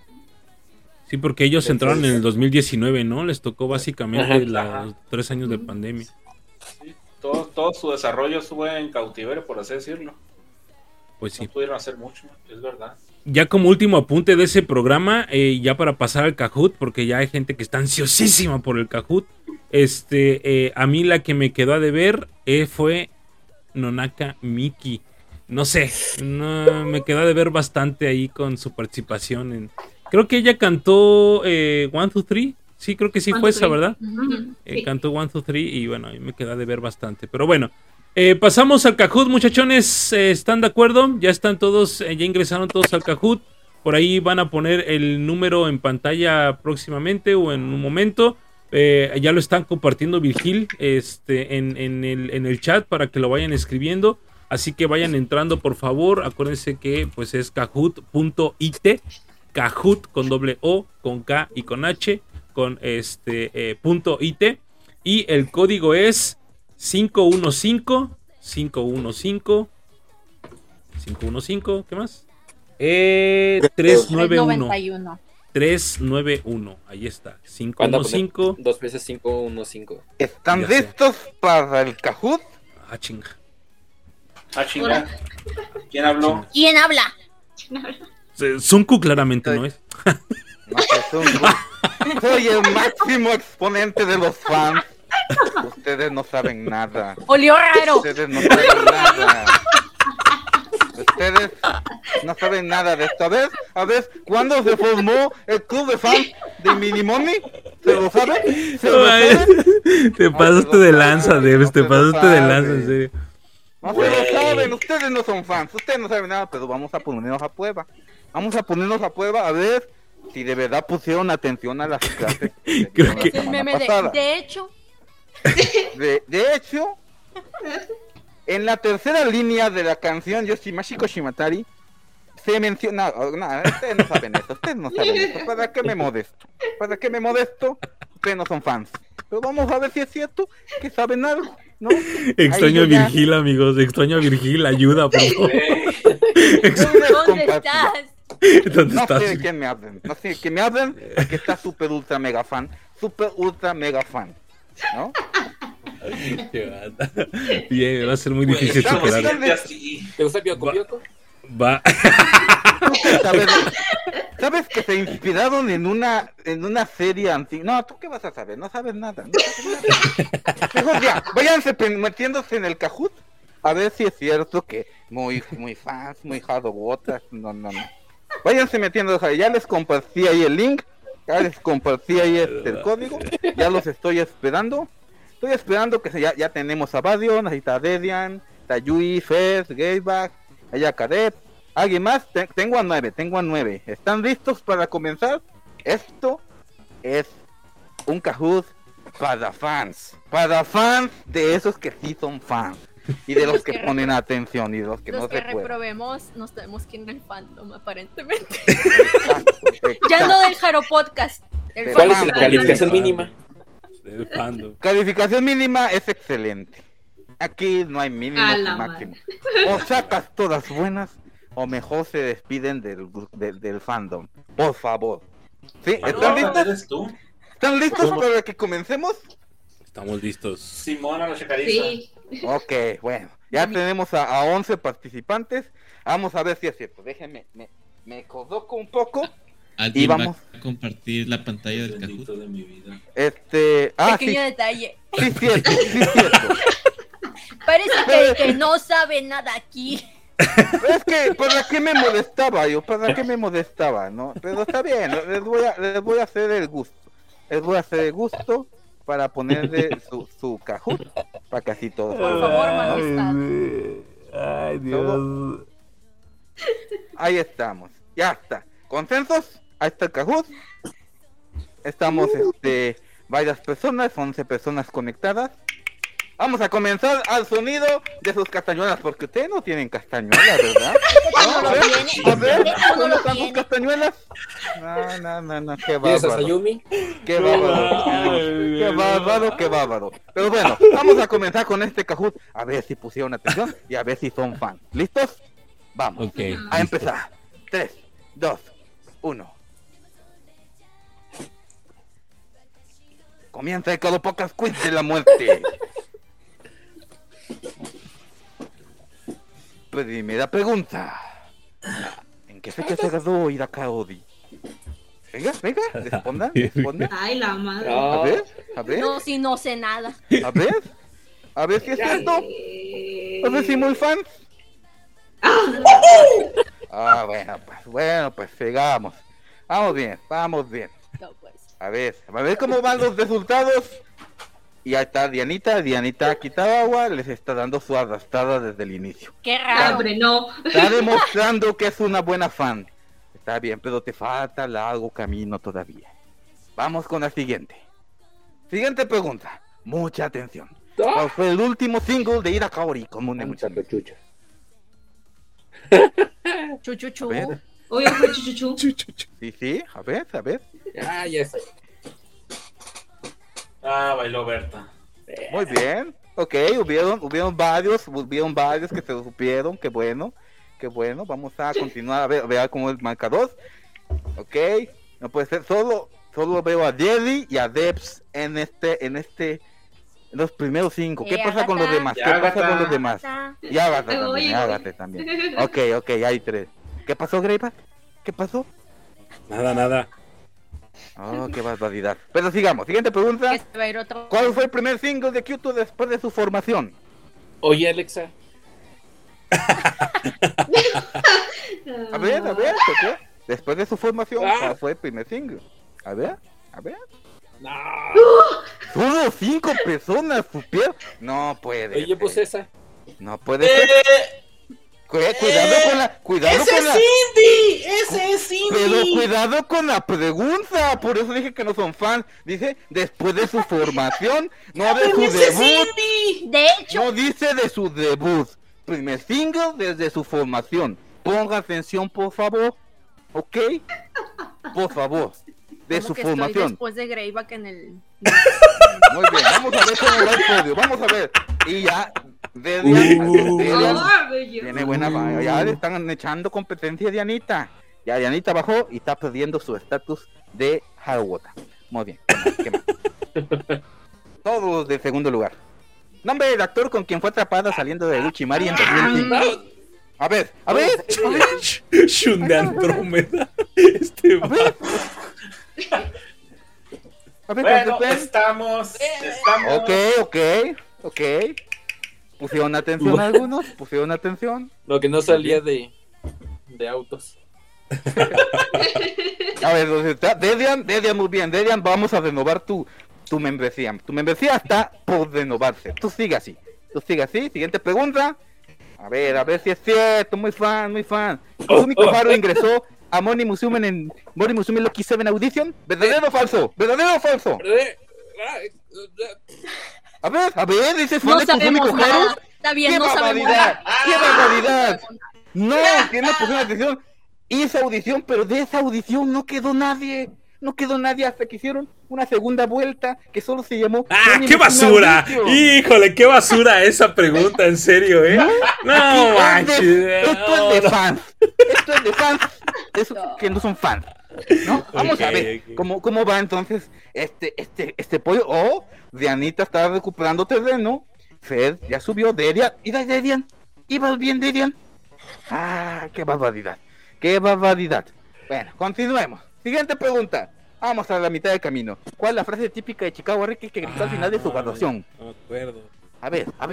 Sí, porque ellos Entonces- entraron en el dos mil diecinueve, ¿no? Les tocó básicamente Ajá. los Ajá. tres años de pandemia. sí, todo, todo su desarrollo estuvo en cautiverio, por así decirlo. Pues sí. No pudieron hacer mucho, es verdad. Ya como último apunte de ese programa, eh, ya para pasar al Kahoot, porque ya hay gente que está ansiosísima por el Kahoot. Este, eh, a mí la que me quedó a deber eh, fue Nonaka Miki. No sé, no, me quedó a deber bastante ahí con su participación. En, creo que ella cantó eh, One, Two, Three. Sí, creo que sí One, fue two, esa, three. ¿verdad? Ujú, Eh, sí. Cantó One, Two, Three y bueno, ahí me quedó a deber bastante. Pero bueno, eh, pasamos al Kahoot, muchachones. Eh, ¿Están de acuerdo? Ya están todos, eh, ya ingresaron todos al Kahoot. Por ahí van a poner el número en pantalla próximamente o en un momento. Eh, ya lo están compartiendo Virgil este, en, en, el, en el chat para que lo vayan escribiendo. Así que vayan entrando, por favor. Acuérdense que pues es kahoot punto it. Kahoot con doble O, con K y con H, con este eh, punto it. Y el código es cinco uno cinco, cinco uno cinco, cinco uno cinco, ¿qué más? Eh, tres nueve uno. noventa y uno. tres nueve uno, ahí está. cinco Van a uno poner cinco. dos veces cinco uno cinco. ¿Están Ya sé. listos para el Kahoot? Ah, chinga. Ah, chinga. ¿Quién habló? ¿Quién habla? Se- Sunku claramente no es. No sé, son- soy el máximo exponente de los fans. Ustedes no saben nada. Olió raro. Ustedes no saben nada. Ustedes no saben nada de esto. A ver, a ver, ¿cuándo se formó el club de fans de Minimoni? ¿Se lo saben? ¿Se lo Ay, saben? te No pasaste se lo de sabe, lanza, no Debs, te se lo pasaste de sabe. lanza, en serio. No se Güey. lo saben, ustedes no son fans, ustedes no saben nada, pero vamos a ponernos a prueba. Vamos a ponernos a prueba a ver si de verdad pusieron atención a las clases. que Creo dieron la que- Es el semana meme de, pasada. de hecho, De, de hecho, en la tercera línea de la canción Yoshimashiko Shimatari se menciona. oh, no, ustedes no saben eso, ustedes no saben eso. ¿Para qué me modesto? ¿Para qué me modesto? Ustedes no son fans. Pero vamos a ver si es cierto que saben algo, ¿no? Extraño a Ahí yo ya- Virgil, amigos. Extraño a Virgil. Ayuda, por favor. Ex- Yo les ¿dónde compartí. estás? ¿Dónde No estás? sé de quién me hablen, no sé de quién me hablen, porque está super ultra mega fan, super ultra mega fan, ¿no? Qué banda. Bien, va a ser muy Güey, difícil estamos superar. siempre así. ¿Te gusta Pioco Va- Pioco? Va. ¿Sabes, sabes que se inspiraron en una en una serie antigua? No, ¿tú qué vas a saber? No sabes nada. No sabes nada. Mejor ya, váyanse pen- metiéndose en el Kahoot a ver si es cierto que muy muy fans, muy hardbotas. No, no, no. Váyanse metiéndose ahí. Ya les compartí ahí el link. Ya les compartí ahí este, el código. Ya los estoy esperando. Estoy esperando que se- ya, ya tenemos a Badion, ahí está Dedian, está Yui, Fez, Gayback, allá Cadet. ¿Alguien más? Te- tengo a nueve, tengo a nueve. ¿Están listos para comenzar? Esto es un Kahoot para fans. Para fans de esos que sí son fans. Y de los Los que que ponen atención y de los que Los no que se pueden. reprobemos no sabemos quién es el fandom, aparentemente. Exacto, Ya exacto. no del Jaro Podcast. El Pero ¿Cuál es fandom. la calificación Fandom. mínima? El fandom. Calificación mínima es excelente. Aquí no hay mínimo A ni la máximo. O sacas todas buenas o mejor se despiden del, del, del fandom. Por favor. ¿Sí? ¿Están No, listos? ¿eres tú? ¿Están listos para que comencemos? Estamos listos. Simona la chacariza. Sí. Ok, bueno. Ya tenemos a, a once participantes. Vamos a ver si es cierto. Déjenme, me, me coloco un poco. ¿Alguien Y vamos. va a compartir la pantalla del Kahoot? Bendito de mi vida. Este. Ah, sí, Pequeño detalle. sí, cierto, sí, cierto. Parece que, que no sabe nada aquí. Es que, ¿para qué me molestaba yo? ¿Para qué me molestaba? ¿No? Pero está bien, les voy a, les voy a hacer el gusto. Les voy a hacer el gusto para ponerle su, su Kahoot, para que así todo. Por favor, majestad. Ay, Dios. Ahí estamos, ya está. ¿Consensos? Ahí está el Kahoot. Estamos, este, varias personas, once personas conectadas. Vamos a comenzar al sonido de sus castañuelas, porque ustedes no tienen castañuelas, ¿verdad? No lo A ver, tiene. a ver, No ¿dónde lo están sus tiene. castañuelas? No, no, no, no, qué ¿Tienes a bárbaro. Sayumi? Qué bárbaro, qué bárbaro, qué bárbaro. Pero bueno, vamos a comenzar con este Kahoot, a ver si pusieron atención y a ver si son fans. ¿Listos? Vamos Ok, a listo. empezar. tres, dos, uno. Comienza el Calopocas Quiz de la muerte. Primera pregunta. ¿En qué fecha se graduó Hiraka Odi? Venga, venga, responda, responda. Ay, la madre. A No. ver, a ver, No, si no sé nada. a ver. A ver si es cierto. Eh, A ver si muy fans. Ah, bueno, pues, bueno, pues sigamos. Vamos bien, vamos bien. No, pues. A ver, a ver cómo van los resultados. Y ahí está Dianita, Dianita Kitagawa les está dando su arrastrada desde el inicio. Qué raro. Hombre, no. Está demostrando que es una buena fan. Está bien, pero te falta largo camino todavía. Vamos con la siguiente. Siguiente pregunta. Mucha atención. ¿Cuál fue el último single de Ira Kaori con Mune Muchino? Chucha. Chuchuchu. A ver. Oye, fue chuchuchu. Sí, sí, a ver, a ver. Ah, ya sé. Ah, bailó Berta. Muy bien. Ok, hubieron, hubieron varios, hubieron varios que se lo supieron. Qué bueno, qué bueno. Vamos a continuar a ver, a ver cómo es marcador. Ok, no puede ser. Solo, solo veo a Jerry y a Debs en este, en este, en los primeros cinco. ¿Qué Eh, pasa con los Agatha. demás? ¿Qué Ya, pasa con Agatha. los demás? Está- Y Agatha Oye, también, oye. Agatha también. Ok, ok, hay tres. ¿Qué pasó, Greipa? ¿Qué pasó? Nada, nada. Oh, qué barbaridad. Pero sigamos. Siguiente pregunta. que se va a ir otro. ¿Cuál fue el primer single de Kyoto después de su formación? Oye, Alexa. A ver, a ver, ¿qué? Después de su formación, Ah. ¿cuál fue el primer single? A ver, a ver. No. Solo cinco personas supieron. No puede. Oye, pues ser. esa. No puede ser. ¡Eh! Cu- Cuidado con la. Cuidado ¡Ese con es la. Cindy! ¡Ese es Pero Cindy! cuidado con la pregunta. Por eso dije que no son fans. Dice después de su formación, no de su ¡Ese es debut. Cindy! De hecho, No dice de su debut. Primer single desde su formación. Ponga atención, por favor. ¿Ok? Por favor. De como su que estoy formación. después de Greyback en el. Muy bien, vamos a ver cómo va el podio. Vamos a ver. Y ya. Dedian, Uh. Dedian Ah, bello. tiene buena. Ya le están echando competencia a Dianita. Ya Dianita bajó y está perdiendo su estatus de Haruwota. Muy bien. ¿Qué más? ¿Qué más? Todos de segundo lugar. Nombre del actor con quien fue atrapada saliendo de Uchimari en dos mil cinco. A ver, a ver, a ver, Shun de Andrómeda. Este a ver. A ver, Bueno, contesten. estamos. Estamos. Ok, ok, ok. ¿Pusieron atención algunos? ¿Pusieron atención? Lo que no salía de, de autos. A ver, ¿dónde está? Dedian, Dedian, muy bien. Dedian, vamos a renovar tu, tu membresía. Tu membresía está por renovarse. Tú sigue así. Tú sigue así. Siguiente pregunta. A ver, a ver si es cierto. Muy fan, muy fan. Sumi Koharu ingresó a Mori Musume en Mori Musume Lucky seven Audition. ¿Verdadero o falso? ¿Verdadero o falso? A ver, a ver, dice fan No de Sumi sabemos Koharu. nada. Está bien, ¡Qué no sabemos barbaridad! nada. ¡Qué barbaridad! No, que no pusieron atención. Hizo audición, pero de esa audición no quedó nadie. No quedó nadie hasta que hicieron una segunda vuelta que solo se llamó. ¡Ah, Mori qué Musume basura! Audition. Híjole, qué basura esa pregunta, en serio, ¿eh? No Aquí manches. es de- Esto es de no. fans. Esto es de fans. Es que no son fans. ¿No? Vamos a Ok, ver ok. cómo, cómo va entonces este, este, este pollo. Oh, Dianita está recuperando terreno. Fed ya subió. Dedian. Iba Dedian. Iba bien Dedian. Ah, qué barbaridad. Qué barbaridad. Bueno, continuemos. Siguiente pregunta. Vamos a la mitad del camino. ¿Cuál es la frase típica de Chicago Ricky que gritó al final de su graduación? No me acuerdo. A ver, a ver.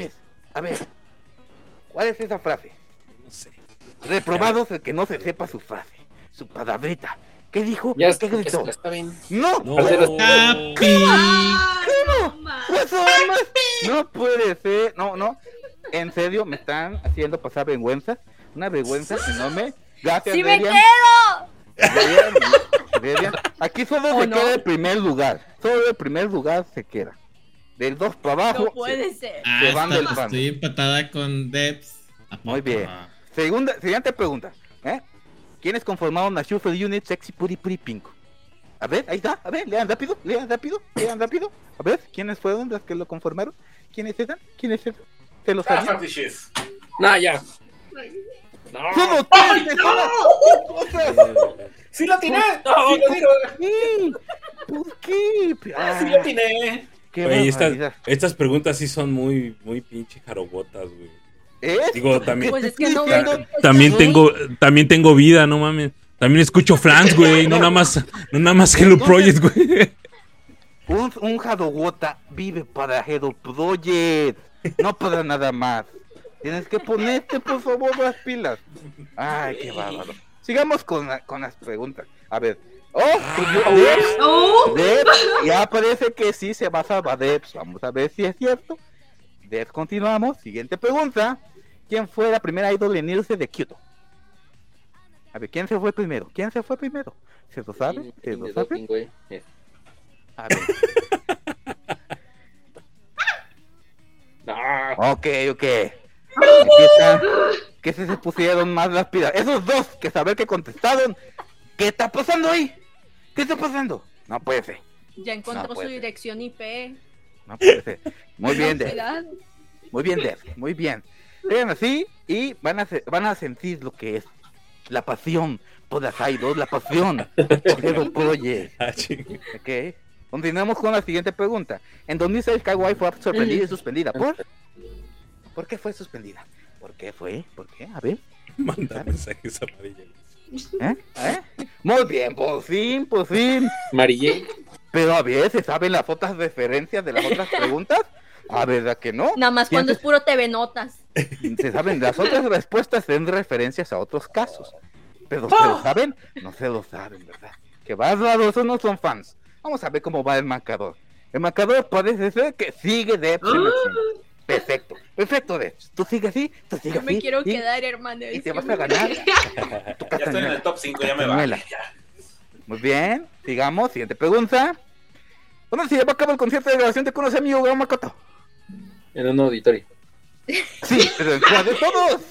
A ver, ¿cuál es esa frase? No sé. Reprobado es el que no se sepa su frase, su palabrita. ¿Qué dijo? Ya ¿Qué gritó? está bien. ¡No! No. Capi. No, ma. Pues, además, no puede ser, no, no. En serio, me están haciendo pasar vergüenza. Una vergüenza enorme. Gracias, ¡Sí me Debian. quedo! Debian, Debian. Aquí solo ¿O se no? queda el primer lugar. Solo el primer lugar se queda. Del dos para abajo. No puede se- ser. Ah, Se van está- del pan. estoy empatada con Debs. ¿A poco? Muy bien. Segunda, siguiente pregunta. ¿eh? ¿Quiénes conformaron la Shuffle Unit Sexy Puri Puri Pinko? A ver, ahí está. A ver, lean rápido, lean rápido, lean rápido. A ver, ¿quiénes fueron las que lo conformaron? ¿Quiénes eran? ¿Quiénes eran? ¿Se los sabían? Cásate, Shiz. No, ya. No. ¡Solo ¡Ay, tres! no! cosas! ¡Sí lo atiné! ¡Sí lo tiro! Sí, ¿por qué? ¡Ah, sí Ah, lo atiné! qué Güey, estas, barbaridad. estas preguntas sí son muy, muy pinche jarobotas, güey. ¿Eh? Digo, también, Pues es que no. Diciendo- no- también tengo, también tengo vida, no mames. También escucho Flans, güey. No nada más, no nada más Hello Project, güey. Un, un Hadowota vive para Hero Project, no para nada más. Tienes que ponerte, por favor, las pilas. Ay, qué bárbaro. Sigamos con, la- con las preguntas. A ver. Oh, subió Debs. Oh, Debs, ya parece que sí se va a salvar Debs. Vamos a ver si es cierto. Debs, continuamos. Siguiente pregunta. ¿Quién fue la primera idol en irse de Kyoto? A ver, ¿quién se fue primero? ¿Quién se fue primero? ¿Se lo sabe? ¿Se De lo sabe? doping, güey. Eh. A ver. No. Ok, ok. Aquí está. Que se, se pusieron más las pilas. Esos dos que saber que contestaron. ¿Qué está pasando ahí? ¿Qué está pasando? No puede ser. Ya encontró No su puede ser. dirección I P. No puede ser. Muy bien, Deb. Cuidado. Muy bien, Deb. Muy bien. Vean así y van a, se- van a sentir lo que es la pasión por las idols, la pasión por Hero Project. Ah, chinga. Ok. Continuamos con la siguiente pregunta. En dos mil seis, Kawaii fue sorprendida y suspendida. ¿Por? ¿Por qué fue suspendida? ¿Por qué fue? ¿Por qué? A ver. Manda mensajes amarillos. ¿Eh? ¿Eh? Muy bien, por fin, por fin. Marillé. Pero a ver, ¿se saben las otras referencias de las otras preguntas? A verdad que no. Nada más cuando es Siempre puro T V Notas. Se saben, las otras respuestas en referencias a otros casos. Pero ¿se lo saben? No se lo saben, ¿verdad? Que bárbaro, esos no son fans. Vamos a ver cómo va el marcador. El marcador parece ser que sigue Debs en la cima. Perfecto, perfecto, Debs. Tú sigues así, tú sigues Yo me así, quiero y- quedar, hermano. Y es te que vas me- a ganar. Tu Ya estoy en castañuela. el top cinco, ya me Castañuela. vale. Ya. Muy bien, sigamos, siguiente pregunta. ¿Dónde se lleva a cabo el concierto de grabación de Conoce Amigo Gran Makoto? En un auditorio. Sí, pero en cuál de todos.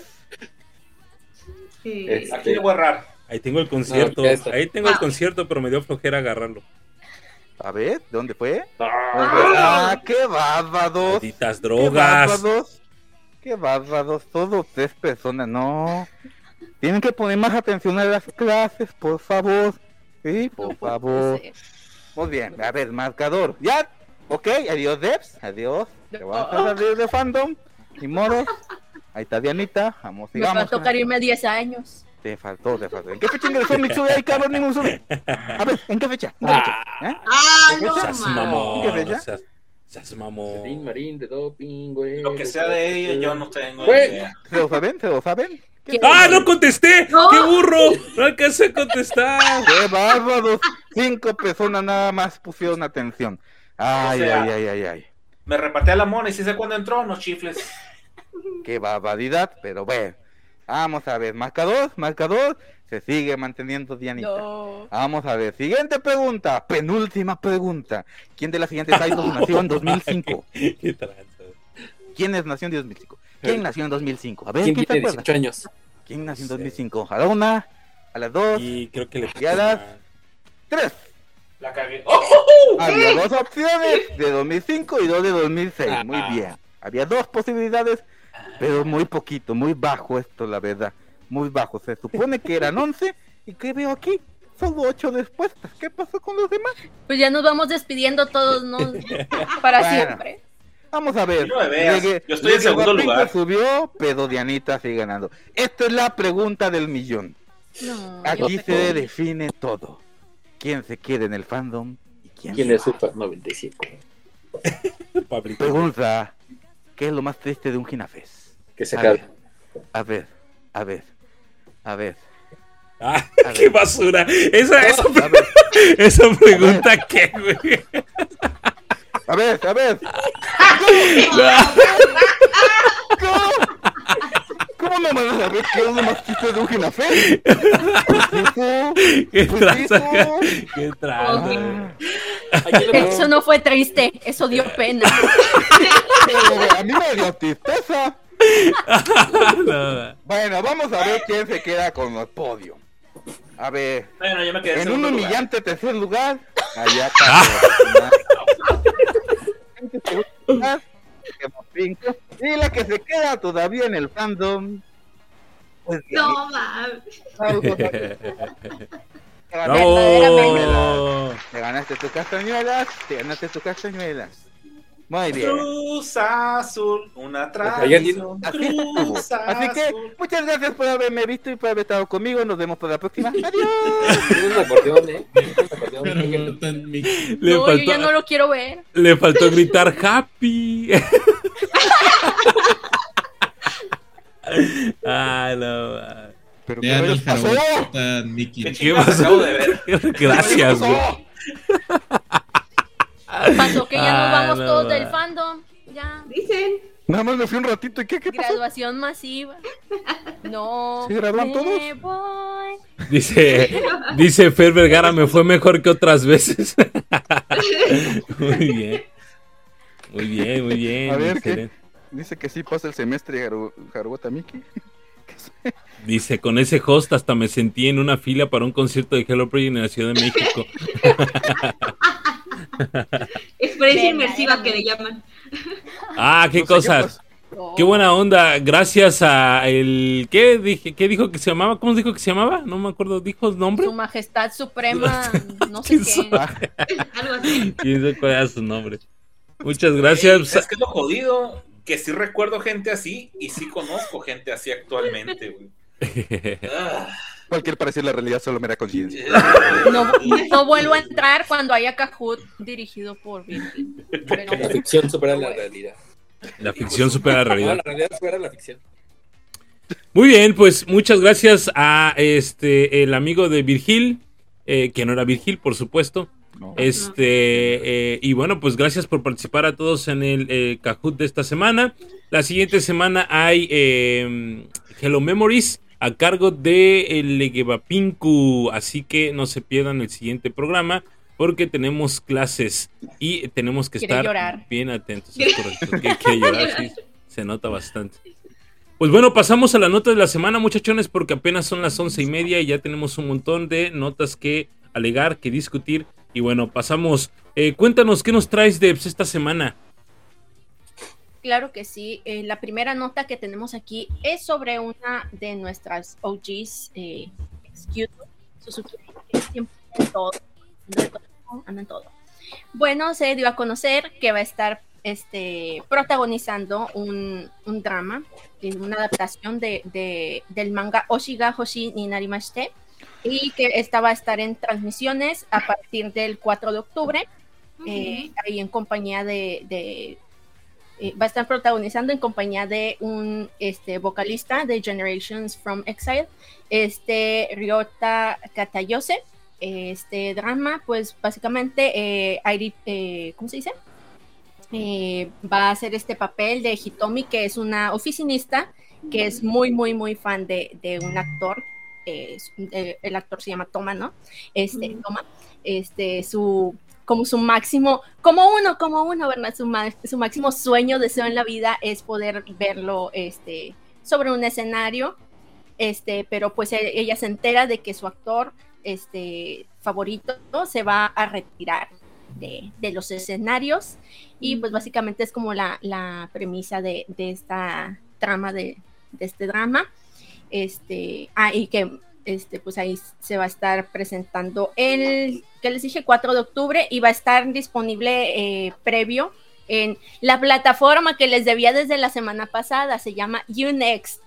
sí. Es- Aquí le voy a errar. Ahí tengo el concierto. No, ya está. Ahí tengo el Wow. concierto, pero me dio flojera agarrarlo. A ver, ¿dónde fue? Ah. Ah, qué bárbaros. Malditas Qué drogas. bárbaros. Qué bárbaros. Todos tres personas, no. Tienen que poner más atención a las clases, por favor. Sí, por No puede favor. ser. Muy bien, a ver, marcador. Ya, ok, adiós, Debs. Adiós. Te vas a salir de fandom. Ni modo. Ahí está Dianita. Vamos, Me va a sigamos. tocar irme a diez años. Te faltó, te faltó. ¿En qué fecha ingresó Mitsui ahí, Carlos Nimusuri? A ver, ¿en qué fecha? ¿En qué fecha? ¿Eh? Ah, no, Seas ma. mamón. ¿Qué fecha? Seas, seas Marín, mamón. Marín, de doping, güey. Lo que sea de ella, yo no tengo Güey. idea. ¿Se lo saben? ¿Se lo saben? ¿Qué, ¿Qué? ¡Ah, no contesté! No. ¡Qué burro! No alcancé a contestar. ¡Qué bárbaros! Cinco personas nada más pusieron atención. Ay, O sea- ay, ay, ay, ay. Me repateé a la mona y si sé cuándo entró, no chifles. Qué barbaridad, pero bueno. Vamos a ver, marcador, marcador. Se sigue manteniendo Dianita. No. Vamos a ver, siguiente pregunta, penúltima pregunta. ¿Quién de las siguientes idols nació en dos mil cinco? Qué tranza. ¿Quién es- nació en dos mil cinco? ¿Quién nació en dos mil cinco? A ver, ¿Quién ¿quién te tiene acuerda? dieciocho años? ¿Quién nació en No sé. dos mil cinco? A la una, a las dos, Y creo que le Y a las- tres. La cagué. ¡Oh! Había dos opciones, de dos mil cinco y dos de dos mil seis. Muy Ah. bien. Había dos posibilidades, pero muy poquito, muy bajo esto, la verdad. Muy bajo. Se supone que eran once. ¿Y qué veo aquí? Solo ocho respuestas. ¿Qué pasó con los demás? Pues ya nos vamos despidiendo todos, ¿no? Para Bueno. siempre. Vamos a ver. No me veas, Llegué- yo estoy en Llegué segundo Guapinco, lugar. Subió, pero Dianita sigue ganando. Esta es la pregunta del millón. No, Aquí yo- se define todo. ¿Quién se queda en el fandom y quién, ¿Quién se es va? Super noventa y siete? Pablito. Pregunta. ¿qué es lo más triste de un Hinafest? Que se A acabe. ver, a ver, a ver, a ver. Ah, A qué ver. basura. Esa, esa, A ver, esa pregunta, ¿qué, güey? a ver, a ver. ¿Cómo? ¿Cómo no van a saber qué es lo más triste de un Hinafest? ¿Qué Pues traza? eso. ¿Qué traza? Ah, Aquí le- Eso no fue triste, eso dio pena. pero a mí me dio tristeza. No, Bueno, vamos a ver quién se queda con el podio. A ver, Bueno, yo me quedé en en un segundo lugar. humillante tercer lugar, allá está. En segundo lugar, quedó cinco. Y la que se queda todavía en el fandom. Pues, No, mames. ¡Bravo! Te ganaste tus castañuelas, te ganaste tus castañuelas. Muy bien. Cruz Azul, una Oigan, tradición. Así estuvo. Cruz Así que Azul. muchas gracias por haberme visto y por haber estado conmigo. Nos vemos para la próxima. Adiós. Tienes un acordeón, ¿eh? Tienes un acordeón. Pero tan mi- Le, No, yo faltó, ya no lo quiero ver. le faltó gritar happy. Ah, no. Pero ¿qué Vean el les pasó? Jarobot tan Mickey. ¿Qué ¿Qué chingados pasó? acabo de ver? Gracias, ¿Qué güey. pasó? Pasó que ya nos Ah, vamos no, todos va. del fandom. Ya. Dicen. Nada más me fui un ratito. ¿Y qué, qué pasó? Graduación masiva. No. ¿Se gradúan me todos? voy. Dice, dice Fer Vergara, me fue mejor que otras veces. Muy bien. Muy bien, muy bien. A ver, excelente. Dice que sí pasa el semestre Haru- Haruota Miki. Dice, con ese host hasta me sentí en una fila para un concierto de Hello Project en la Ciudad de México. Experiencia inmersiva que le llaman. Ah, qué No sé cosas. No. Qué buena onda. Gracias a el... ¿Qué dije? ¿Qué dijo que se llamaba? ¿Cómo dijo que se llamaba? No me acuerdo. ¿Dijo nombre? Su majestad suprema, no sé ¿Quién qué. sabe? Algo así. ¿Quién sabe cuál era su nombre? Muchas gracias. Es que es lo jodido, que sí recuerdo gente así y sí conozco gente así actualmente, güey. Ah. Cualquier parecido a la realidad solo mera conciencia. No, no vuelvo a entrar cuando haya Kahoot dirigido por Virgil. Pero- La ficción supera la realidad. La ficción supera la No, realidad. la realidad supera la ficción. Muy bien, pues muchas gracias a este el amigo de Virgil, eh, que no era Virgil, por supuesto. No. Este eh, y bueno, pues gracias por participar a todos en el eh, Kahoot de esta semana. La siguiente semana hay eh, Hello Memories a cargo de el Leguevapinku, así que no se pierdan el siguiente programa porque tenemos clases y tenemos que Quiere estar llorar. bien atentos. Es correcto, que quiere llorar, sí, se nota bastante. Pues bueno, pasamos a la nota de la semana, muchachones, porque apenas son las once y media y ya tenemos un montón de notas que alegar, que discutir. Y bueno, pasamos. Eh, cuéntanos, ¿qué nos traes de esta semana? Claro que sí. Eh, la primera nota que tenemos aquí es sobre una de nuestras O Gs, eh, Excuse, Suzuki, que siempre anda en todo, anda en todo, anda en todo. Bueno, se dio a conocer que va a estar este, protagonizando un, un drama, eh, una adaptación de, de, del manga Oshiga Hoshi ni Narimashite, y que esta va a estar en transmisiones a partir del cuatro de octubre, eh, ahí en compañía de... de eh, va a estar protagonizando en compañía de un este, vocalista de Generations from Exile, este Ryota Katayose. Este drama, pues básicamente, eh, Airi, eh, ¿cómo se dice? Eh, va a hacer este papel de Hitomi, que es una oficinista, que es muy, muy, muy fan de, de un actor. Eh, eh, el actor se llama Toma, ¿no? Este, Toma, este, su... como su máximo, como uno, como uno, ¿verdad? Su, su máximo sueño, deseo en la vida es poder verlo este, sobre un escenario, este, pero pues ella se entera de que su actor este, favorito se va a retirar de, de los escenarios y pues básicamente es como la, la premisa de, de esta trama, de, de este drama. Este, ah, y que Este, pues ahí se va a estar presentando el, que les dije, cuatro de octubre, y va a estar disponible eh, previo en la plataforma que les debía desde la semana pasada, se llama Unext.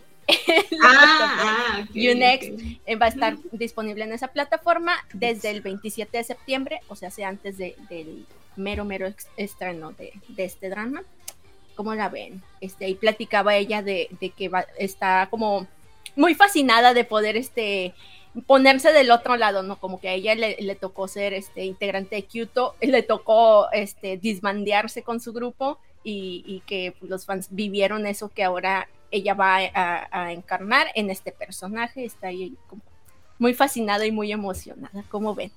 Ah, ah, okay, Unext okay. eh, va a estar disponible en esa plataforma desde el veintisiete de septiembre, o sea, sea antes de, del mero, mero estreno de, de este drama. ¿cómo la ven? Este, y platicaba ella de, de que va, está como muy fascinada de poder este ponerse del otro lado, ¿no? Como que a ella le, le tocó ser este integrante de Kyoto, le tocó este disbandearse con su grupo y, y que los fans vivieron eso que ahora ella va a, a encarnar en este personaje. Está ahí como muy fascinada y muy emocionada. ¿Cómo ven?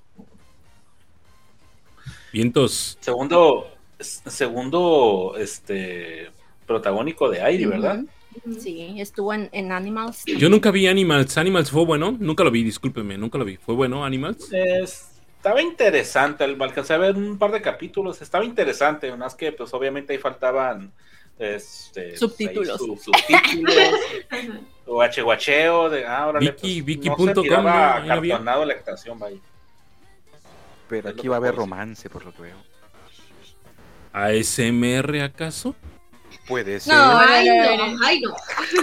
Vientos. Segundo, segundo, este, protagónico de Airi, ¿verdad? Uh-huh. Sí, estuvo en, en Animals. Yo nunca vi Animals. Animals fue bueno. Nunca lo vi, discúlpeme, nunca lo vi. ¿Fue bueno Animals? Es, estaba interesante. Alcancé a ver un par de capítulos. Estaba interesante. Unas que, pues, obviamente ahí faltaban este, subtítulos. Pues, ahí, su, subtítulos. Guacheguacheo. De, ah, órale, Viki, pues, Viki no punto com, se miraba ¿no? acartonado la actuación, vaya. Pero aquí va a haber romance, por lo que veo. ¿A S M R acaso? Puede ser. No, Ay, no, ay, no.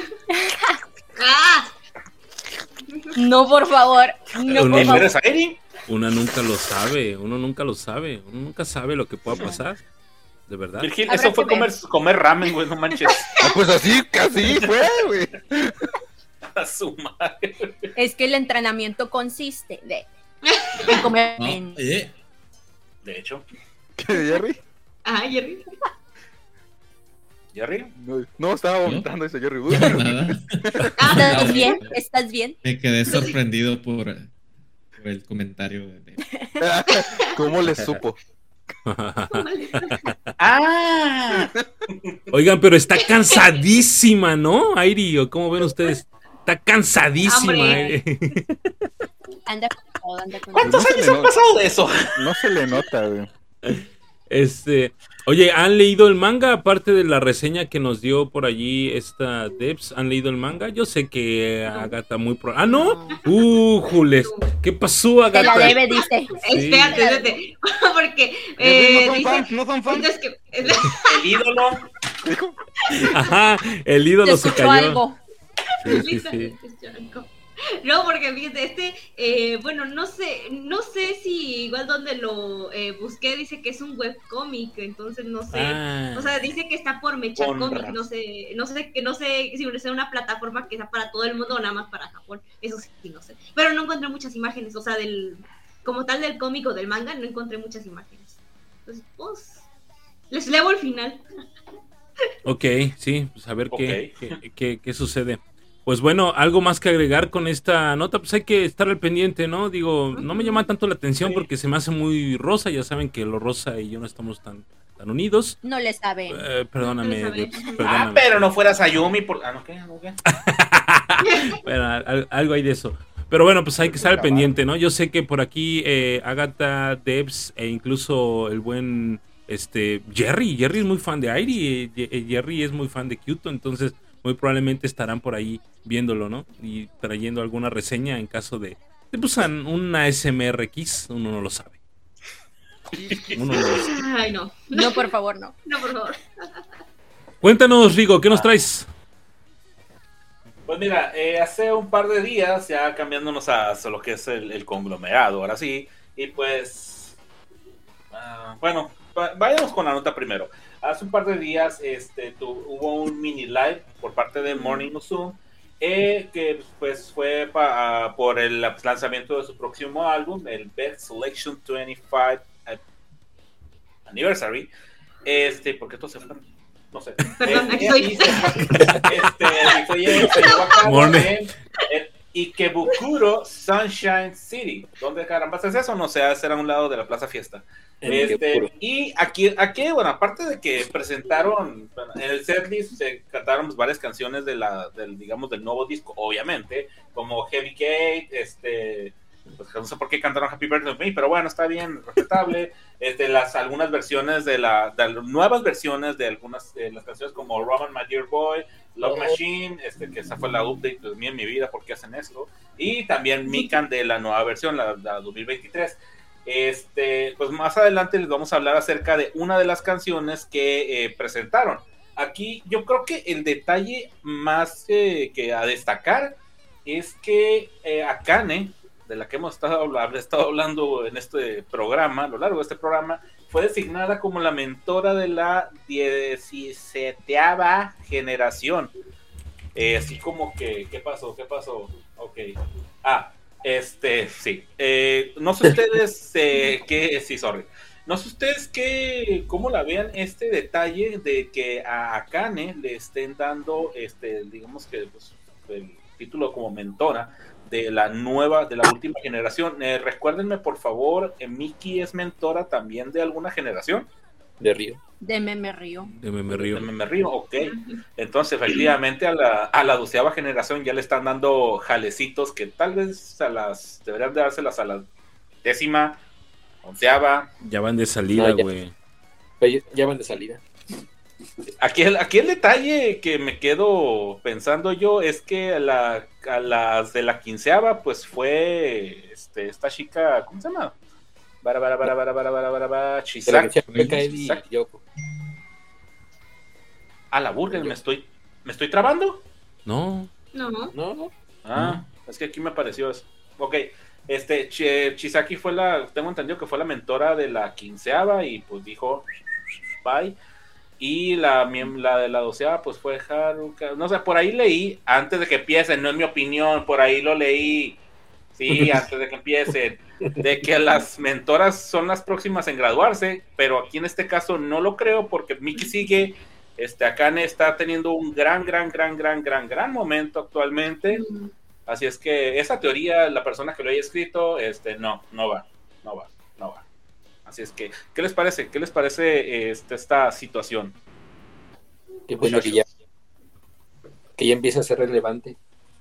¡Ah! No, por favor. No, Uno por no- ¿Eres Airi? Uno nunca lo sabe, uno nunca lo sabe, uno nunca sabe lo que pueda pasar, de verdad. Virgil, Habrá eso que fue ver. comer, comer ramen, güey, no manches. Ah, pues así, casi fue, güey. A su madre. Es que el entrenamiento consiste de, de comer No, en- eh, De hecho, ¿Qué, Jerry? Ah, Jerry. Jerry. No, no, estaba vomitando eso, Jerry. Uy. nada. ¿Estás bien? ¿Estás bien? Me quedé sorprendido por, por el comentario de... ¿Cómo le supo? ¡Ah! Oigan, pero está cansadísima, ¿no, Airi? ¿O cómo ven ustedes? Está cansadísima. Hombre. Airi. Anda con todo, anda con ¿Cuántos No se años le han nota. pasado de eso? No se le nota, güey. Este, oye, ¿han leído el manga? Aparte de la reseña que nos dio por allí esta Debs, ¿han leído el manga? Yo sé que Agatha muy pro... Ah, ¿no? Uh, Jules. ¿Qué pasó, Te la Agatha? debe, dice. Sí. Espérate, espérate. Porque no eh, son dice. fans, no son fans. Es que, El ídolo. Dijo, Ajá, el Te ídolo se escuchó cayó. algo. Sí, sí, sí. No, porque fíjate, este, eh, bueno, no sé, no sé si igual donde lo eh, busqué dice que es un webcómic, entonces no sé. Ah. O sea, dice que está por Mecha Con Comic, razón. no sé, no sé, que no sé si es una plataforma que sea para todo el mundo o nada más para Japón, eso sí, no sé. Pero no encontré muchas imágenes, o sea, del, como tal del cómic o del manga, no encontré muchas imágenes. Entonces, pues, les leo el final. Ok, sí, pues a ver qué, Ok. qué, qué- qué sucede. Pues bueno, algo más que agregar con esta nota, pues hay que estar al pendiente, ¿no? Digo, no me llama tanto la atención Sí. porque se me hace muy rosa, ya saben que lo rosa y yo no estamos tan, tan unidos. No le saben. Eh, perdóname, No le sabe. Debs, Ah, perdóname. pero no fueras Ayumi. Por... Ah, no, ¿qué? ¿No, qué? Bueno, al- algo hay de eso. Pero bueno, pues hay que estar al pendiente, ¿no? Yo sé que por aquí eh, Agatha, Debs e incluso el buen este Jerry, Jerry es muy fan de Airi, eh, eh, Jerry es muy fan de Kyoto, entonces muy probablemente estarán por ahí viéndolo, ¿no? Y trayendo alguna reseña en caso de, de pues, an- una S M R X, uno no lo sabe. Uno no lo sabe. Ay, no, No, por favor, no. no, por favor. Cuéntanos, Rigo, ¿qué nos traes? Pues mira, eh, hace un par de días, ya cambiándonos a, a lo que es el, el conglomerado, ahora sí, y pues, ah, bueno, va- vayamos con la nota primero. Hace un par de días este, tu- hubo un mini live por parte de Morning Musume, eh, que pues fue pa- ah, por el lanzamiento de su próximo álbum, el Best Selection veinticinco Anniversary. Este, ¿por qué esto se fue? No sé. Perdón, Este, aquí estoy. y se, este, y fue- se llevó a cabo Morning. en, en Ikebukuro Sunshine City. ¿Dónde caramba es eso? No sé, será a un lado de la Plaza Fiesta. En Este, Ikebukuro. y aquí, aquí, bueno, aparte de que presentaron bueno, en el setlist se cantaron pues, varias canciones de la, del, digamos, del nuevo disco, obviamente, como Heavy Gate, este, pues no sé por qué cantaron Happy Birthday to Me, pero bueno, está bien, respetable. Este, las algunas versiones de la, de las nuevas versiones de algunas de las canciones como Roman My Dear Boy, Love Machine, este, que esa fue la update de mí en mi vida, ¿por qué hacen esto? Y también Mikan de la nueva versión, la, la dos mil veintitrés. Este, pues más adelante les vamos a hablar acerca de una de las canciones que eh, presentaron. Aquí yo creo que el detalle más eh, que a destacar es que eh, Akane de la que hemos estado, estado hablando en este programa, a lo largo de este programa, fue designada como la mentora de la dieciseteava generación. Eh, así como que, ¿qué pasó? ¿Qué pasó? Ok. Ah, este, sí. Eh, no sé ustedes eh, qué, sí, sorry. No sé ustedes qué, cómo la vean este detalle de que a Akane le estén dando, este, digamos que pues, el título como mentora de la nueva, de la última generación. Eh, recuérdenme por favor, eh, Miki es mentora también de alguna generación. De Río. De Meme Río. De Meme Río. De Meme Río, ok. Entonces, efectivamente, a la, a la doceava generación ya le están dando jalecitos que tal vez a las, deberían de dárselas a la décima, onceava. Ya van de salida, güey. No, ya, ya van de salida. Aquí el, aquí el detalle que me quedo pensando yo es que a, la, a las de la quinceava, pues fue este, esta chica, ¿cómo se llama? Bara, bara, bara, bara, bara, bara, bara, bara, Chisaki. A la burger, me estoy, ¿me estoy trabando? No. No. No. Ah, no. Es que aquí me apareció eso. Ok, este, Ch Chisaki fue la, tengo entendido que fue la mentora de la quinceava y pues dijo, bye. Y la, la de la doceava pues fue Haruka, no sé, por ahí leí, antes de que empiecen, no es mi opinión, por ahí lo leí, sí, antes de que empiecen, de que las mentoras son las próximas en graduarse, pero aquí en este caso no lo creo porque Miki sigue, este, Akane está teniendo un gran, gran, gran, gran, gran, gran momento actualmente, así es que esa teoría, la persona que lo haya escrito, este, no, no va, no va, no va. Así es que, ¿qué les parece? ¿Qué les parece este, esta situación? Qué bueno que ya, que ya empieza a ser relevante.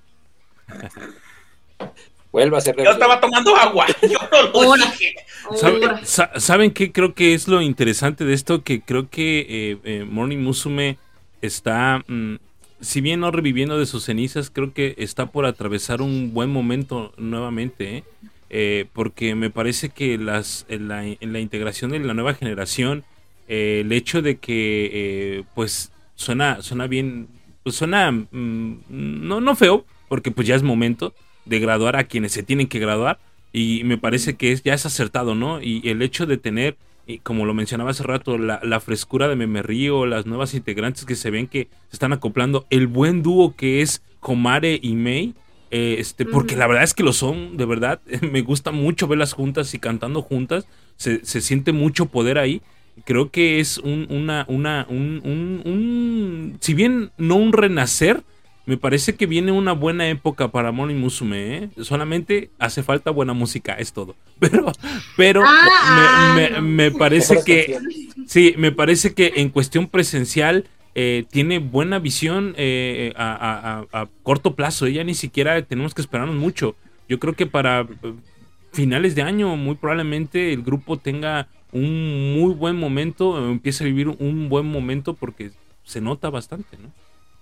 Vuelva a ser relevante. Yo estaba tomando agua. Yo no lo dije. ¿Saben, ¿Saben qué creo que es lo interesante de esto? Que creo que eh, eh, Morning Musume está, mmm, si bien no reviviendo de sus cenizas, creo que está por atravesar un buen momento nuevamente, ¿eh? Eh, porque me parece que las, en, la, en la integración de la nueva generación, eh, el hecho de que eh, pues suena, suena bien, pues suena mm, no, no feo, porque pues ya es momento de graduar a quienes se tienen que graduar, y me parece que es, ya es acertado, ¿no? Y el hecho de tener, y como lo mencionaba hace rato, la, la frescura de Meme Río, las nuevas integrantes que se ven que se están acoplando, el buen dúo que es Komare y Mei. Eh, este, porque uh-huh. la verdad es que lo son, de verdad, me gusta mucho verlas juntas y cantando juntas, se, se siente mucho poder ahí, creo que es un, una, una, un, un, un, si bien no un renacer, me parece que viene una buena época para Morning Musume, ¿eh? Solamente hace falta buena música, es todo, pero, pero ah, me, me, no. me parece que, sí, me parece que en cuestión presencial, Eh, tiene buena visión eh, a, a, a corto plazo. Ella ni siquiera tenemos que esperarnos mucho. Yo creo que para eh, finales de año muy probablemente el grupo tenga un muy buen momento, eh, empiece a vivir un buen momento porque se nota bastante, ¿no?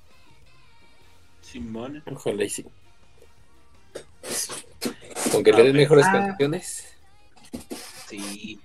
Simón, ojalá y sí. Con que le den mejores ah. canciones. Sí.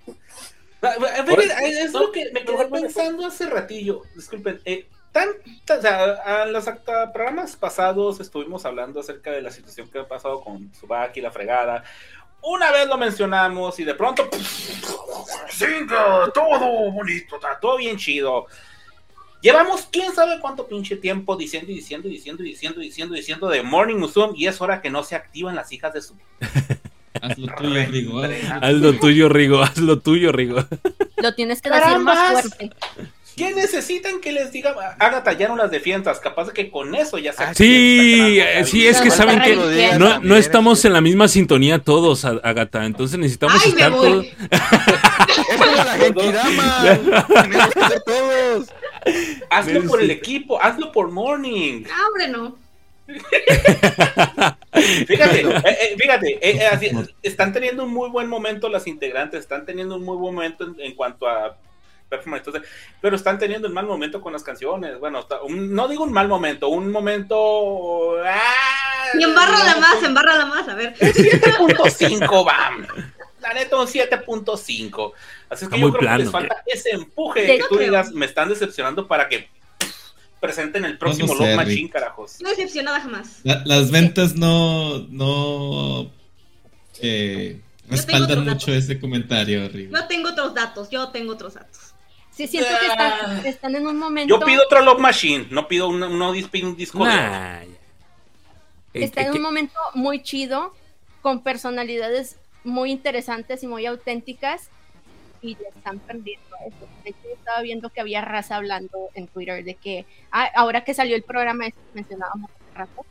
Es lo que me quedé pensando hace ratillo. Disculpen, eh, tan, tan, o sea, a los acta, programas pasados estuvimos hablando acerca de la situación que ha pasado con Tsubaki, la fregada. Una vez lo mencionamos y de pronto ¡cinco! Todo bonito, está todo bien chido. Llevamos quién sabe cuánto pinche tiempo diciendo y diciendo y diciendo y diciendo y diciendo y diciendo de Morning Musume, y es hora que no se activan las hijas de su... Haz lo tuyo, Rigo. Haz lo tuyo, Rigo. Haz lo tuyo, Rigo. Lo tienes que decir más fuerte. ¿Qué necesitan que les diga? Agatha, ya no las defiendas. Capaz de que con eso ya se... Ah, sí, sí, es que saben que no, no estamos en la misma sintonía todos, Agatha. Entonces necesitamos Ay, estar todos... ¡Eso es la Genkidama! ¡Tenemos que ser todos! Hazlo por el equipo, hazlo por Morning. Ah, hombre, no. Fíjate, eh, eh, fíjate, eh, así, están teniendo un muy buen momento las integrantes, están teniendo un muy buen momento en, en cuanto a performance, entonces, pero están teniendo un mal momento con las canciones. Bueno, está, un, no digo un mal momento, un momento. ¡Ah! Y embárrala no, más, embárrala más, a ver. siete punto cinco, bam. La neta, un siete punto cinco. Así es que está yo creo plano, que les falta ¿qué? Ese empuje que tú digas, me están decepcionando para que presenten el próximo no Love Machine, carajos. No decepcionada jamás. La, las ventas no, no eh, respaldan mucho ese comentario, horrible. No tengo otros datos, yo tengo otros datos. Sí, siento que están, están en un momento... Yo pido otro Love Machine, no pido un, no un disco nah. de... Está en un momento muy chido, con personalidades muy interesantes y muy auténticas, y le están perdiendo eso. De hecho, yo estaba viendo que había raza hablando en Twitter de que ah, ahora que salió el programa, eso mencionábamos hace rato,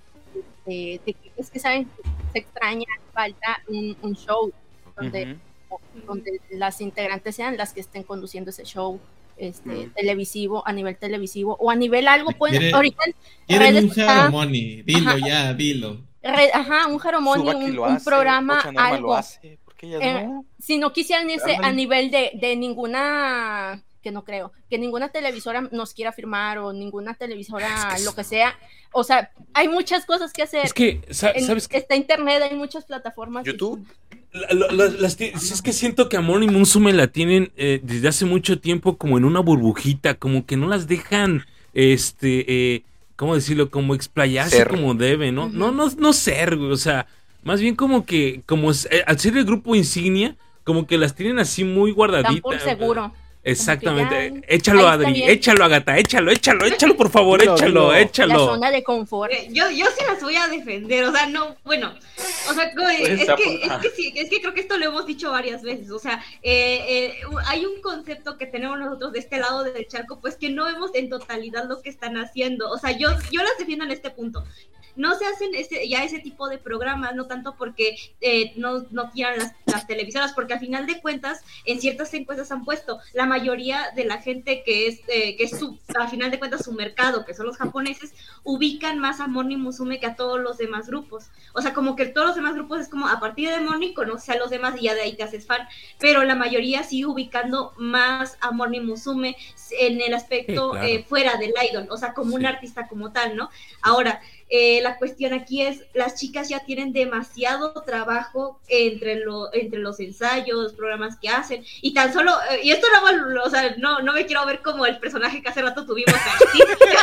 de, de que es que saben, se extraña, falta un, un show donde, uh-huh. donde las integrantes sean las que estén conduciendo ese show. Este, mm. televisivo, a nivel televisivo o a nivel algo pueden ¿Quiere, ahorita quieren un Jaromoni, dilo ajá, ya, dilo red, ajá, un Jaromoni, un, un programa, algo hace, eh, no? Si no quisieran irse a nivel de, de ninguna, que no creo, que ninguna televisora nos quiera firmar o ninguna televisora, es que lo que sea, o sea, hay muchas cosas que hacer. Es que, ¿sabes en, está internet, hay muchas plataformas. YouTube. La, la, la, las, es que siento que Amon y Musume la tienen eh, desde hace mucho tiempo como en una burbujita, como que no las dejan, este, eh, ¿cómo decirlo? Como explayarse ser. Como debe, ¿no? Uh-huh. No, no, no ser, o sea, más bien como que, como eh, al ser el grupo insignia, como que las tienen así muy guardaditas. Están por seguro. Exactamente, ya... échalo Adri, échalo Agatha, échalo, échalo, échalo por favor, dilo, échalo, dilo. échalo. La zona de confort. Yo, yo sí las voy a defender, o sea, no, bueno, o sea, es que, es que sí, es que creo que esto lo hemos dicho varias veces, o sea, eh, eh, hay un concepto que tenemos nosotros de este lado del charco, pues que no vemos en totalidad lo que están haciendo, o sea, yo, yo las defiendo en este punto. No se hacen ese, ya ese tipo de programas, no tanto porque eh, no, no quieran las, las televisoras, porque al final de cuentas, en ciertas encuestas han puesto, la mayoría de la gente que es, eh, que es su, al final de cuentas su mercado, que son los japoneses, ubican más a Moni Musume que a todos los demás grupos. O sea, como que todos los demás grupos es como, a partir de Moni conoce a los demás y ya de ahí te haces fan, pero la mayoría sigue ubicando más a Moni Musume en el aspecto sí, claro. eh, fuera del idol, o sea, como sí. un artista como tal, ¿no? Ahora, Eh, la cuestión aquí es, las chicas ya tienen demasiado trabajo entre, lo, entre los ensayos, los programas que hacen, y tan solo, eh, y esto no, o sea, no, no me quiero ver como el personaje que hace rato tuvimos aquí,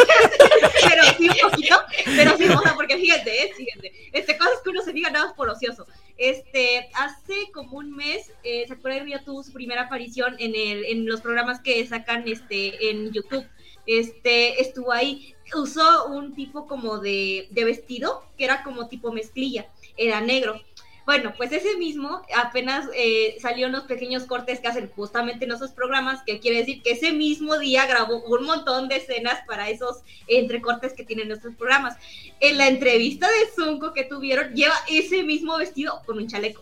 pero sí un poquito, pero sí, o sea, porque fíjate, eh, fíjate, este, cosas que uno se diga nada más por ocioso. Este, hace como un mes, eh, Sakura Ryo tuvo su primera aparición en, el, en los programas que sacan este, en YouTube. Este, estuvo ahí, usó un tipo como de, de vestido, que era como tipo mezclilla, era negro. Bueno, pues ese mismo apenas eh, salió unos pequeños cortes que hacen justamente en esos programas, que quiere decir que ese mismo día grabó un montón de escenas para esos entrecortes que tienen nuestros programas. En la entrevista de Zunko que tuvieron, lleva ese mismo vestido con un chaleco.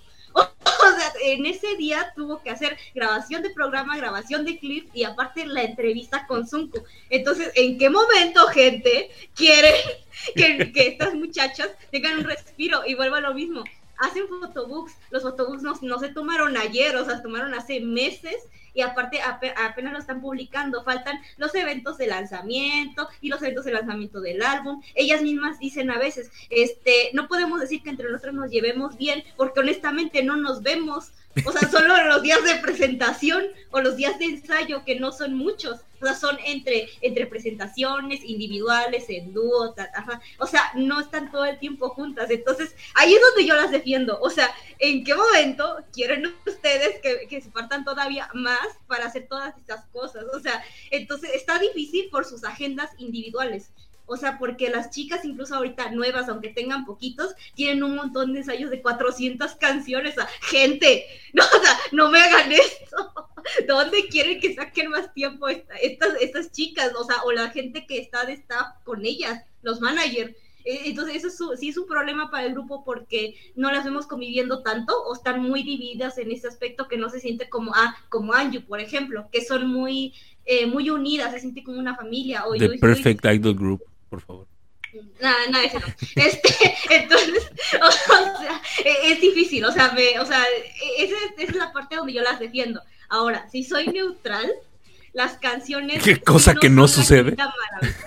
O sea, en ese día tuvo que hacer grabación de programa, grabación de clip y aparte la entrevista con Zunko. Entonces, ¿en qué momento, gente, quieren que, que estas muchachas tengan un respiro? Y vuelvo a lo mismo, hacen photobooks, los photobooks no, no se tomaron ayer, o sea, se tomaron hace meses y aparte ap- apenas lo están publicando, faltan los eventos de lanzamiento y los eventos de lanzamiento del álbum. Ellas mismas dicen a veces, este, no podemos decir que entre nosotros nos llevemos bien, porque honestamente no nos vemos, o sea, solo los días de presentación o los días de ensayo, que no son muchos, o sea, son entre, entre presentaciones individuales, en dúo, ta, ta, o sea, no están todo el tiempo juntas. Entonces, ahí es donde yo las defiendo, o sea, ¿en qué momento quieren ustedes que, que se partan todavía más para hacer todas estas cosas? O sea, entonces está difícil por sus agendas individuales. O sea, porque las chicas, incluso ahorita nuevas, aunque tengan poquitos, tienen un montón de ensayos de cuatrocientas canciones. O sea, gente, no, o sea, no me hagan esto. ¿Dónde quieren que saquen más tiempo esta, estas, estas chicas? O sea, o la gente que está de staff con ellas, los managers. Entonces eso es su, sí es un problema para el grupo, porque no las vemos conviviendo tanto o están muy divididas en ese aspecto, que no se siente como ah, como Anju, por ejemplo, que son muy eh, muy unidas, se siente como una familia. O The Luis, Perfect Luis. Idol Group, por favor. Nada, nada, ese no. Este, entonces, o sea, es difícil, o sea, me, o sea, esa es, es la parte donde yo las defiendo. Ahora, si soy neutral, las canciones... ¿Qué cosa no que no sucede?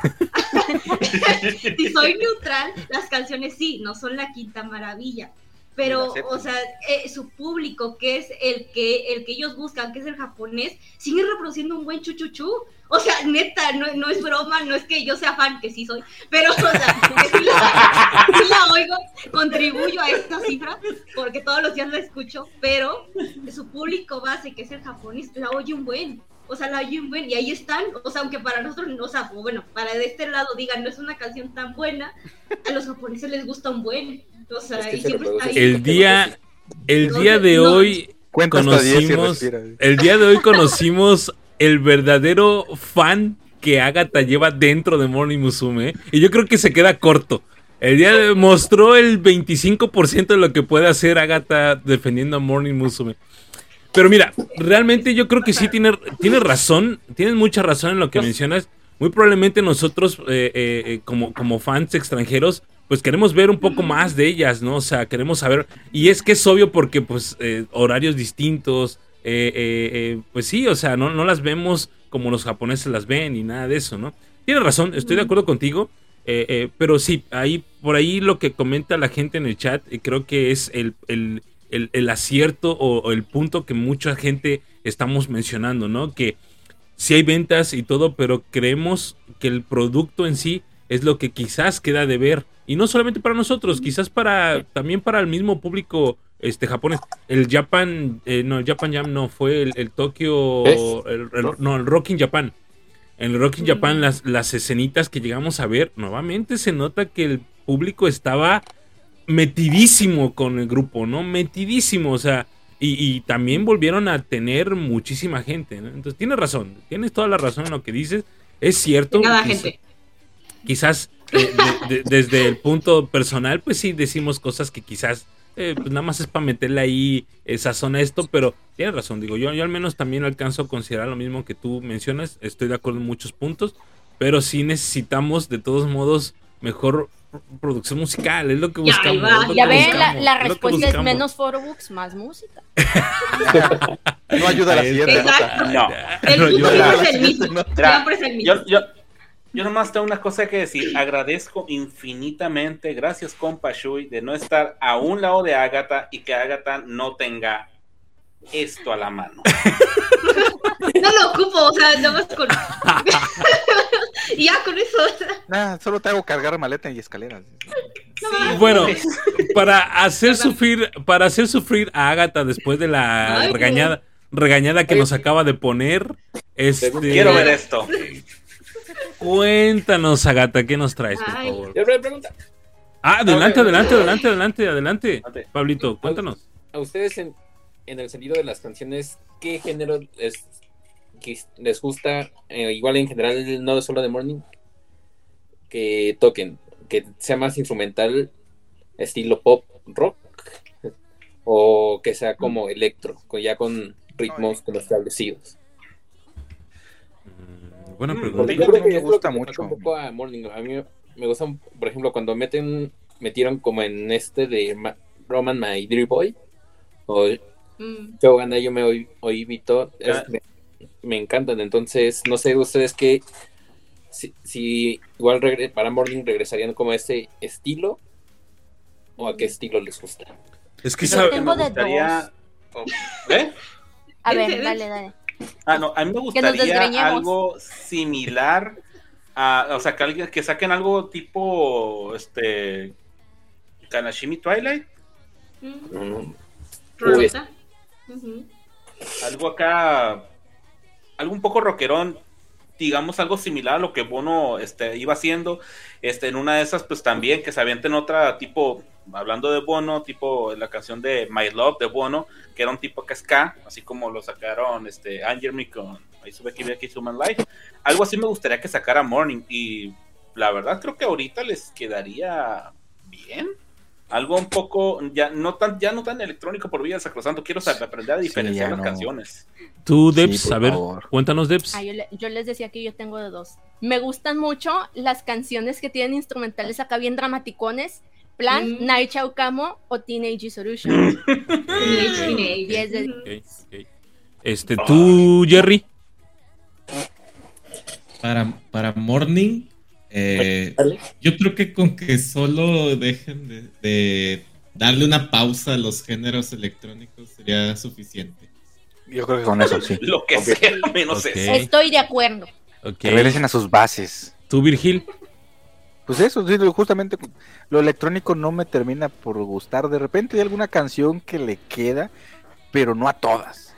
Si soy neutral, las canciones sí, no son la quinta maravilla. pero, o sea, eh, su público, que es el que el que ellos buscan, que es el japonés, sigue reproduciendo un buen chuchuchu. O sea, neta, no, no es broma, no es que yo sea fan, que sí soy, pero, o sea, que sí la, sí la oigo, contribuyo a esta cifra, porque todos los días la escucho, pero su público base, que es el japonés, la oye un buen. O sea, la oye un buen, y ahí están, o sea, aunque para nosotros, o sea, bueno, para de este lado digan, no es una canción tan buena, a los japoneses les gusta un buen. O sea, es que y siempre está ahí. El día, el día de no, hoy conocimos, el día de hoy conocimos el verdadero fan que Agatha lleva dentro de Morning Musume, y yo creo que se queda corto. El día de hoy mostró el veinticinco por ciento de lo que puede hacer Agatha defendiendo a Morning Musume. Pero mira, realmente yo creo que sí tiene, tiene razón, tienes mucha razón en lo que mencionas. Muy probablemente nosotros, eh, eh, como, como fans extranjeros, pues queremos ver un poco más de ellas, ¿no? O sea, queremos saber. Y es que es obvio porque, pues, eh, horarios distintos, eh, eh, eh, pues sí, o sea, no, no las vemos como los japoneses las ven y nada de eso, ¿no? Tienes razón, estoy de acuerdo contigo, eh, eh, pero sí, ahí, por ahí lo que comenta la gente en el chat, eh, creo que es el... el El, el acierto o, o el punto que mucha gente estamos mencionando, ¿no? Que sí hay ventas y todo, pero creemos que el producto en sí es lo que quizás queda de ver. Y no solamente para nosotros, quizás para también para el mismo público este japonés. El Japan, eh, no, el Japan Jam no, fue el, el Tokyo, el, el, no, el Rockin' Japan. En el Rockin' Japan, las, las escenitas que llegamos a ver, nuevamente se nota que el público estaba metidísimo con el grupo, ¿no? Metidísimo, o sea, y, y también volvieron a tener muchísima gente, ¿no? Entonces tienes razón, tienes toda la razón en lo que dices, es cierto. Nada, quizás, gente. Quizás eh, de, de, desde el punto personal, pues sí decimos cosas que quizás eh, pues nada más es para meterle ahí sazón a esto, pero tienes razón, digo, yo, yo al menos también alcanzo a considerar lo mismo que tú mencionas, estoy de acuerdo en muchos puntos, pero sí necesitamos de todos modos mejor producción musical, es lo que buscamos. Ya, ya ven, la, la respuesta es, es menos photobooks, más música. No ayuda a la siguiente. No. El siempre es el mismo. Siempre es el mismo. Yo, yo, yo nomás tengo una cosa que decir. Agradezco infinitamente, gracias compa Shui, de no estar a un lado de Agatha y que Agatha no tenga esto a la mano. No lo ocupo, o sea, nada más con... y ya con eso. Nah, solo te hago cargar maleta y escaleras. Sí, bueno, para hacer sufrir, para hacer sufrir a Agatha después de la Ay, regañada, regañada que Ay, nos acaba de poner, este... quiero ver esto. Cuéntanos, Agatha, ¿qué nos traes, por Ay. favor? Pregunta. Ah, adelante, adelante, adelante, adelante, adelante. Pablito, cuéntanos. A ustedes en, en el sentido de las canciones, ¿qué género les, les gusta? Eh, igual en general, no solo de Morning, que toquen, que sea más instrumental, estilo pop, rock, o que sea como electro, ya con ritmos como establecidos. Buena pregunta. Yo creo que me gusta mucho un poco a Morning. A mí me gusta, por ejemplo, cuando meten metieron como en este de Ma- Roman My Dear Boy o mm. Shogun, yo me oí, oí Vito, es, me, me encantan. Entonces, no sé ustedes qué si, si igual regre- para Morning regresarían como a ese estilo o a qué estilo les gusta. Es que yo tengo de gustaría... dos. ¿Eh? A ver, dale, dale. Ah, no, a mí me gustaría algo similar a, o sea, que alguien que saquen algo tipo este Kanashimi Twilight. Mm. Uy. Uh-huh. Algo acá, algo un poco rockerón, digamos algo similar a lo que Bono este, iba haciendo, este, en una de esas pues también que se avienten otra tipo, hablando de Bono, tipo la canción de My Love de Bono, que era un tipo que ska, así como lo sacaron este, Angermy con I Sube Aquí Aquí Human Life, algo así me gustaría que sacara Morning, y la verdad creo que ahorita les quedaría bien, algo un poco, ya no tan, ya no tan electrónico por Villa Sacrosanto, quiero saber, aprender a diferenciar sí, las no. canciones. Tú, Debs, sí, a ver, favor. cuéntanos, Debs. Ah, yo, le, yo les decía que yo tengo de dos. Me gustan mucho las canciones que tienen instrumentales acá bien dramaticones, plan mm. Night Kamo o Teenage Solution. diez de okay, okay. Este, tú, Jerry. Para, para Morning, eh, yo creo que con que solo dejen de, de darle una pausa a los géneros electrónicos sería suficiente. Yo creo que con eso sí. Lo que sea, menos Ok. eso. Estoy de acuerdo. Ok. Que regresen a sus bases. ¿Tú, Virgil? Pues eso, sí, justamente lo electrónico no me termina por gustar. De repente hay alguna canción que le queda, pero no a todas.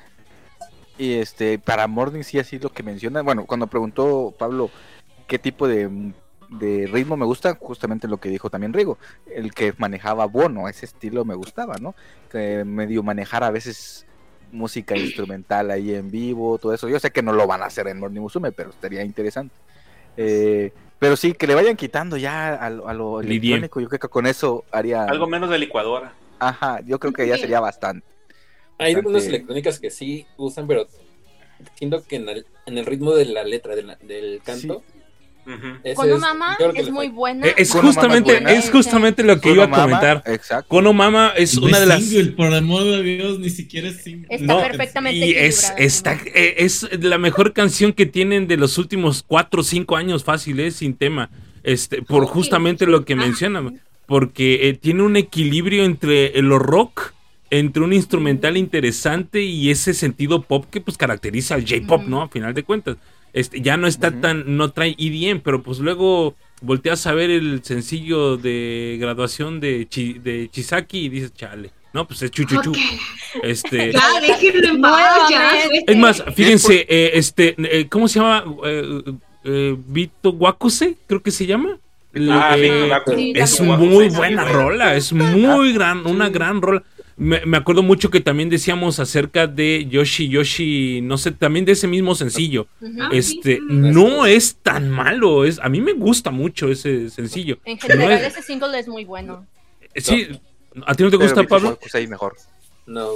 Y este, para Morning sí así lo que menciona. Bueno, cuando preguntó Pablo qué tipo de, de ritmo me gusta, justamente lo que dijo también Rigo, el que manejaba Bono, ese estilo me gustaba, ¿no? Que medio manejar a veces música instrumental ahí en vivo, todo eso. Yo sé que no lo van a hacer en Morning Musume, pero estaría interesante. Eh, pero sí, que le vayan quitando ya a, lo- a lo Lidia. electrónico, yo creo que con eso haría... Algo menos de licuadora. Ajá, yo creo que ya sería bastante. Hay Bastante- algunas electrónicas que sí usan, pero siento que en el, en el ritmo de la letra de la- del canto. Ujú. ese Kono es- Mama yo creo que es le muy falta. buena. Eh, Es Kono Mama justamente, es buena. es justamente lo que Kono iba a Mama, comentar. Exacto. Kono Mama es No una es de las... single, por amor de Dios, ni siquiera es single. Está No, perfectamente y es, equilibrada. está, eh, es la mejor canción que tienen de los últimos cuatro o cinco años fácil, eh, sin tema. Este, por Ok. justamente lo que Ah. mencionan. Porque eh, tiene un equilibrio entre lo rock, entre un instrumental interesante y ese sentido pop que pues caracteriza al J-pop, Ujú. ¿no? A final de cuentas. Este, ya no está Ujú. tan, no trae E D M, pero pues luego volteas a ver el sencillo de graduación de, Chi- de Chisaki y dices, chale, no, pues es chuchuchu. Ok. Este, Ya, déjenlo en paz, ya. Nuevamente. es más, fíjense, eh, este, eh, ¿cómo se llama? Eh, eh, Vito Wakuse, creo que se llama. Ah, Eh, Vito Waku. sí, es también. muy Sí, buena sí, rola, es muy gran, una gran rola. Me, me acuerdo mucho que también decíamos acerca de Yoshi Yoshi, no sé, también de ese mismo sencillo. Ujú. Ah, Este, sí. no es tan malo, es, a mí me gusta mucho ese sencillo. En No general, es- ese single es muy bueno. sí, ¿a ti no te Pero gusta, Vito Pablo? Wakusei mejor. No.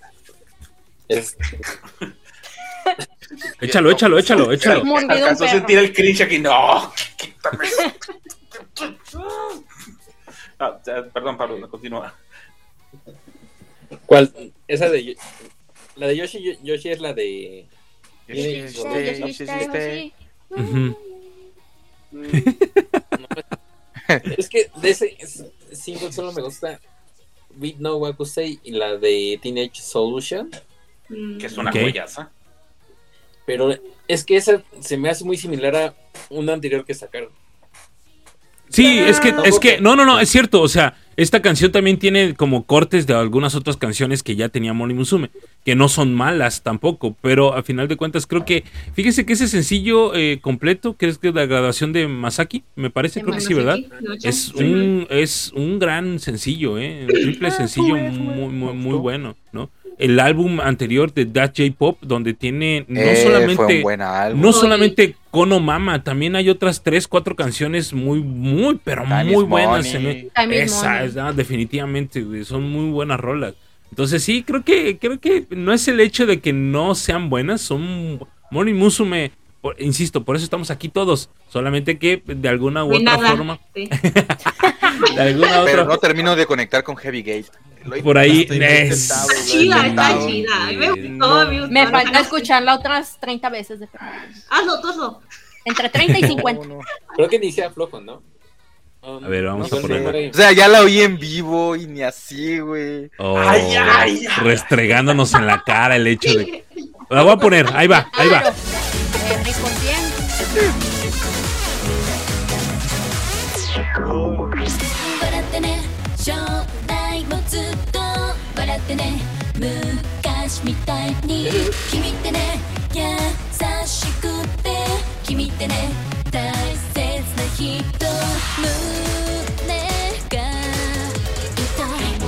Es, Échalo, échalo, échalo, échalo. Mordido un Alcanzó a perro. sentir el cringe aquí. No, quítame. Ah, ya, perdón, Pablo, continúa. ¿Cuál? Esa de. La de Yoshi, Yo- Yoshi es la de. Yoshi, Sí, Yoshi, sí, Yoshi, Yoshi, Yoshi, Yoshi. Ujú. Es que de ese single solo me gusta Beat No Wakusei y la de Teenage Solution. Que es una Ok. joyaza. Pero es que esa se me hace muy similar a una anterior que sacaron. Sí, es que, No, es que, porque- no, no, no, es cierto, o sea, esta canción también tiene como cortes de algunas otras canciones que ya tenía Mori Musume, que no son malas tampoco, pero a final de cuentas creo que, fíjese que ese sencillo eh, completo, que es de la graduación de Masaki, me parece, De creo que sí, ¿verdad? Masaki, Es Sí. un, es un gran sencillo, ¿eh? Un triple sencillo muy, muy, muy bueno, ¿no? El álbum anterior de That J-Pop, donde tiene no Eh, solamente... fue un buen álbum. No solamente Kono Mama, también hay otras tres, cuatro canciones muy, muy, pero Time muy is buenas. Money. en el- Time is Esa, Money. es, ah, definitivamente, güey, son muy buenas rolas. Entonces sí, creo que, creo que no es el hecho de que no sean buenas, son Mori Musume, por- insisto, por eso estamos aquí todos. Solamente que de alguna u De otra nada. forma, Sí. de alguna Pero otra no termino de conectar con Heavy Gate. Lo he por ahí intentado, lo he es intentado, lo he Chida, está intentado. chida. A mí me No. gustó, a mí me gustó. Me falta escucharla otras treinta veces. De... Hazlo, tú hazlo. Entre treinta y cincuenta. No, no. Creo que ni sea flojo, ¿no? Um, A ver, vamos no a sé, ponerlo. hombre. O sea, ya la oí en vivo y ni así, güey. Oh, Ay, ay, ay. restregándonos en la cara el hecho de... La voy a poner, ahí va, ahí va. Claro. Eh, rico cien. 笑ってね将来もずっと笑ってね昔みたいに君ってね優しくて君ってね大切な人胸が痛い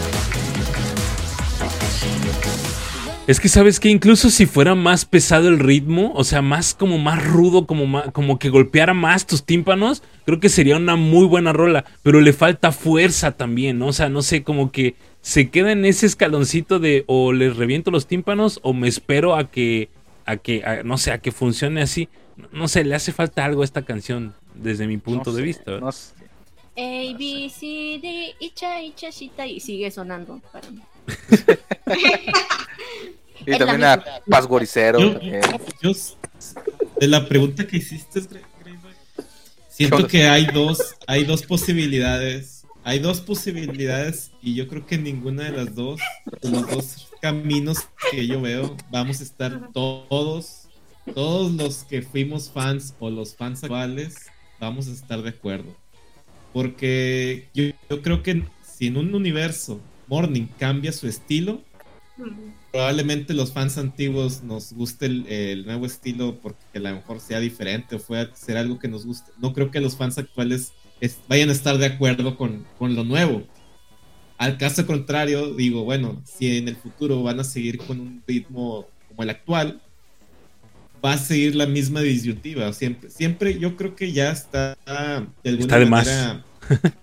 Es que sabes que incluso si fuera más pesado el ritmo, o sea, más como más rudo, como, ma- como que golpeara más tus tímpanos, creo que sería una muy buena rola, pero le falta fuerza también, ¿no? O sea, no sé, como que se queda en ese escaloncito de o les reviento los tímpanos o me espero a que, a que, a- no sé, a que funcione así. No sé, le hace falta algo a esta canción desde mi punto No de sé, vista. ¿verdad? no sé. A, B, C, D, Icha, Icha, Shita, y sigue sonando para mí. Y Es la también a misma. Passwordicero. Yo, también. yo, de la pregunta que hiciste, Gre- Greyback, siento que hay dos, hay dos posibilidades hay dos posibilidades y yo creo que ninguna de las dos, de los dos caminos que yo veo, vamos a estar todos, todos los que fuimos fans o los fans actuales, vamos a estar de acuerdo. Porque yo, yo creo que si en un universo Morning cambia su estilo, probablemente los fans antiguos nos guste el, el nuevo estilo porque a lo mejor sea diferente o pueda ser algo que nos guste. No creo que los fans actuales es, vayan a estar de acuerdo con, con lo nuevo. Al caso contrario, digo, bueno, si en el futuro van a seguir con un ritmo como el actual, va a seguir la misma disyuntiva. Siempre, siempre yo creo que ya está de alguna está de manera... más.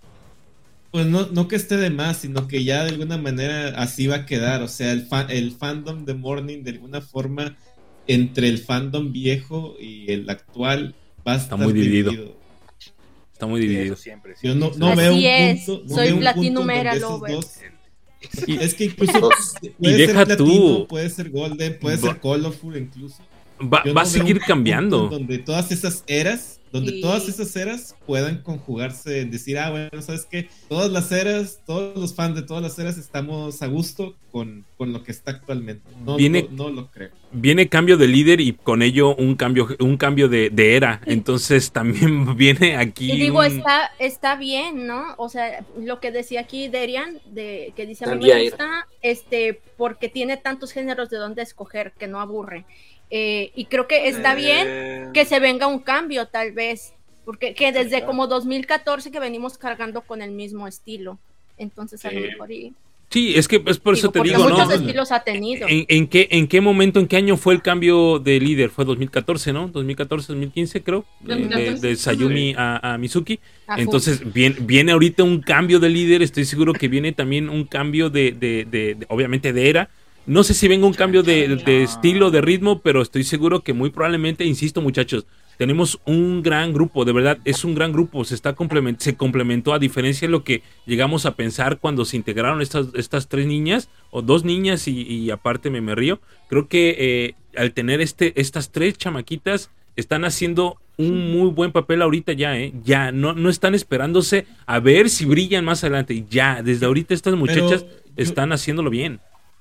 Pues no, no que esté de más, sino que ya de alguna manera así va a quedar. O sea, el, fa- el fandom de Morning, de alguna forma, entre el fandom viejo y el actual, va a estar Está muy dividido. dividido. Está muy Sí, dividido. eso siempre, sí. Yo no, no Así veo un es, punto. No soy veo un Platinum punto Era donde esos Lover. dos. Y es que incluso puede Y ser deja platino, tú. puede ser golden, puede Va- ser colorful incluso. Va, Yo va a no veo seguir un cambiando. punto donde todas esas eras, donde Sí. todas esas eras puedan conjugarse en decir, ah, bueno, ¿sabes qué? Todas las eras, todos los fans de todas las eras estamos a gusto con, con lo que está actualmente. No, Viene- no, no lo creo. Viene cambio de líder y con ello un cambio, un cambio de, de era. Entonces también viene aquí. Y digo, un- está, está bien, ¿no? O sea, lo que decía aquí Derian, de, que dice a mí Cambia me era. gusta, este, porque tiene tantos géneros de dónde escoger, que no aburre. Eh, y creo que está bien Eh, que se venga un cambio, tal vez, porque que desde claro. como dos mil catorce que venimos cargando con el mismo estilo. Entonces, a lo Sí. mejor y, Sí, es que es por eso digo, te porque digo, muchos ¿no? estilos ha tenido. ¿En, en qué, ¿En qué momento, en qué año fue el cambio de líder? Fue dos mil catorce, ¿no? dos mil catorce, dos mil quince, creo. De, de- de Sayumi a, a Mizuki. Ajá. Entonces, viene, viene ahorita un cambio de líder. Estoy seguro que viene también un cambio de, de, de- de- obviamente, de era. No sé si venga un cambio de, de estilo, de ritmo, pero estoy seguro que muy probablemente, insisto, muchachos, tenemos un gran grupo, de verdad, es un gran grupo, se está complement se complementó, a diferencia de lo que llegamos a pensar cuando se integraron estas, estas tres niñas, o dos niñas y, y aparte me, me río. Creo que eh, al tener este, estas tres chamaquitas, están haciendo un muy buen papel ahorita ya, ¿eh? Ya, no, no están esperándose a ver si brillan más adelante, ya, desde ahorita estas muchachas yo- están haciéndolo bien.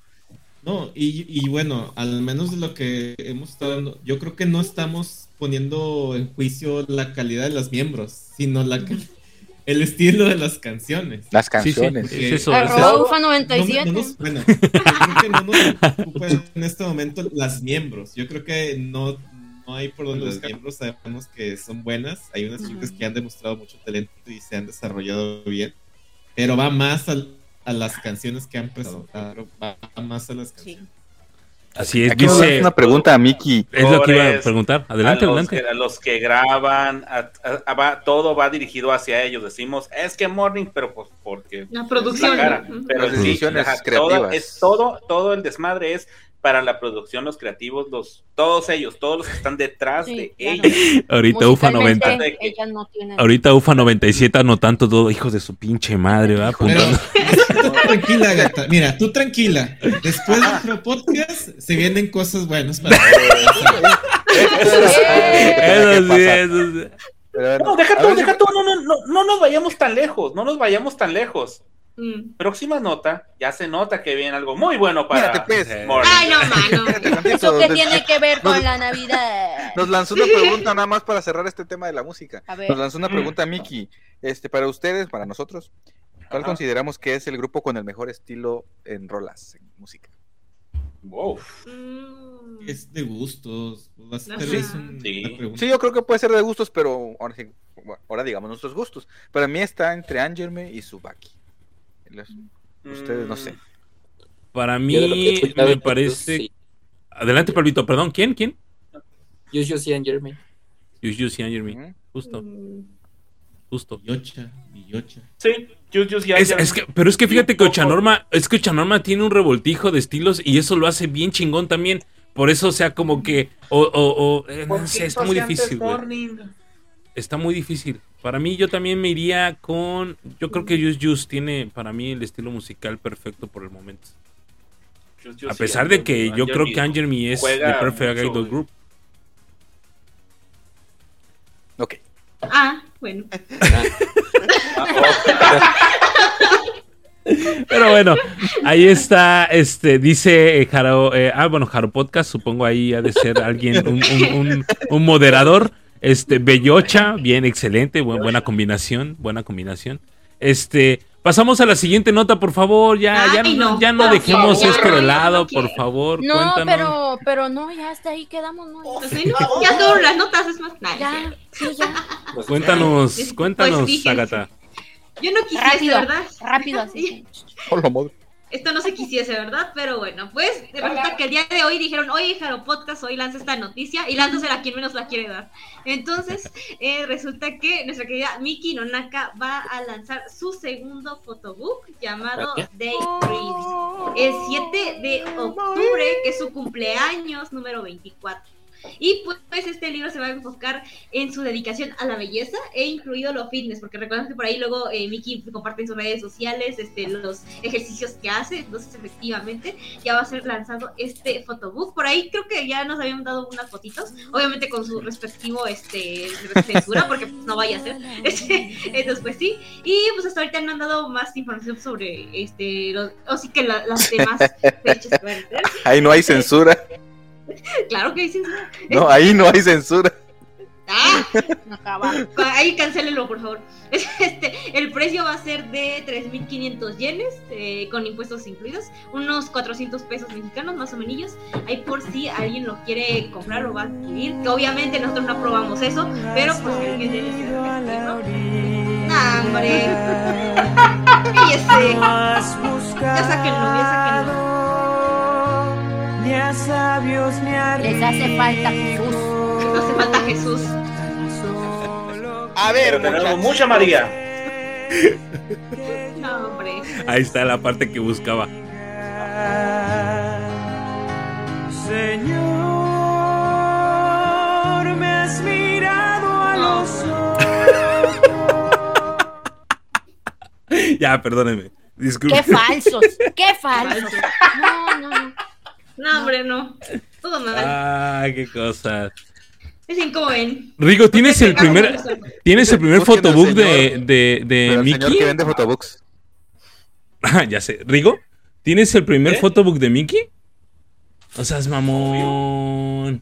No, y, y bueno, al menos de lo que hemos estado dando, yo creo que no estamos poniendo en juicio la calidad de los miembros, sino la cal- el estilo de las canciones. Las Sí, sí, canciones. es eso, es Arroba eso. Ufa noventa y No, siete. no nos- bueno, yo creo que no nos preocupan en este momento las miembros. Yo creo que no, no hay por donde los miembros sabemos que son buenas. Hay unas chicas que han demostrado mucho talento y se han desarrollado bien, pero va más al- a las canciones que han presentado, va más a las canciones. Así es, Aquí nos dice, hace una pregunta a Miki. es lo que iba a Pobres, preguntar. Adelante, a los adelante. Que, a los que graban, a- a- a- va- todo va dirigido hacia ellos. Decimos, es que Morning, pero pues porque La es producción, la cara. ¿no? Pero Las sí, decisiones ajá, creativas. toda- es todo, todo el desmadre es para la producción, los creativos, los, todos ellos, todos los que están detrás Sí, de claro. ellos. Ahorita UFA Musicalmente, noventa. De que- ellas no tienen. Ahorita UFA noventa y siete anotando todo, hijos de su pinche madre, ¿verdad? Pero Apuntando. tú tranquila, gata. Mira, tú tranquila. Después de nuestro podcast se vienen cosas buenas para Eso sí, eso sí. Pero bueno, No, deja a tú, ver si- deja tú, no, no, no, no nos vayamos tan lejos, no nos vayamos tan lejos. Mm. Próxima nota, ya se nota que viene algo muy bueno para Mírate, pues. eh, Morning. Ay, no, mano. Espérate tantito, ¿Eso qué nos- tiene que ver nos- con la Navidad? Nos lanzó una pregunta nada más para cerrar este tema de la música. A ver. Nos lanzó una pregunta Miki. Este, para ustedes, para nosotros, ¿cuál Ajá. consideramos que es el grupo con el mejor estilo en rolas, en música? Wow. Mm. es de gustos. Va a ser Ajá. es un- Sí. una pregunta. Sí, yo creo que puede ser de gustos, pero ahora, sí, bueno, ahora digamos nuestros gustos. Para mí está entre Angerme y Tsubaki. Los- Ustedes no sé. Para Yo de lo que he mí escuchado, me entonces, parece... sí. Adelante, Palvito, perdón, ¿quién? ¿Quién? Yo, yo sí, and Jeremy. Yuju Jeremy. Ujú. Justo, Mm. justo. Yocha, Yocha. Sí, yo, yo, ya, Es, ya- es que, pero es que fíjate un que poco- Ochanorma, es que Ochanorma tiene un revoltijo de estilos y eso lo hace bien chingón también. Por eso, o sea, como que, o, o, o, eh, no sé, está muy difícil, güey. Está muy difícil. Para mí, yo también me iría con, yo creo que Just Just tiene para mí el estilo musical perfecto por el momento. A pesar de que yo creo que Angel Me es juega The Perfect mucho, Idol güey. Group. Ok. Ah, bueno. bueno, ahí está, este, dice eh, Jaro, eh, ah, bueno, Jaro Podcast, supongo ahí ha de ser alguien, un, un, un, un moderador, este, Bellocha, bien, excelente, bu buena combinación, buena combinación. Este, pasamos a la siguiente nota, por favor, ya, ya, Ay, no, no, ya no por dejemos favor, esto de no, lado, no por quiero. favor, No, cuéntanos. pero, pero no, ya hasta ahí quedamos, ¿no? Pues, sí, no, ya todas las notas es más nice. Ya, sí, ya. Pues, Cuéntanos, Pues, cuéntanos, fíjense. Agatha. Yo no quisiese, Rápido, ¿verdad? rápido así. Hola, madre. Esto no se quisiese, ¿verdad? Pero bueno, pues resulta que el día de hoy dijeron, oye, Jaro Podcast, hoy lanza esta noticia y lánzasela a quien menos la quiere dar. Entonces, eh, resulta que nuestra querida Miki Nonaka va a lanzar su segundo photobook llamado Daydreams el siete de octubre, que es su cumpleaños número veinticuatro. Y pues, pues este libro se va a enfocar en su dedicación a la belleza e incluido lo fitness, porque recuerdan que por ahí luego eh, Miki comparte en sus redes sociales este, los ejercicios que hace. Entonces efectivamente ya va a ser lanzado este photobook. Por ahí creo que ya nos habían dado unas fotitos, obviamente con su respectivo este, censura, porque pues, no vaya a ser este, entonces pues sí. Y pues hasta ahorita no han dado más información sobre este, los, o sí que la, las demás fechas que van a tener. Ahí no hay censura. Claro que hay censura. No, ahí no hay censura. ¡Ah! No acaba. Ahí cancélenlo, por favor. Este, el precio va a ser de tres mil quinientos yenes, eh, con impuestos incluidos, unos cuatrocientos pesos mexicanos, más o menos. Ahí por si alguien lo quiere comprar o va a adquirir, que obviamente nosotros no aprobamos eso, pero pues si alguien debe ser adquirirlo. ¡Nah, hombre! ¡Cállese! Ya sáquenlo, ya sáquenlo. Les hace falta Jesús. No hace falta Jesús. A ver, Pero tenemos muchachos. mucha María. No, hombre. Ahí está la parte que buscaba. Señor, me has mirado a los ojos. Ya, perdónenme. Disculpe. ¡Qué falsos! ¡Qué falsos! No, no, no. No, hombre, no. Todo mal. Ay, qué cosa. Es como ven. Rigo, ¿tienes el primer, ¿tienes el primer Busquen al photobook de, señor- de, de Pero el señor Mickey? que vende photobooks. Ah, ya sé. ¿Rigo? ¿Tienes el primer ¿Eh? photobook de Mickey? O sea, es mamón.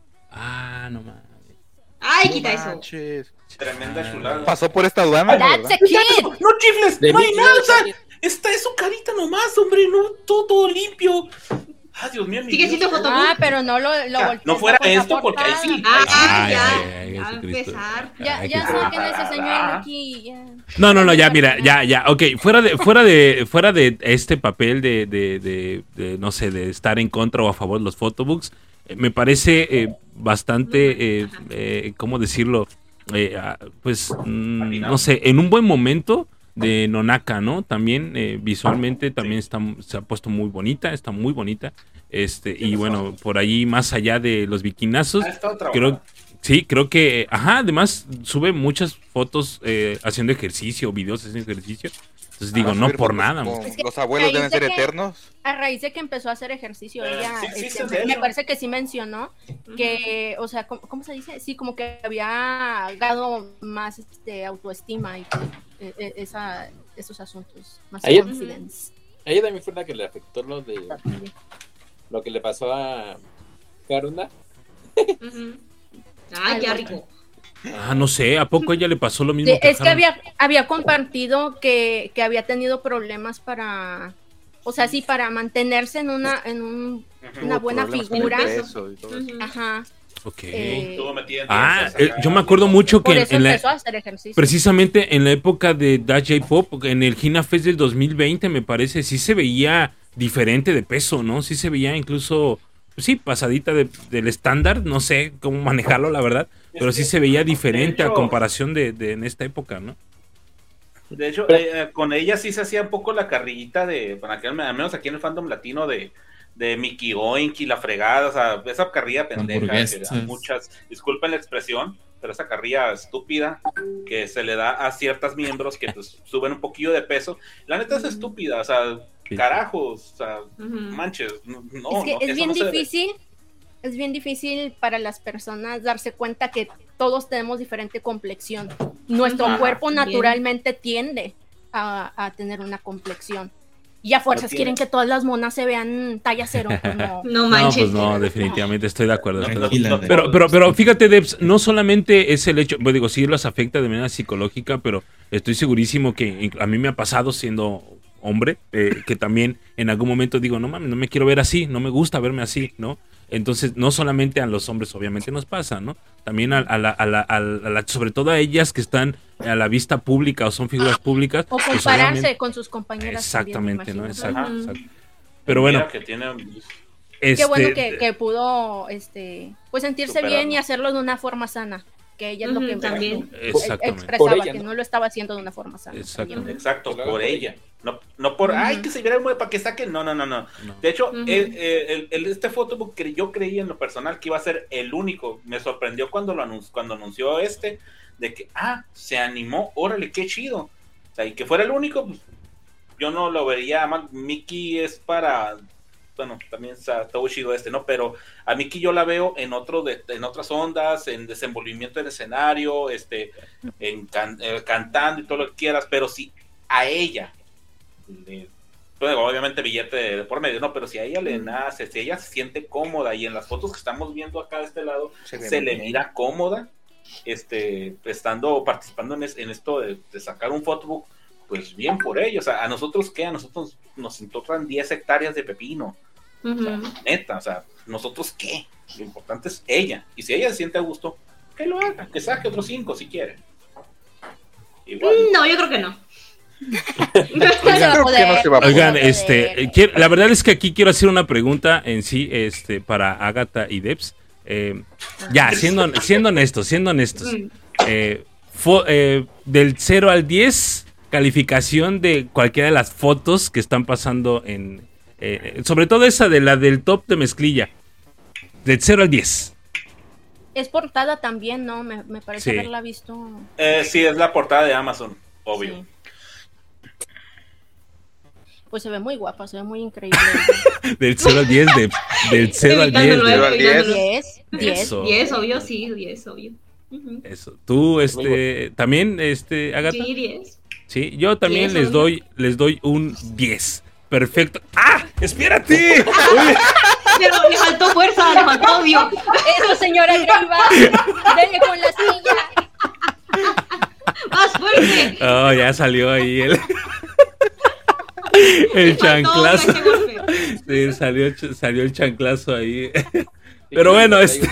Ah, no mames. Ay, quita eso. Manches. Tremenda chulada. Pasó por esta aduana, That's ¿verdad? a kid. No chifles, De no hay Mickey nada. Mouse. o sea, Esta es su carita nomás, hombre. No, todo, todo limpio. Ah, Dios mío, mi Sigue Dios. siendo fotobook. Ah, pero no lo, lo Ya, voltees no fuera a la esto, porque ahí sí. Ah, Ay, ya. ay, ay, Ya va a Jesucristo. empezar. Ya, Ay, ya qué saquen a ese señor Mickey. Ya. No, no, no, ya, mira, ya, ya, ok, fuera de, fuera de, fuera de este papel de, de, de, de, no sé, de estar en contra o a favor de los photobooks, eh, me parece eh, bastante, eh, eh, ¿cómo decirlo? Eh, ah, pues, mm, no sé, en un buen momento de Nonaka, ¿no? También eh, visualmente también está, se ha puesto muy bonita, está muy bonita, este, y bueno, por ahí más allá de los biquinazos, Ha estado creo, trabajando. sí, creo que, ajá, además sube muchas fotos eh, haciendo ejercicio, videos haciendo ejercicio. Entonces digo, Ah, no subir por fotos nada. con- Es que Los abuelos ahí deben sé ser que- eternos. A raíz de que empezó a hacer ejercicio, Eh, ella, sí, sí, este, sí, me, sí. me parece que sí mencionó que, o sea, ¿cómo, cómo se dice? Sí, como que había ganado más este, autoestima y que, eh, eh, esa, esos asuntos, más Ahí- confidence. A ella también fue la que le afectó lo de lo que le pasó a Karuna. Ujú. Ay, qué rico. Ah, no sé, ¿a poco a ella le pasó lo mismo? Sí, es que Harold? había, había compartido que, que había tenido problemas para, o sea, sí, para mantenerse en una, en un, una Tuvo buena problemas con el figura. peso y todo eso. Ujú. Ajá. Ok. Eh, Estuvo metida en Ah, dietas eh, acá, yo me acuerdo mucho por que eso en la, empezó a hacer ejercicio. precisamente en la época de Da J-Pop, en el Hina Fest del dos mil veinte, me parece, sí se veía diferente de peso, ¿no? Sí se veía incluso, pues sí, pasadita de- del estándar, no sé cómo manejarlo, la verdad, pero sí se veía diferente a hecho- comparación de, de en esta época, ¿no? De hecho, eh, con ella sí se hacía un poco la carrillita de, bueno, aquí, al menos aquí en el fandom latino, de, de Mickey Oink y la fregada, o sea, esa carrilla pendeja, que Hamburguesas. a muchas, disculpen la expresión, pero esa carrilla estúpida que se le da a ciertos miembros que pues suben un poquillo de peso, la neta es estúpida, o sea, Sí. carajos, o sea, Ujú. manches, no, no, es que no, es eso bien no se debe. difícil, es bien difícil para las personas darse cuenta que todos tenemos diferente complexión. Nuestro Ajá, cuerpo bien. naturalmente tiende a, a tener una complexión. Y a fuerzas No tiene- quieren que todas las monas se vean talla cero. Pues no. No No, manches. pues no, definitivamente estoy de acuerdo. estoy de acuerdo. Tranquila, Debs. Pero, pero, pero fíjate, Debs, no solamente es el hecho, pues digo, sí los afecta de manera psicológica, pero estoy segurísimo que a mí me ha pasado siendo hombre, eh, que también en algún momento digo, no mames, no me quiero ver así, no me gusta verme así, ¿no? Entonces, no solamente a los hombres obviamente nos pasa, ¿no? También a, a la, a la, a la- sobre todo a ellas que están a la vista pública o son figuras públicas. O pues, compararse obviamente- con sus compañeras. Exactamente, también, me ¿no? imagino. Exacto, Ujú. exacto. Pero bueno, Mira que tiene este, Qué bueno que, que pudo este, pues sentirse Superarlo. bien y hacerlo de una forma sana. Que ella es lo Ujú, que también. Exactamente. expresaba, Por ella, que ¿no? no lo estaba haciendo de una forma sana. Exactamente. Exacto, Claro, por por ella. No, no por, ay, que se viera muy para que saquen. No, no, no, no. No. De hecho, Ujú. el, el- el- este photobook que yo creí en lo personal que iba a ser el único. Me sorprendió cuando lo anunció, cuando anunció este, de que, ah, se animó, órale, qué chido. O sea, y que fuera el único, pues, yo no lo vería mal. Mickey es para, bueno, también está, está muy chido este, ¿no? Pero a Mickey yo la veo en otro de, en otras ondas, en desenvolvimiento del escenario, este, en can- eh, cantando y todo lo que quieras, pero si a ella, le- bueno, obviamente billete de, de por medio, no, pero si a ella le nace, si ella se siente cómoda y en las fotos que estamos viendo acá de este lado, Se ve se muy le bien. mira cómoda, este, estando, participando en, es- en esto de, de sacar un photobook, pues bien por ello. O sea, a nosotros qué, a nosotros nos tocan diez hectáreas de pepino. O sea, Ujú. neta, o sea, nosotros qué, lo importante es ella. Y si ella se siente a gusto, que lo haga, que saque otros cinco si quiere. Igual. No, yo creo que no. No se va a Creo que poder, no se va a no Oigan, se va a este, poder. eh, quiero- la verdad es que aquí quiero hacer una pregunta en sí, este, para Agatha y Debs. Eh, ya, siendo, siendo honestos, siendo honestos. Mm. eh, fo- eh, del cero al diez, calificación de cualquiera de las fotos que están pasando en... eh, sobre todo esa de la del top de mezclilla. Del cero al diez. Es portada también, ¿no? Me, me parece Sí. haberla visto. Eh, sí, es la portada de Amazon, obvio. Sí. Pues se ve muy guapa, se ve muy increíble. Del cero al diez, de- del cero al diez. Evitándolo, de- al evitándolo. diez, diez. Eso. diez, obvio, sí, diez, obvio. Ujú. Eso. Tú, este, también, este, Agatha. Sí, diez. Sí, yo también Sí, les eso, doy, les doy un diez. Perfecto. ¡Ah! ¡Espérate! Oye, Pero le faltó fuerza, le faltó odio. Eso, señora Greiva. Dele con la silla. ¡Más fuerte! oh, ya salió ahí el, el Le faltó chanclazo. ese golpe. Sí, salió, ch- salió el chanclazo ahí. Pero bueno, este.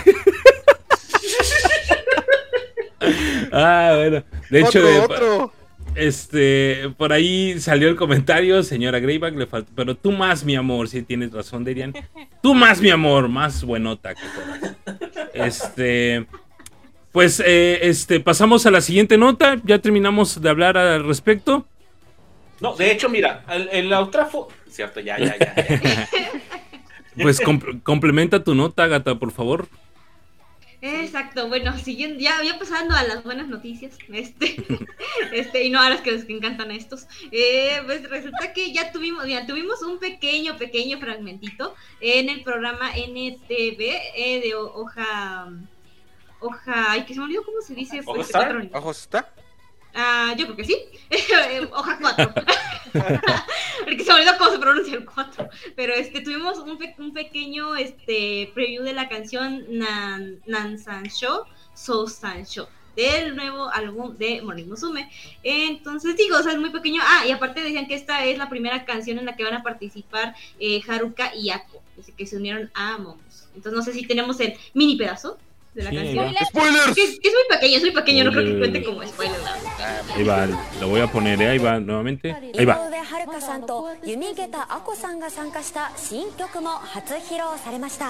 Ah, bueno. De hecho, Otro, eh, otro. este, por ahí salió el comentario, señora Greyback, le faltó, pero tú más, mi amor, si tienes razón, Derian. Tú más, mi amor, más buenota que todas. Este, pues, eh, este, pasamos a la siguiente nota, ya terminamos de hablar al respecto. No, de hecho, mira, en, en la otra foto. Cierto, ya, ya, ya. ya. Pues com- complementa tu nota, Gata, por favor. Exacto, bueno, siguiendo, ya, ya pasando a las buenas noticias, este, este, y no a las que les encantan estos, eh, pues resulta que ya tuvimos, ya tuvimos un pequeño, pequeño fragmentito en el programa N T V eh, de ho- hoja, hoja, ay, que se me olvidó cómo se dice, ¿Hoja pues, Star? cuatro niños. ¿Ojos está? Ah, yo creo que sí. Hoja cuatro. Porque se me olvidó cómo se pronuncia el cuatro. Pero este tuvimos un, pe- un pequeño este preview de la canción Nan, Nan San Sho, So San Sho, del nuevo álbum de Morning Musume. Entonces digo, o sea, es muy pequeño. Ah, y aparte decían que esta es la primera canción en la que van a participar eh, Haruka y Ako, así que se unieron a Momos. Entonces no sé si tenemos el mini pedazo de la Sí, canción. ya. ¡Spoilers! Que es, que es muy pequeño, es muy pequeño, no creo que Oye. cuente como spoiler. la verdad. Ahí va, lo voy a poner, ¿eh? Ahí va nuevamente. Ahí va. 井上遥さんと弓桁あこさんが参加した新曲も初披露されました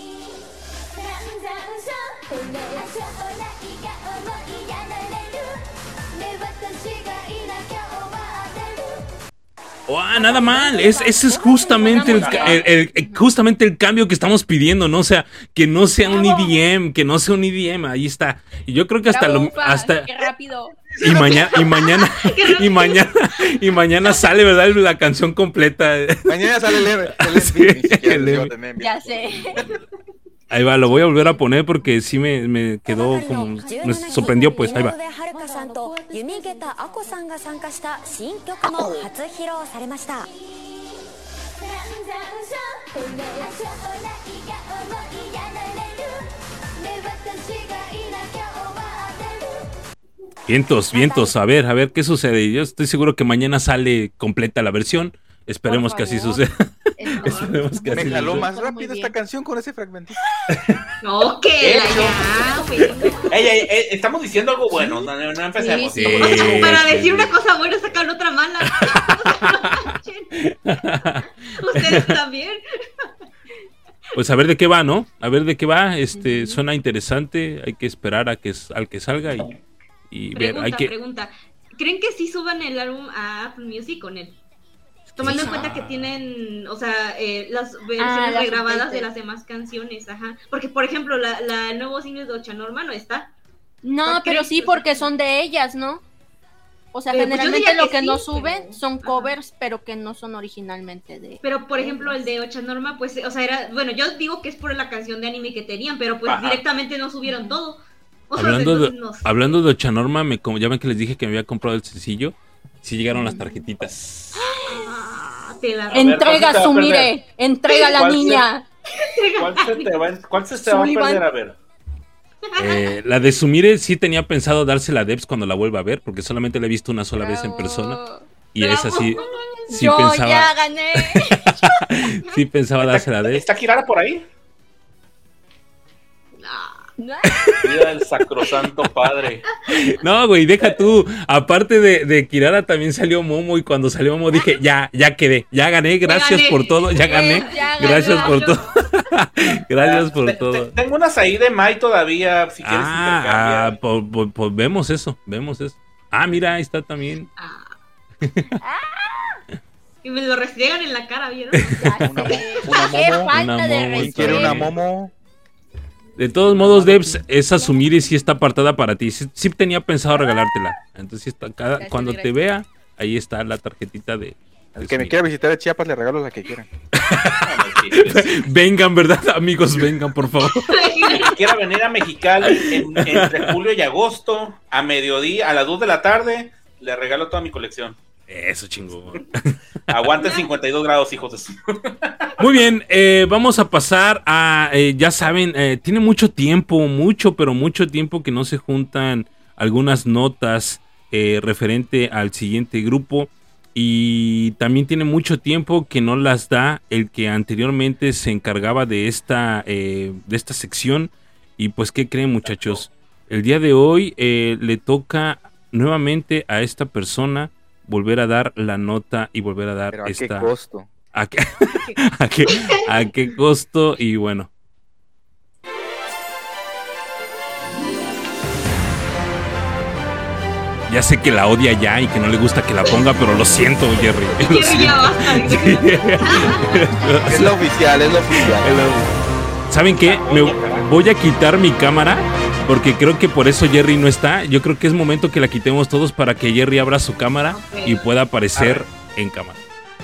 Oh, ah, nada mal, es, ese es justamente el, ca- el- el- el- justamente el cambio que estamos pidiendo, ¿no? O sea, que no sea un E D M, que no sea un E D M, ahí está. Y yo creo que hasta Bravo, lo, Ufa, hasta qué rápido. y mañana y mañana y mañana y mañana sale, ¿verdad? La canción completa. Mañana sale el, el M V, Sí, ni siquiera el les digo M V. de meme. Ya sé. Ahí va, lo voy a volver a poner porque sí me, me quedó como me sorprendió, pues ahí va. 井上遥さんと弓桁あこさんが参加した新曲も初披露されました Vientos, vientos, a ver, a ver qué sucede. Yo estoy seguro que mañana sale completa la versión. Esperemos que así suceda. Esperemos que Me así jaló suceda. más rápido esta canción con ese fragmentito. No, que la ya, güey. Ey, ey, ey, estamos diciendo algo bueno, no, no, no empecemos. Sí, O sea, sí, para sí. decir una cosa buena sacan otra mala. Ustedes también. Pues a ver de qué va, ¿no? A ver de qué va. Este suena interesante. Hay que esperar a que al que salga y, y ver. Pregunta, Hay que. pregunta. ¿Creen que sí suban el álbum a Apple Music con él? Tomando en cuenta que tienen, o sea, eh, las versiones Ah, las regrabadas updated. de las demás canciones, ajá. Porque, por ejemplo, la, la el nuevo single de Ochanorma no está. No, ¿Por qué? pero sí porque son de ellas, ¿no? O sea, Eh, pues yo generalmente diría lo que que no sí, suben pero- son covers, pero que no son originalmente de... Pero, por ejemplo, el de Ochanorma, pues, o sea, era, bueno, yo digo que es por la canción de anime que tenían, pero pues Ajá. directamente no subieron todo. O sea, Hablando de, entonces no sé. hablando de Ochanorma, me, como ya ven que les dije que me había comprado el sencillo. Sí llegaron las tarjetitas. Ah, te la- A ver, ¿cuál se Entrega te va a Sumire, perder? entrega a la ¿Cuál se- niña. ¿Cuál se te va, cuál se te va a Sullivan. perder? A ver. Eh, la de Sumire sí tenía pensado dársela a Debs cuando la vuelva a ver, porque solamente la he visto una sola vez en persona. Y esa sí, sí Yo ya pensaba, gané. sí pensaba dársela a Debs. ¿Está Kirara por ahí? No. Mira el sacrosanto padre. No, güey, deja tú. Aparte de, de Kirara también salió Momo y cuando salió Momo dije, ya, ya quedé, ya gané, gracias gané. por todo, ya gané. Ya ganó. Gracias por todo. Gracias por Te- te- todo. Tengo unas ahí de Mai todavía, si quieres Ah, intercambiar. ah, pues, pues- pues vemos eso, vemos eso. Ah, mira, ahí está también. Ah. Y me lo restriegan en la cara, ¿vieron? Ya Una sé. mo- una Qué momo. falta Una de momo, ¿Quién quiere respeto. una momo? De todos modos, Debs, esa Sumire sí está apartada para ti. Sí, sí tenía pensado regalártela. Entonces, sí está, cada- Gracias, cuando te gracias. vea, ahí está la tarjetita de. de El que me Sumire. quiera visitar a Chiapas le regalo la que quieran. Vengan, ¿verdad? Amigos, vengan, por favor. El que quiera venir a Mexicali en- entre julio y agosto, a mediodía, a las dos de la tarde, le regalo toda mi colección. Eso, chingón. Aguante cincuenta y dos grados, hijos de su. Muy bien, eh, vamos a pasar a, eh, ya saben, eh, tiene mucho tiempo, mucho, pero mucho tiempo que no se juntan algunas notas eh, referente al siguiente grupo y también tiene mucho tiempo que no las da el que anteriormente se encargaba de esta, eh, de esta sección y pues, ¿qué creen, muchachos? El día de hoy eh, le toca nuevamente a esta persona volver a dar la nota y volver a dar Pero ¿a qué esta... costo? ¿A qué, a qué, a qué costo? Y bueno. Ya sé que la odia ya y que no le gusta que la ponga, pero lo siento, Jerry. Lo Jerry, siento. ya basta. Es la oficial, es la oficial. ¿Saben qué? Me voy a quitar mi cámara porque creo que por eso Jerry no está. Yo creo que es momento que la quitemos todos para que Jerry abra su cámara y pueda aparecer en cámara.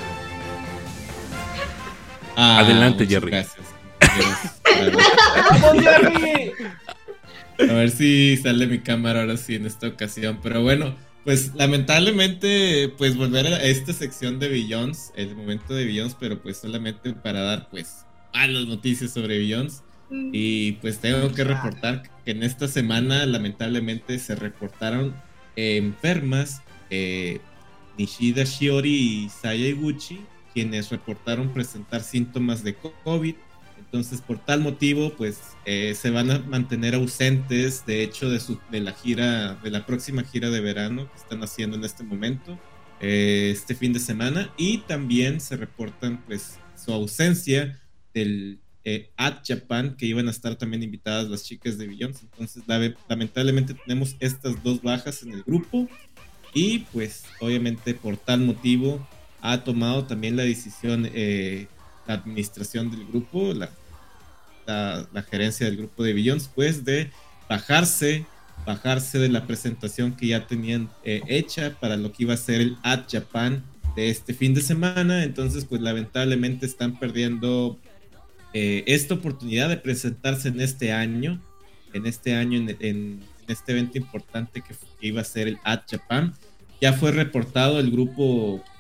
Ah, Adelante, muchas Jerry. Gracias. ¡Vamos, Jerry! A ver si sale mi cámara ahora sí en esta ocasión. Pero bueno, pues lamentablemente, pues volver a esta sección de Billions, el momento de Billions, pero pues solamente para dar pues malas noticias sobre Billions. Y pues tengo que reportar que en esta semana lamentablemente se reportaron eh, enfermas eh, Nishida Shiori y Saya Iguchi, quienes reportaron presentar síntomas de COVID. Entonces, por tal motivo, pues eh, se van a mantener ausentes, de hecho, de, su, de la gira, de la próxima gira de verano que están haciendo en este momento, eh, este fin de semana. Y también se reportan, pues, su ausencia del eh, At Japan, que iban a estar también invitadas las chicas de Billions. Entonces, la, lamentablemente, tenemos estas dos bajas en el grupo. Y, pues, obviamente, por tal motivo, ha tomado también la decisión eh, la administración del grupo, la, la, la gerencia del grupo de Billions, pues de bajarse, bajarse de la presentación que ya tenían eh, hecha para lo que iba a ser el At Japan de este fin de semana. Entonces, pues lamentablemente están perdiendo eh, esta oportunidad de presentarse en este año, en este año, en, en, en este evento importante que, que iba a ser el At Japan. Ya fue reportado el grupo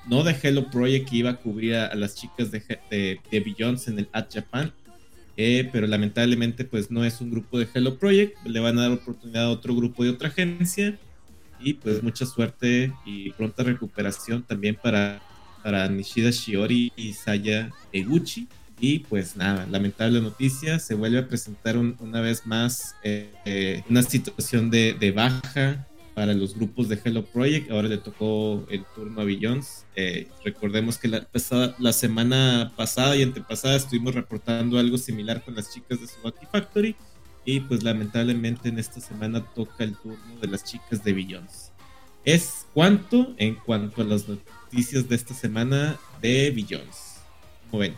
no de Hello Project, que iba a cubrir a, a las chicas de, de, de Beyonce en el At Japan, eh, pero lamentablemente pues no es un grupo de Hello Project, le van a dar oportunidad a otro grupo de otra agencia, y pues mucha suerte y pronta recuperación también para, para Nishida Shiori y Saya Eguchi. Y pues nada, lamentable noticia, se vuelve a presentar un, una vez más eh, eh, una situación de, de baja para los grupos de Hello Project. Ahora le tocó el turno a Beyonce. Eh, recordemos que la, pasada, la semana pasada y antepasada estuvimos reportando algo similar con las chicas de Tsubaki Factory, y pues lamentablemente en esta semana toca el turno de las chicas de Beyonce. Es cuanto en cuanto a las noticias de esta semana de Beyonce. ¿Cómo ven?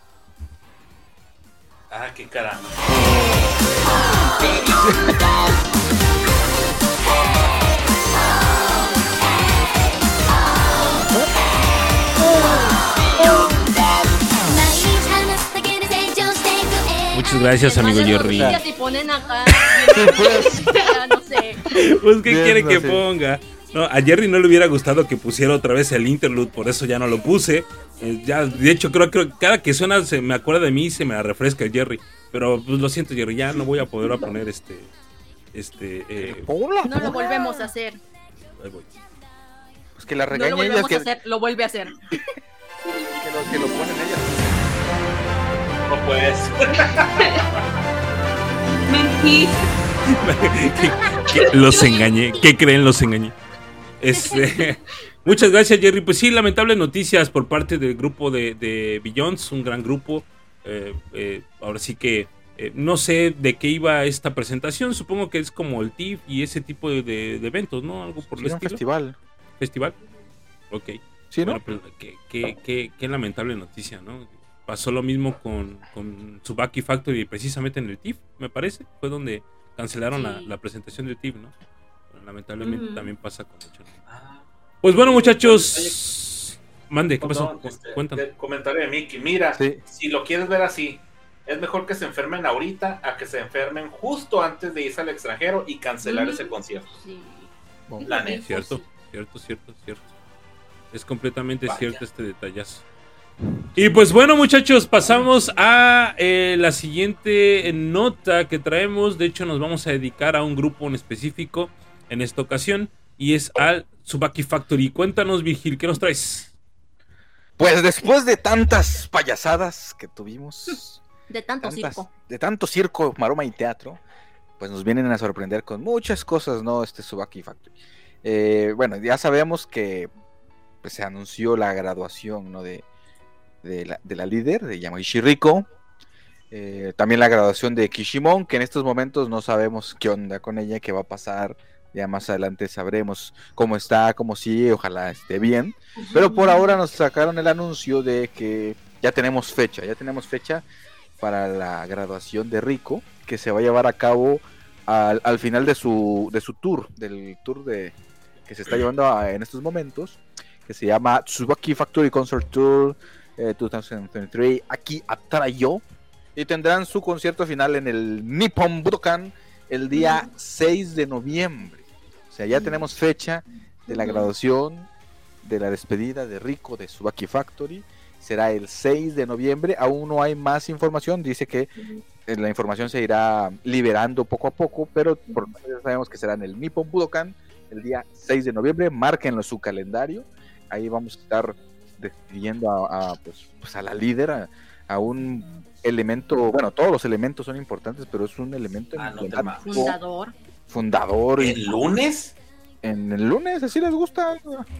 Ah, qué caramba. Muchas gracias, amigo Jerry. Si ponen acá, ya no sé. Pues, ¿qué Bien, quiere no que sé. ponga? No, a Jerry no le hubiera gustado que pusiera otra vez el interlude, por eso ya no lo puse. Eh, ya, de hecho, creo que cada que suena se me acuerda de mí y se me refresca el Jerry. Pero pues lo siento, Jerry, ya no voy a poder a poner este. Este. Eh, No lo volvemos a hacer. ahí voy. Pues que la No regañe lo ellas, volvemos que, a hacer, lo vuelve a hacer. que lo, que lo ponen ellas. No puedes. Mentí. Que- que los engañé. ¿Qué creen? Los engañé. Este, muchas gracias, Jerry. Pues sí, lamentables noticias por parte del grupo de, de Beyonce, un gran grupo. Eh, eh, ahora sí que eh, no sé de qué iba esta presentación. Supongo que es como el T I F y ese tipo de, de- de eventos, ¿no? Algo por Sí, el un estilo. festival. ¿Festival? Ok. Sí, ¿no? Bueno, pues, qué, qué- qué- qué lamentable noticia, ¿no? Pasó lo mismo con, con Tsubaki Factory precisamente en el T I F, me parece. Fue donde cancelaron Sí. la, la presentación del T I F, ¿no? Pero lamentablemente Ujú. también pasa con mucho. Pues bueno, muchachos. Mande, ¿qué pasó? Perdón, este, Cuéntanos. el comentario de Mickey. Mira, Sí. si lo quieres ver así, es mejor que se enfermen ahorita a que se enfermen justo antes de irse al extranjero y cancelar Ujú. ese concierto. Sí. Bueno, La neta. Cierto, cierto, cierto, cierto. Es completamente Vaya. cierto este detallazo. Y pues bueno, muchachos, pasamos a eh, la siguiente nota que traemos. De hecho, nos vamos a dedicar a un grupo en específico en esta ocasión, y es al Tsubaki Factory. Cuéntanos, Vigil, ¿qué nos traes? Pues después de tantas payasadas que tuvimos, De tanto tantas- circo. de tanto circo, maroma y teatro, pues nos vienen a sorprender con muchas cosas, ¿no? Este Tsubaki Factory. Eh, bueno, ya sabemos que pues, se anunció la graduación, ¿no? De, de, la, de la líder, de Yamaishi Riko. Eh, también la graduación de Kishimon, que en estos momentos no sabemos qué onda con ella, qué va a pasar. Ya más adelante sabremos cómo está, cómo sigue, ojalá esté bien. Pero por ahora nos sacaron el anuncio de que ya tenemos fecha, ya tenemos fecha para la graduación de Riko, que se va a llevar a cabo al, al final de su, de su tour, del tour de, que se está llevando a- en estos momentos, que se llama Tsubaki Factory Concert Tour eh, dos mil veintitrés, aquí Atarayo, y tendrán su concierto final en el Nippon Budokan el día seis de noviembre. O sea, ya tenemos fecha de la graduación, de la despedida de Riko de Tsubaki Factory. Será el seis de noviembre. Aún no hay más información. Dice que eh, la información se irá liberando poco a poco, pero por lo menos ya sabemos que será en el Nippon Budokan el día seis de noviembre. Márquenlo en su calendario. Ahí vamos a estar despidiendo a, a, pues, pues a la líder, a, a un elemento, bueno, todos los elementos son importantes, pero es un elemento Ah, no te emblemático, mames. Fundador. fundador. y- ¿El lunes? en el lunes, así les gusta.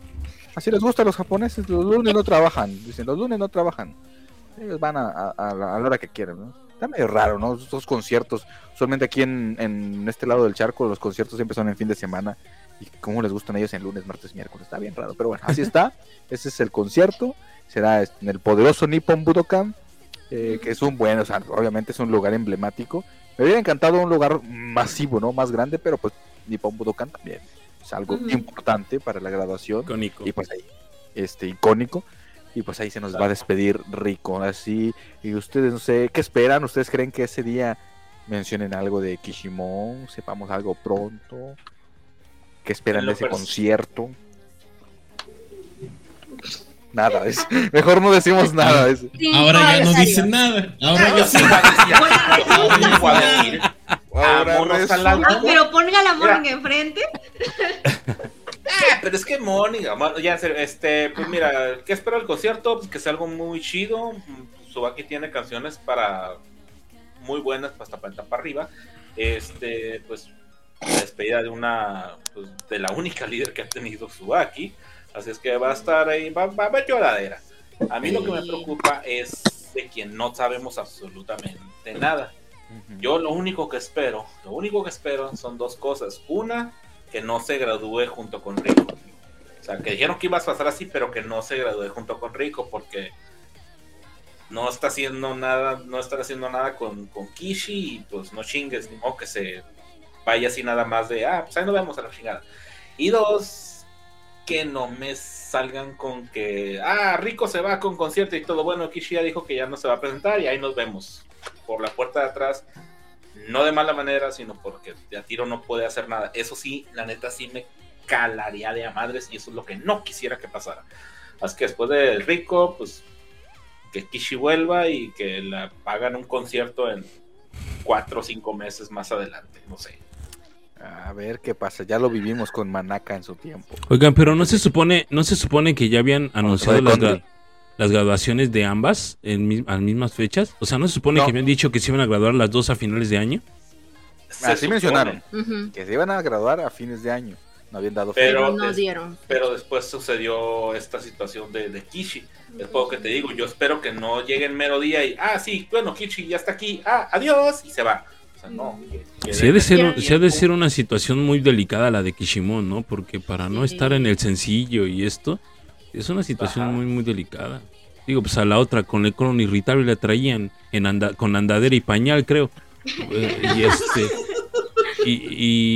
Así les gusta a los japoneses. Los lunes no trabajan. Dicen, los lunes no trabajan. Ellos van a, a- a la a la hora que quieran, ¿no? Está medio raro, ¿no? Estos conciertos. Usualmente aquí en, en este lado del charco, los conciertos siempre son en fin de semana. Y cómo les gustan a ellos en lunes, martes, miércoles. Está bien raro, pero bueno, así está. Ese es el concierto. Será en el poderoso Nippon Budokan. eh, que es un buen, o sea, obviamente es un lugar emblemático. Me hubiera encantado un lugar masivo, ¿no? Más grande, pero pues Nippon Budokan también es algo Ujú. importante para la graduación. Icónico. Y pues ahí, este, icónico. Y pues ahí se nos va a despedir Riko, así. Y ustedes, no sé, ¿qué esperan? ¿Ustedes creen que ese día mencionen algo de Kishimon? ¿Sepamos algo pronto? ¿Qué esperan En de lo ese pers- concierto? Nada, es, mejor no decimos nada. Es. Sí, Ahora ya no necesario. dicen nada. Ahora ya sí. Ahora Vámonos resulta- al alto. Ah, pero ponga la Mira. morning enfrente. Ah, pero es que Morning, amor, ya, este, pues mira, ¿qué espero del concierto? Pues que sea algo muy chido. Tsubaki tiene canciones para muy buenas, pues, hasta para para arriba. Este, pues, la despedida de una, pues, de la única líder que ha tenido Tsubaki. Así es que va a estar ahí, va, va a haber lloradera. A mí lo que me preocupa es de que no sabemos absolutamente nada. Yo lo único que espero, lo único que espero son dos cosas. Una, que no se gradúe junto con Rico. O sea, que dijeron que iba a pasar así, pero que no se gradúe junto con Rico, porque no está haciendo nada, no está haciendo nada con, con Kishi, y pues no chingues, ni modo que se vaya así nada más de, ah, pues ahí nos vemos a la chingada. Y dos, que no me salgan con que, ah, Rico se va con concierto y todo. Bueno, Kishi ya dijo que ya no se va a presentar y ahí nos vemos por la puerta de atrás. No de mala manera, sino porque de a tiro no puede hacer nada. Eso sí, la neta sí me calaría de a madres, y eso es lo que no quisiera que pasara. Así que después de Rico, pues que Kishi vuelva y que la hagan un concierto en cuatro o cinco meses más adelante, no sé. A ver qué pasa, ya lo vivimos con Manaka en su tiempo. Oigan, pero no se supone, no se supone que ya habían anunciado de las, Conde. gra- las graduaciones de ambas en mi- a las mismas fechas. O sea, no se supone No. que habían dicho que se iban a graduar las dos a finales de año. Se Así supone, mencionaron, Ujú. que se iban a graduar a fines de año. No habían dado Pero- Pero fecha. no es- dieron. pero después sucedió esta situación de, de Kishi. Es poco que te digo, yo espero que no llegue el mero día y, ah, sí, bueno, Kishi ya está aquí, ah, adiós, y se va. O sea, no. que- que Sí ha, de ser, den sí ha de tiempo. ser una situación muy delicada la de Kishimon, ¿no? Porque para no Sí. estar en el sencillo y esto, es una situación Ajá. muy, muy delicada. Digo, pues a la otra, con el cono irritable la traían en anda- con andadera y pañal, creo. Eh, y este... Y...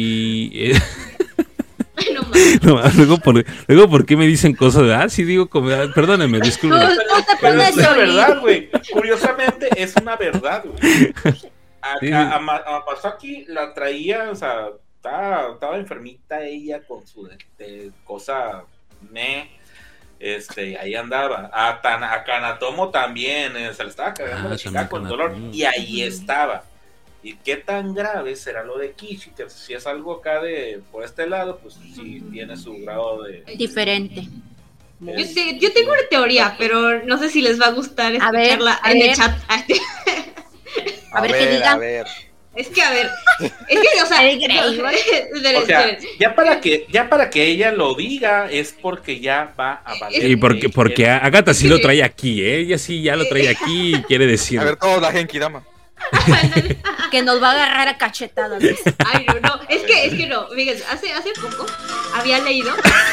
y, eh, Ay, no mames. no, luego, por, luego, ¿por qué me dicen cosas de... Ah, sí, digo, como, ah, perdónenme, disculpen. No, no te Pero pongas es una Joey. verdad, güey. Curiosamente, es una verdad, güey. A, Sí. a, a Ma- a Masaki la traía, o sea, estaba, estaba enfermita ella con su de, de cosa, me, este, ahí andaba. A, Tan, a Kanatomo también, eh, se le estaba cagando Ah, la chica también con dolor, Kanatomo. y ahí Ujú. estaba. ¿Y qué tan grave será lo de Kishi? Que si es algo acá de, por este lado, pues sí tiene su grado de... Diferente. Yo, te- yo tengo una teoría, pero no sé si les va a gustar A ver, escucharla a en ver. el chat. A ver qué diga. A ver. Es que, a ver, es que, o sea, El Grey, no, ¿no? esperen, O sea, esperen. ya para que ya para que ella lo diga es porque ya va a valer. Y porque, porque El- Agatha sí lo trae aquí, ¿eh? Ella sí ya lo trae aquí y quiere decir. A ver, todos la Genki Dama. Que nos va a agarrar a cachetadas. Ay, no, no, es que, es que no, fíjense, hace, hace poco había leído.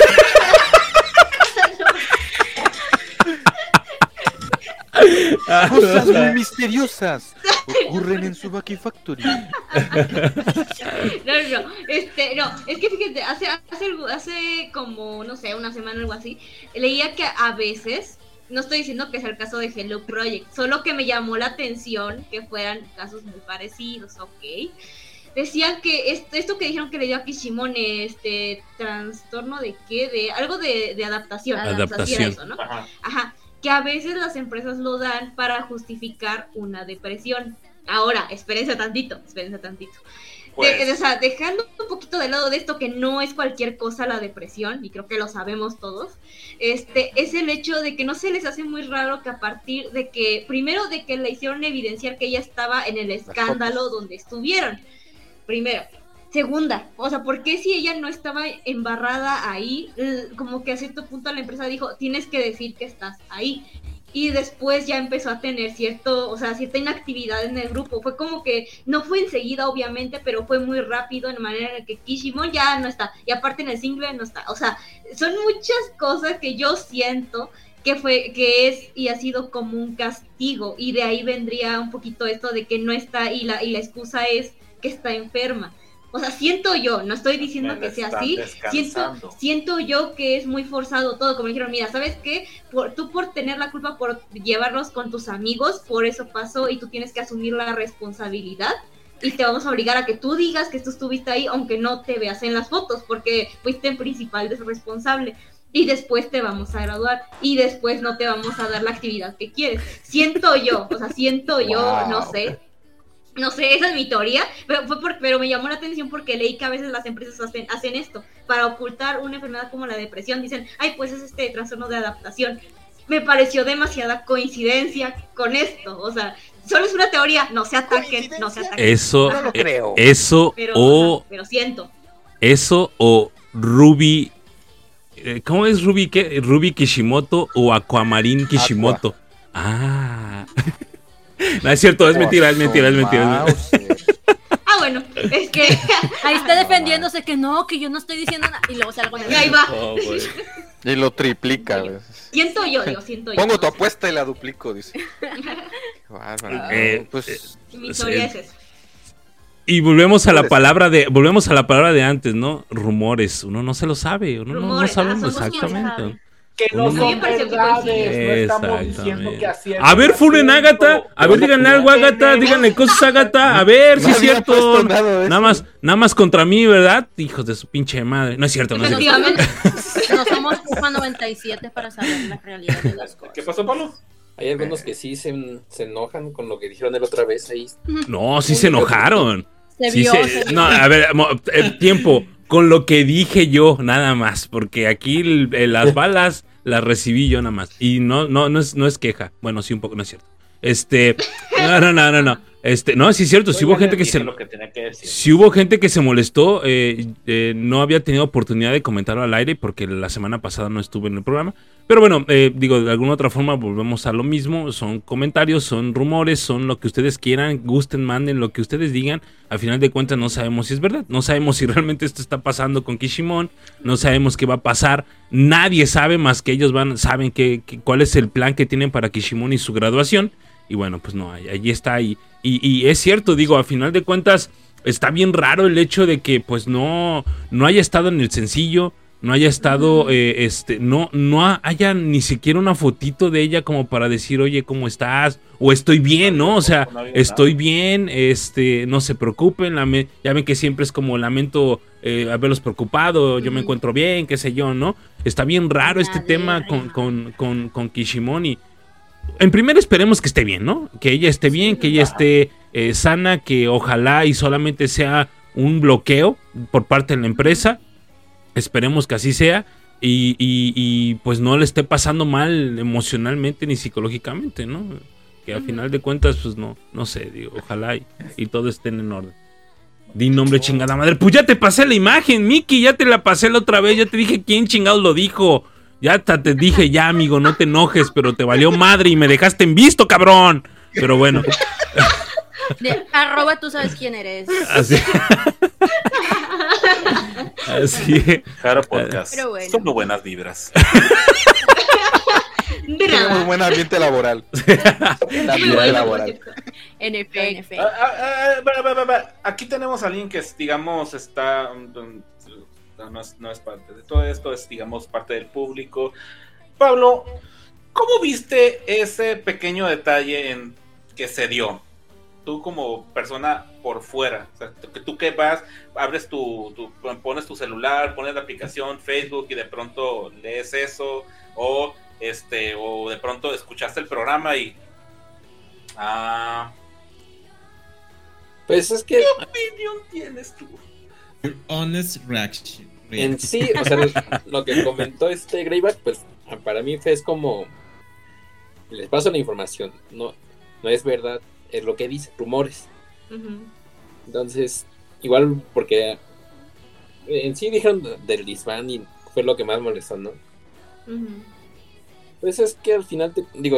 Cosas muy misteriosas ocurren en Tsubaki Factory. No, no, no, este, no, es que fíjate, hace, hace, algo- hace como, no sé, una semana o algo así, leía que a veces, no estoy diciendo que sea el caso de Hello Project, solo que me llamó la atención que fueran casos muy parecidos, ok. Decían que esto, esto que dijeron que le dio a Kishimon, este, trastorno de qué, de algo de, de adaptación. Adaptación. Sí era eso, ¿no? Ajá. Ajá, que a veces las empresas lo dan para justificar una depresión. Ahora, espérense tantito, espérense tantito. Pues, De- de- o sea, dejando un poquito de lado de esto que no es cualquier cosa la depresión, y creo que lo sabemos todos, este, es el hecho de que no se les hace muy raro que a partir de que, primero de que le hicieron evidenciar que ella estaba en el escándalo donde estuvieron, primero. Segunda, o sea, ¿por qué si ella no estaba embarrada ahí? L- Como que a cierto punto la empresa dijo, tienes que decir que estás ahí. Y después ya empezó a tener cierto, o sea, cierta inactividad en el grupo. Fue como que, no fue enseguida obviamente, pero fue muy rápido en manera en la que Kishimon ya no está. Y aparte en el single no está. O sea, son muchas cosas que yo siento que fue, que es y ha sido como un castigo. Y de ahí vendría un poquito esto de que no está y la, y la excusa es que está enferma. O sea, siento yo, no estoy diciendo me que sea están así, siento, descansando. siento yo que es muy forzado todo, como dijeron, mira, ¿sabes qué? Por, tú por tener la culpa por llevarlos con tus amigos, por eso pasó y tú tienes que asumir la responsabilidad y te vamos a obligar a que tú digas que tú estuviste ahí, aunque no te veas en las fotos, porque fuiste el principal responsable. y después te vamos a graduar y después no te vamos a dar la actividad que quieres. Siento yo, o sea, siento yo, Wow. no sé. No sé, esa es mi teoría, pero, fue por, pero me llamó la atención porque leí que a veces las empresas hacen, hacen esto para ocultar una enfermedad como la depresión. Dicen, ay, pues es este trastorno de adaptación. Me pareció demasiada coincidencia con esto. O sea, solo es una teoría, no se ataquen, no se ataquen. Eso, No lo eh, creo. eso Pero, o ajá, pero siento. eso o Ruby, eh, ¿cómo es Ruby qué? Ruby Kishimoto o Aquamarine Kishimoto. Ah. No es cierto, es mentira, es mentira, es mentira. Es mentira. Ah, bueno, es que Ahí está defendiéndose que no, que yo no estoy diciendo nada. Y luego salgo en el. ahí va. Oh, güey. Y lo triplica. güey. Siento yo, digo, siento yo. Pongo no tu sé. apuesta y la duplico, dice. Qué bárbaro. Eh, Pues Mi teoría es esa. Y volvemos a la Rumores. palabra de, volvemos a la palabra de antes, ¿no? Rumores. Uno no se lo sabe, uno no- no, Rumores, ah, sabemos somos quienes exactamente. saben. Que no Uno no- son Me parece que verdades, no estamos Exactamente. diciendo que así es. A ver, funen a Agatha. A ver, díganle algo a Agatha. Díganle cosas a Agatha. A ver si es Nadie ha cierto. puesto nada de eso. Nada más, nada más contra mí, ¿verdad? Hijos de su pinche madre. No es cierto, no es cierto. Efectivamente. No somos Cufa noventa y siete para saber la realidad de las cosas. ¿Qué pasó, Pablo? Hay algunos que sí se, se enojan con lo que dijeron el otra vez ahí. No, sí se enojaron. Se Sí vio, se- se vio. No, a ver, mo- eh, tiempo. Con lo que dije yo, nada más. Porque aquí el- el- las balas las recibí yo nada más. Y no, no, no es, no es queja. Bueno, sí, un poco, no es cierto. Este. No, no, no, no, no. Este, no, sí es cierto. Si hubo gente que se. Lo que tenía que decir. Si hubo gente que se molestó, eh, eh, no había tenido oportunidad de comentarlo al aire porque la semana pasada no estuve en el programa. Pero bueno, eh, digo, de alguna otra forma volvemos a lo mismo. Son comentarios, son rumores, son lo que ustedes quieran, gusten, manden, lo que ustedes digan. Al final de cuentas no sabemos si es verdad. No sabemos si realmente esto está pasando con Kishimon. No sabemos qué va a pasar. Nadie sabe más que ellos van, saben que, que- cuál es el plan que tienen para Kishimon y su graduación. Y bueno, pues no, ahí, ahí está. Y, y, y es cierto, digo, a final de cuentas está bien raro el hecho de que pues no, no haya estado en el sencillo, no haya estado, eh, este, no, no ha- haya ni siquiera una fotito de ella como para decir, oye, ¿cómo estás? O estoy bien, ¿no? O sea, No había estoy bien, este, no se preocupen, lame- ya ven que siempre es como lamento eh, haberlos preocupado, yo me Ujú. encuentro bien, qué sé yo, ¿no? Está bien raro este Nadie, tema con, ajá. con, con, con Kishimon y en primer esperemos que esté bien, ¿no? Que ella esté bien, que ella esté eh, sana, que ojalá y solamente sea un bloqueo por parte de la empresa. Esperemos que así sea y, y- y, pues no le esté pasando mal emocionalmente ni psicológicamente, ¿no? Que al final de cuentas, pues no, no sé, digo, ojalá y, y todo esté en orden. Di nombre, chingada madre. Pues ya te pasé la imagen, Miki, ya te la pasé la otra vez, ya te dije quién chingados lo dijo. Ya hasta te dije, ya, amigo, no te enojes, pero te valió madre y me dejaste en visto, cabrón. Pero bueno, De arroba, tú sabes quién eres. así. Así. Jaro Podcast. Pero bueno. Solo buenas vibras. tenemos Nada. buen ambiente laboral. Muy ambiente bueno, por laboral. cierto. En efecto. Ah, ah, ah, va, va, va, va. Aquí tenemos a alguien que, es, digamos, está. mm, No es, no es parte de todo esto, es, digamos, parte del público. Pablo, ¿cómo viste ese pequeño detalle en que se dio? Tú, como persona por fuera, o sea, que tú que vas, abres tu, tu. Pones tu celular, pones la aplicación Facebook y de pronto lees eso, o este, o de pronto escuchaste el programa y. Ah. Pues es que ¿Qué opinión tienes tú? Your honest reaction. en sí, o sea, lo, lo que comentó este Greyback, pues para mí fue es como les paso la información, no, no es verdad, es lo que dice, rumores. Ujú. Entonces, igual porque en sí dijeron del disband y fue lo que más molestó, ¿no? Ujú. Pues es que al final te digo,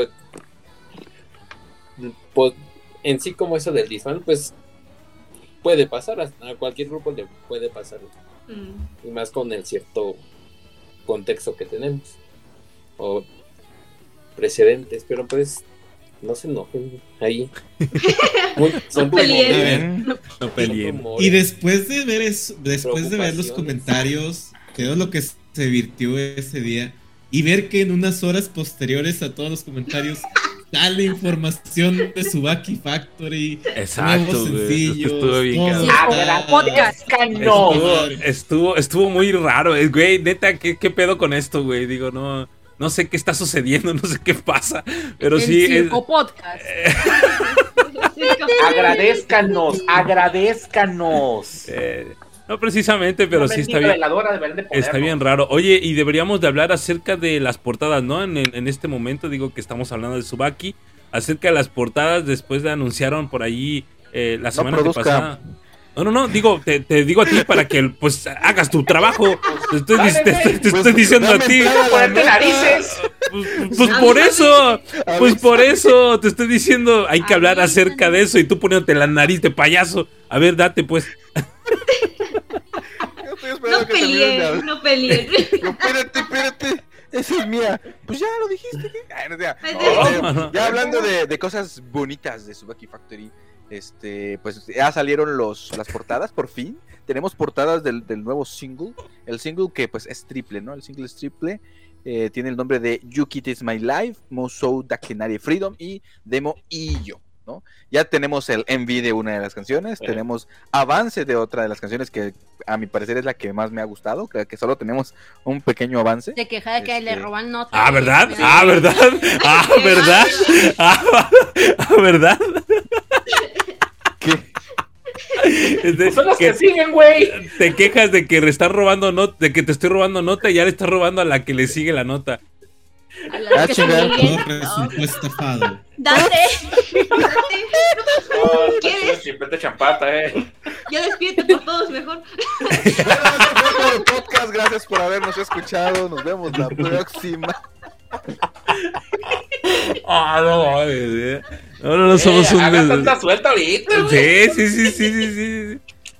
pues, en sí como eso del disband, pues puede pasar, a cualquier grupo le puede pasar. Mm. Y más con el cierto contexto que tenemos o precedentes, pero pues no se enojen ahí. Muy, son No peleen. rumores, No son peleen. rumores. Y después de ver eso, después de ver los Preocupaciones. comentarios, todo lo que se virtió ese día, y ver que en unas horas posteriores a todos los comentarios total información de Tsubaki Factory. Exacto, nuevos güey. sencillos, Estuvo bien, todo cabrón. está- Podcast. No. Estuvo, estuvo, estuvo muy raro, eh, güey. Neta, ¿qué, qué pedo con esto, güey? Digo, no, no sé qué está sucediendo, no sé qué pasa. Pero el sí. es- Circo Podcast. Agradezcanos, agradezcanos. eh, no precisamente, pero Una sí está bendita bien. veladora deberían de ponernos. Está bien raro. Oye, y deberíamos de hablar acerca de las portadas, ¿no? En, en- en este momento digo que estamos hablando de Tsubaki. Acerca de las portadas, después de anunciaron por ahí eh, la semana que produzca. pasada. No, no, no, digo, te, te digo a ti para que pues hagas tu trabajo. Te estoy, Dale, te, te- güey. te estoy Pues, diciendo a dame ti. entrada, Ponerte neta. narices. Pues, pues por eso, pues Avísame. por eso te estoy diciendo, hay que hablar Avísame. acerca de eso y tú poniéndote la nariz de payaso. A ver, date pues. Yo estoy esperando No que terminen de peleen, hablar. no peleen. Yo, espérate, espérate. Esa es mía. Pues ya lo dijiste. ¿qué? Ay, no, ya. Ay, Este, no. ya hablando de, de cosas bonitas de Tsubaki Factory, este, pues ya salieron los, las portadas, por fin. Tenemos portadas del, del nuevo single. El single que pues es triple, ¿no? El single es triple. Eh, tiene el nombre de Yuki It Is My Life, Musou Dakenari Freedom y Demo Iyo, ¿no? Ya tenemos el M V de una de las canciones, Eh. tenemos avance de otra de las canciones que a mi parecer es la que más me ha gustado. Creo que solo tenemos un pequeño avance. Se queja de que le Este- roban notas. Ah, ¿verdad? Sí. Ah, ¿verdad? Ah, ¿verdad? Ah, ah, ¿verdad? ¿Qué? Este, Son los que que siguen, güey. te quejas de que le estás robando nota, de que te estoy robando nota y ya le estás robando a la que le sigue la nota. A las Ah, que chingada. siguen. Todo resultó estafado. Date. Oh, ¿Quieres? Siempre te champata, eh. Ya despídete por todos mejor. Gracias por el podcast, gracias por habernos escuchado. Nos vemos la próxima. Ah, no, mames, eh. no, no, no somos eh, un haga des- tanta suelta ahorita, güey. Sí, sí, sí, sí, sí, sí.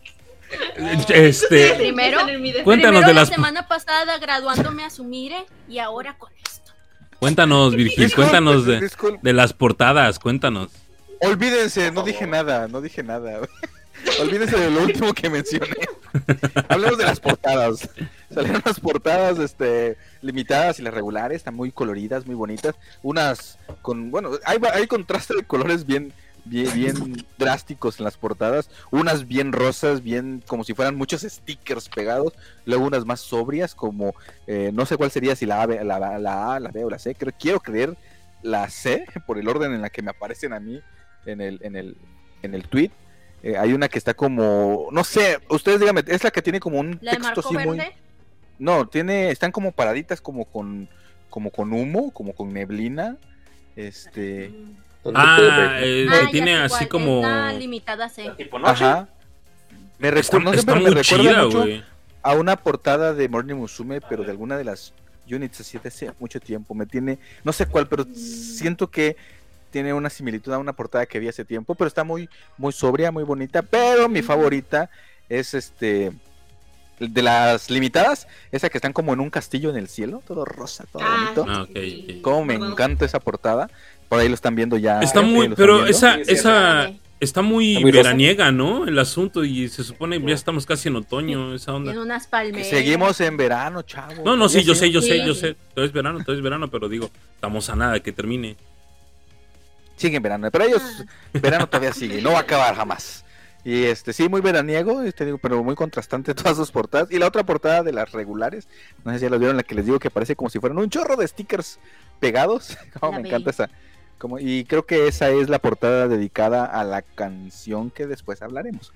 Este, Primero, Están en mi defensa. cuéntanos primero de la las semana pasada graduándome a Sumire y ahora con esto. cuéntanos, Virgil, cuéntanos de, Disculpe, de las portadas, cuéntanos. olvídense, no dije nada, no dije nada. Olvídense de lo último que mencioné. Hablemos de las portadas. Salieron las portadas este, limitadas y las regulares, están muy coloridas, muy bonitas. Unas con, bueno, hay, hay contraste de colores bien, bien, bien drásticos en las portadas. Unas bien rosas, bien como si fueran muchos stickers pegados. Luego unas más sobrias, como eh, no sé cuál sería, si la A, la, la, la A, la B o la C. Creo, quiero creer la C, por el orden en la que me aparecen a mí en el, en el, en el tweet. Eh, hay una que está como, no sé, ustedes díganme, es la que tiene como un La de texto Marco así muy, Verde. no, tiene, están como paraditas como con, como con humo, como con neblina, este, Ah, eh, Ah, que ya tiene sé así cuál, como... es la limitada C. Tipo noche. ajá, me Está, recuerda, no sé, está pero me muy recuerda chida, mucho güey. a una portada de Morning Musume, pero de alguna de las units así de hace mucho tiempo, me tiene, no sé cuál, pero siento que tiene una similitud a una portada que vi hace tiempo, pero está muy, muy sobria, muy bonita, pero mi favorita es este, de las limitadas, esa que están como en un castillo en el cielo, todo rosa, todo Ah, bonito. Ah, ok, sí. ok. Como me encanta esa portada, por ahí lo están viendo ya. Está creo que muy, lo están pero viendo. esa, Sí, sí, esa, sí. está muy, Está muy rosa. veraniega, ¿no? El asunto y se supone ya estamos casi en otoño, esa onda. Tiene unas Que palmeras. seguimos en verano, chavo. No, no, sí, yo sé, yo sé, Sí. yo sé. Todo es verano, todo es verano, pero digo, estamos a nada de que termine. Sigue en verano, pero ellos, verano todavía sigue, no va a acabar jamás. Y este, sí, muy veraniego, este digo, pero muy contrastante todas sus portadas. Y la otra portada de las regulares, no sé si ya las vieron, la que les digo que parece como si fueran un chorro de stickers pegados. Como La me vi. encanta esa. Como, y creo que esa es la portada dedicada a la canción que después hablaremos.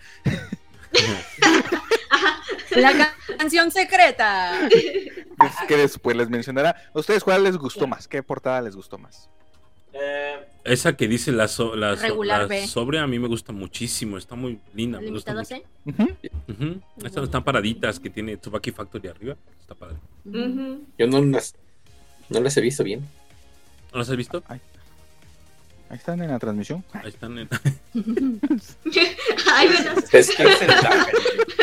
La ca- canción secreta. Es que después les mencionará. ¿A ustedes cuál les gustó más? ¿Qué portada les gustó más? Eh, Esa que dice la, so- la, so- Regular la B. sobria a mí me gusta muchísimo, está muy linda. Me gusta Limitado mucho. C. Ujú. Ujú. Estas están paraditas que tiene Tsubaki Factory arriba. Está padre. Ujú. Yo no las, no las he visto bien. ¿No las has visto? Ahí están en la transmisión. Ahí están. En... Ay, bueno. Es que es el Daca.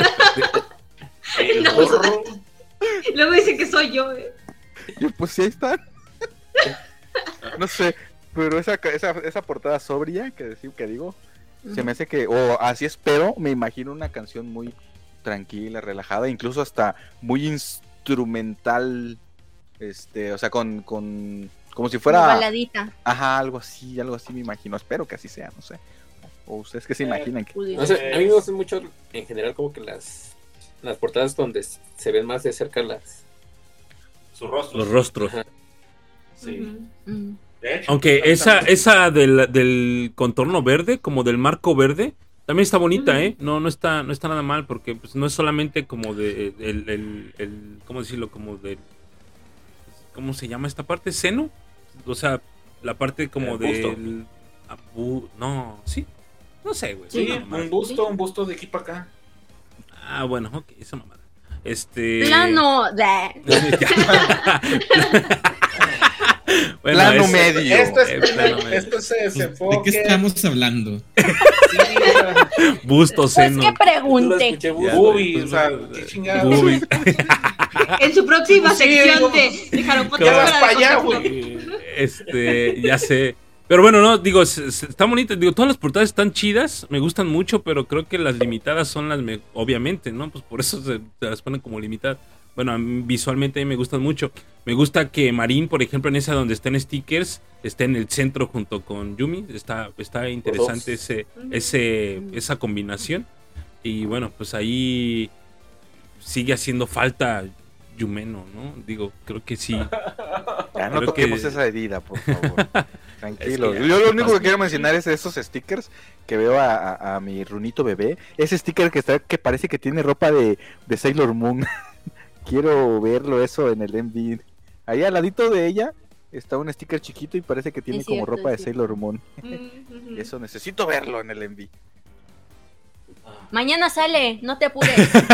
El No. burro. Luego dicen que soy yo, eh. Yo, pues sí, ahí están. No sé, pero esa, esa, esa portada sobria que, decir, que digo, se me hace que, o así espero, me imagino una canción muy tranquila, relajada, incluso hasta muy instrumental, este, o sea, con, con, como si fuera... Como baladita. Ajá, algo así, algo así me imagino. Espero que así sea, no sé. ¿O ustedes qué se imaginan? Que... No sé, a mí me gustan mucho en general como que las, las portadas donde se ven más de cerca las... Sus rostros. Los rostros. Ajá. Sí. Mm. De hecho, Aunque también- esa, esa del, del contorno verde, como del marco verde, también está bonita, Ujú. ¿eh? No, no está, no está nada mal, porque pues, no es solamente como de el, el, el- ¿cómo decirlo? Como de, ¿cómo se llama esta parte? ¿Seno? O sea, la parte como El busto. del... abu- no, sí. No sé, güey. Sí, Una mamada. un busto, un busto de aquí para acá. Ah, bueno, ok, esa mamada. Este... Plano de... Bueno, Plano ese- medio. Esto es, Eh, plano medio. esto se Pues, desenfoque. ¿de qué estamos hablando? Sí, o sea, Busto, Pues seno. que Lo pregunte. escuché, Ya, Bubi, pues, o sea, pues, qué chingada. Bubi. En su próxima Sí, sección digo, de, de Jaro ¿qué Podcast vas fuera para de allá, contexto. güey? Este, ya sé. Pero bueno, no, digo, se- se- está bonita. Digo, todas las portadas están chidas, me gustan mucho, pero creo que las limitadas son las, me- obviamente, ¿no? Pues por eso se, se las ponen como limitadas. Bueno, a mí visualmente a mí me gustan mucho. Me gusta que Marín, por ejemplo, en esa donde están stickers, esté en el centro junto con Yumi. Está, está interesante dos. ese, ese, esa combinación. Y bueno, pues ahí sigue haciendo falta Yumeno, ¿no? Digo, creo que sí. Ya no Creo que- toquemos esa herida, por favor. Tranquilo. Es que ya- Yo lo único que quiero mencionar es esos stickers que veo a, a- a mi runito bebé. Ese sticker que está que parece que tiene ropa de, de Sailor Moon. Quiero verlo eso en el M V. Ahí al ladito de ella está un sticker chiquito y parece que tiene Es como cierto, ropa de es cierto. Sailor Moon. Ujú. Eso necesito verlo en el M V. Mañana sale, no te apures.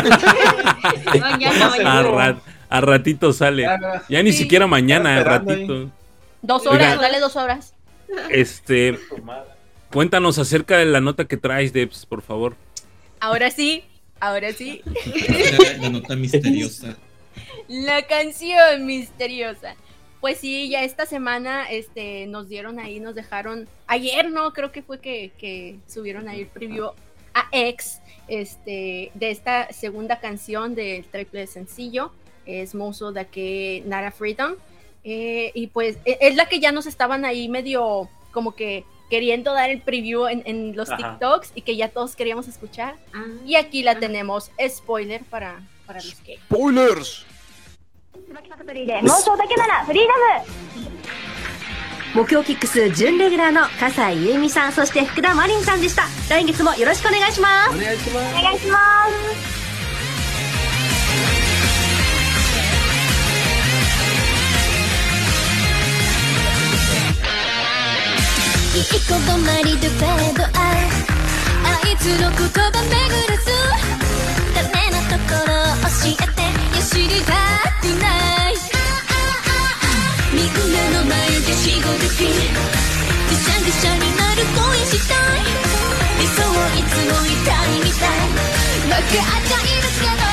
Mañana, Más mañana. A, ra- a ratito sale. Ya, Ya ni Sí. siquiera mañana, a Esperando ratito. Dos horas, Oigan. dale dos horas. Este, cuéntanos acerca de la nota que traes, Debs, por favor. Ahora sí, ahora sí. La, la nota misteriosa. La canción misteriosa. Pues sí, ya esta semana este, nos dieron ahí, nos dejaron, ayer no, creo que fue que, que subieron ahí el preview a X este, de esta segunda canción del triple sencillo, es Mozo de que Nara Freedom. Eh, y pues e- es la que ya nos estaban ahí medio como que queriendo dar el preview en, en los Ajá. TikToks y que ya todos queríamos escuchar. Ah. Y aquí la tenemos, spoiler para, para los que... ¡Spoilers! 妄想だけならフリーダム目標キックス準レギュラーの笠井優美さん、そして福田真凛さんでした。来月もよろしくお願いします。お願いします。お願いします。 いい子止まりでフェードアウトあいつの言葉巡らすダメなところを教えていや知りたくないみんなの前でしごできぐしゃぐしゃになる恋したい理想いつも痛いみたい分かっちゃいるけど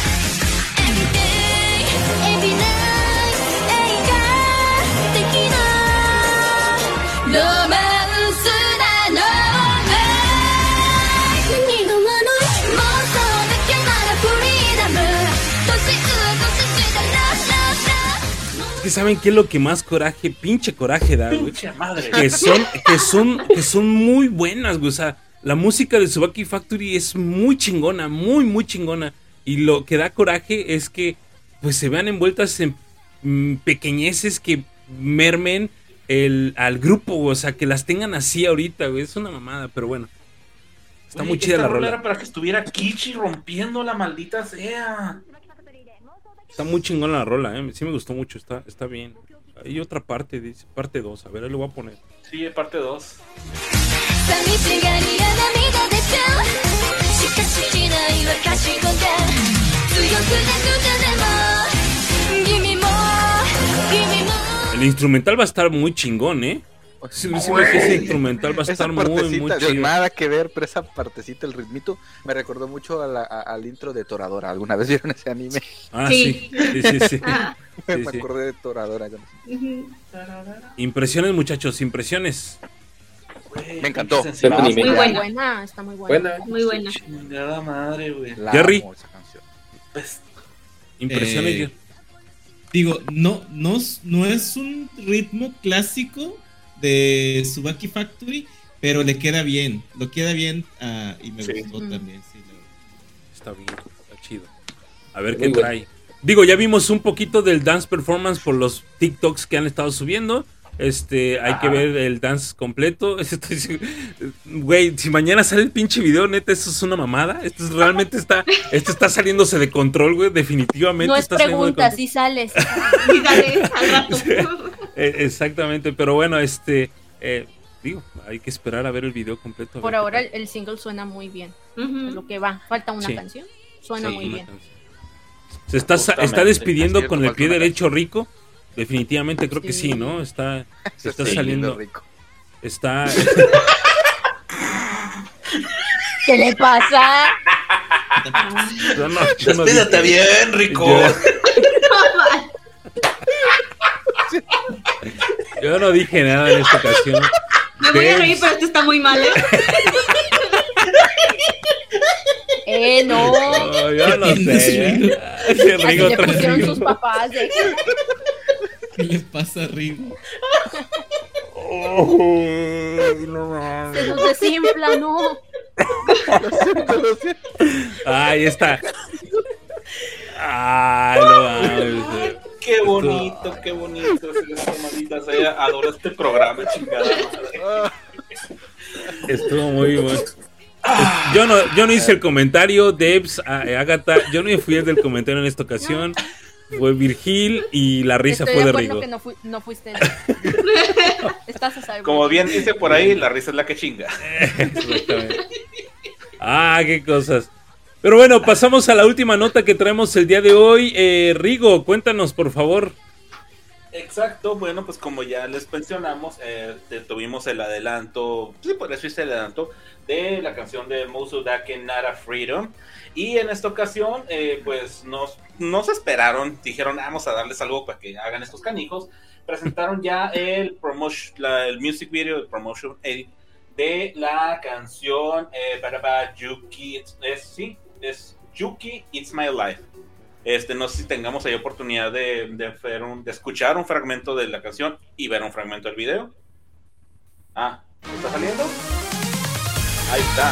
Everyday Every night 映画的なロマンスなの二度はない妄想だけならフリーダム年上年下ラララ Es que saben qué es lo que más coraje, pinche coraje da, güey. Pinche madre. Que son, que son, que son muy buenas, güey. O sea, la música de Tsubaki Factory es muy chingona, muy, muy chingona. Y lo que da coraje es que, pues, se vean envueltas en mm, pequeñeces que mermen el, al grupo, güey. O sea, que las tengan así ahorita, güey. Es una mamada, pero bueno. Está Oye, muy chida esta la rola rola. era para que estuviera Kichi rompiendo la maldita sea. Está muy chingona la rola, eh. Sí me gustó mucho, está, está bien. Hay otra parte, dice, parte dos. A ver, ahí lo voy a poner. Sí, parte dos. 寂しがりや涙出ちゃうしかししない私語が強くなくてでも君も君も El instrumental va a estar muy chingón, eh. Sí, sí, Güey. que ese instrumental va a Esa estar muy, muy partecita, chido. nada que ver, pero esa partecita, el ritmito, me recordó mucho a la- a- al intro de Toradora. ¿Alguna vez vieron ese anime? Ah, sí. Sí. Sí, sí, sí. Ah, me Sí, sí. acordé de Toradora. ujú. Impresiones, muchachos, impresiones. Me encantó. Suena anime. Muy Muy buena. buena, está muy buena. Buena. Muy buena. Chingada madre, güey. La Jerry. amo esa canción. Pues, Impresiones. Eh, yo- digo, no, no, no es un ritmo clásico de Tsubaki Factory, pero le queda bien, lo queda bien uh, y me sí. gustó mm. también. Sí, está bien, está chido. A ver qué trae. Bueno. Digo, ya vimos un poquito del dance performance por los TikToks que han estado subiendo. Este, hay Ajá. que ver el dance completo. Güey, si mañana sale el pinche video, neta, eso es una mamada. Esto es, realmente está, esto está saliéndose de control, güey. Definitivamente. No es está pregunta, si sales. Sí sale al rato. Exactamente, pero bueno, este, eh, digo, hay que esperar a ver el video completo. Por ahora el, el single suena muy bien. Uh-huh. Es lo que va. Falta una sí. canción. Suena sí, muy bien. Canción. Se está, está despidiendo con el pie derecho rico. Definitivamente creo sí. que sí, ¿no? Está, está sí, saliendo. Rico. Está. ¿Qué le pasa? Yo no, yo no Despídete dije, bien, rico. Yo, yo no dije nada en esta ocasión. Me voy a reír, pero esto está muy mal, ¿eh? Eh, no. no yo no sé. ¿eh? Así le pusieron sus papás. ¿eh? ¿Qué le pasa a Rigo? Oh, no, se nos desinfla, no. Ahí está. Ay, no, qué bonito, qué bonito. Esta maldita sea, adoro este programa, chingada madre. Estuvo muy bueno. Yo no, yo no hice el comentario, Debs, Agatha, yo no fui el del comentario en esta ocasión. Fue Virgil y la risa Estoy fue de, de Rigo. Que no, fui, no fuiste. Estás a salvo. Como bien dice por ahí, la risa es la que chinga. Exactamente. Ah, qué cosas. Pero bueno, pasamos a la última nota que traemos el día de hoy. Eh, Rigo, cuéntanos, por favor. Exacto, bueno, pues como ya les mencionamos, eh, tuvimos el adelanto, sí, por eso hice el adelanto, de la canción de Muzudake Nara Freedom. Y en esta ocasión, eh, pues nos, nos esperaron, dijeron, vamos a darles algo para que hagan estos canijos. Presentaron ya el promotion, la, el music video, el promotion edit de la canción eh, para Yuki, es, sí, es Yuki, It's My Life. Este, no sé si tengamos ahí oportunidad de, de, ver un, de escuchar un fragmento de la canción y ver un fragmento del video. Ah, ¿está saliendo? Ahí está.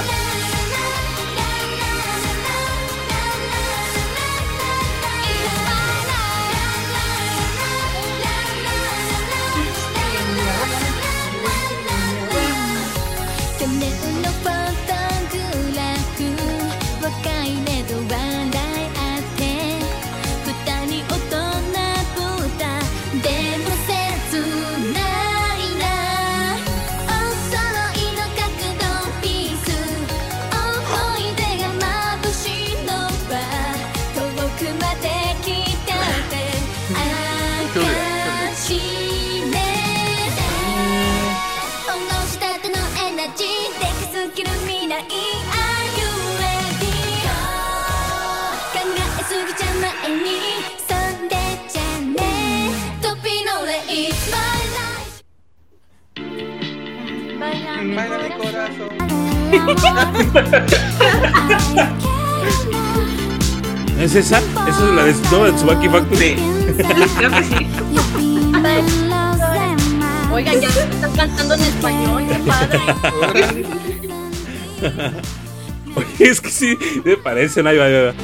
Baila mi corazón. ¿Es esa? ¿Esa es la de, no, de Tsubaki Factory? Sí. Creo que sí. Oigan, ya estás cantando en español, qué padre. Oye, es que sí, me parece, ahí va, ahí va.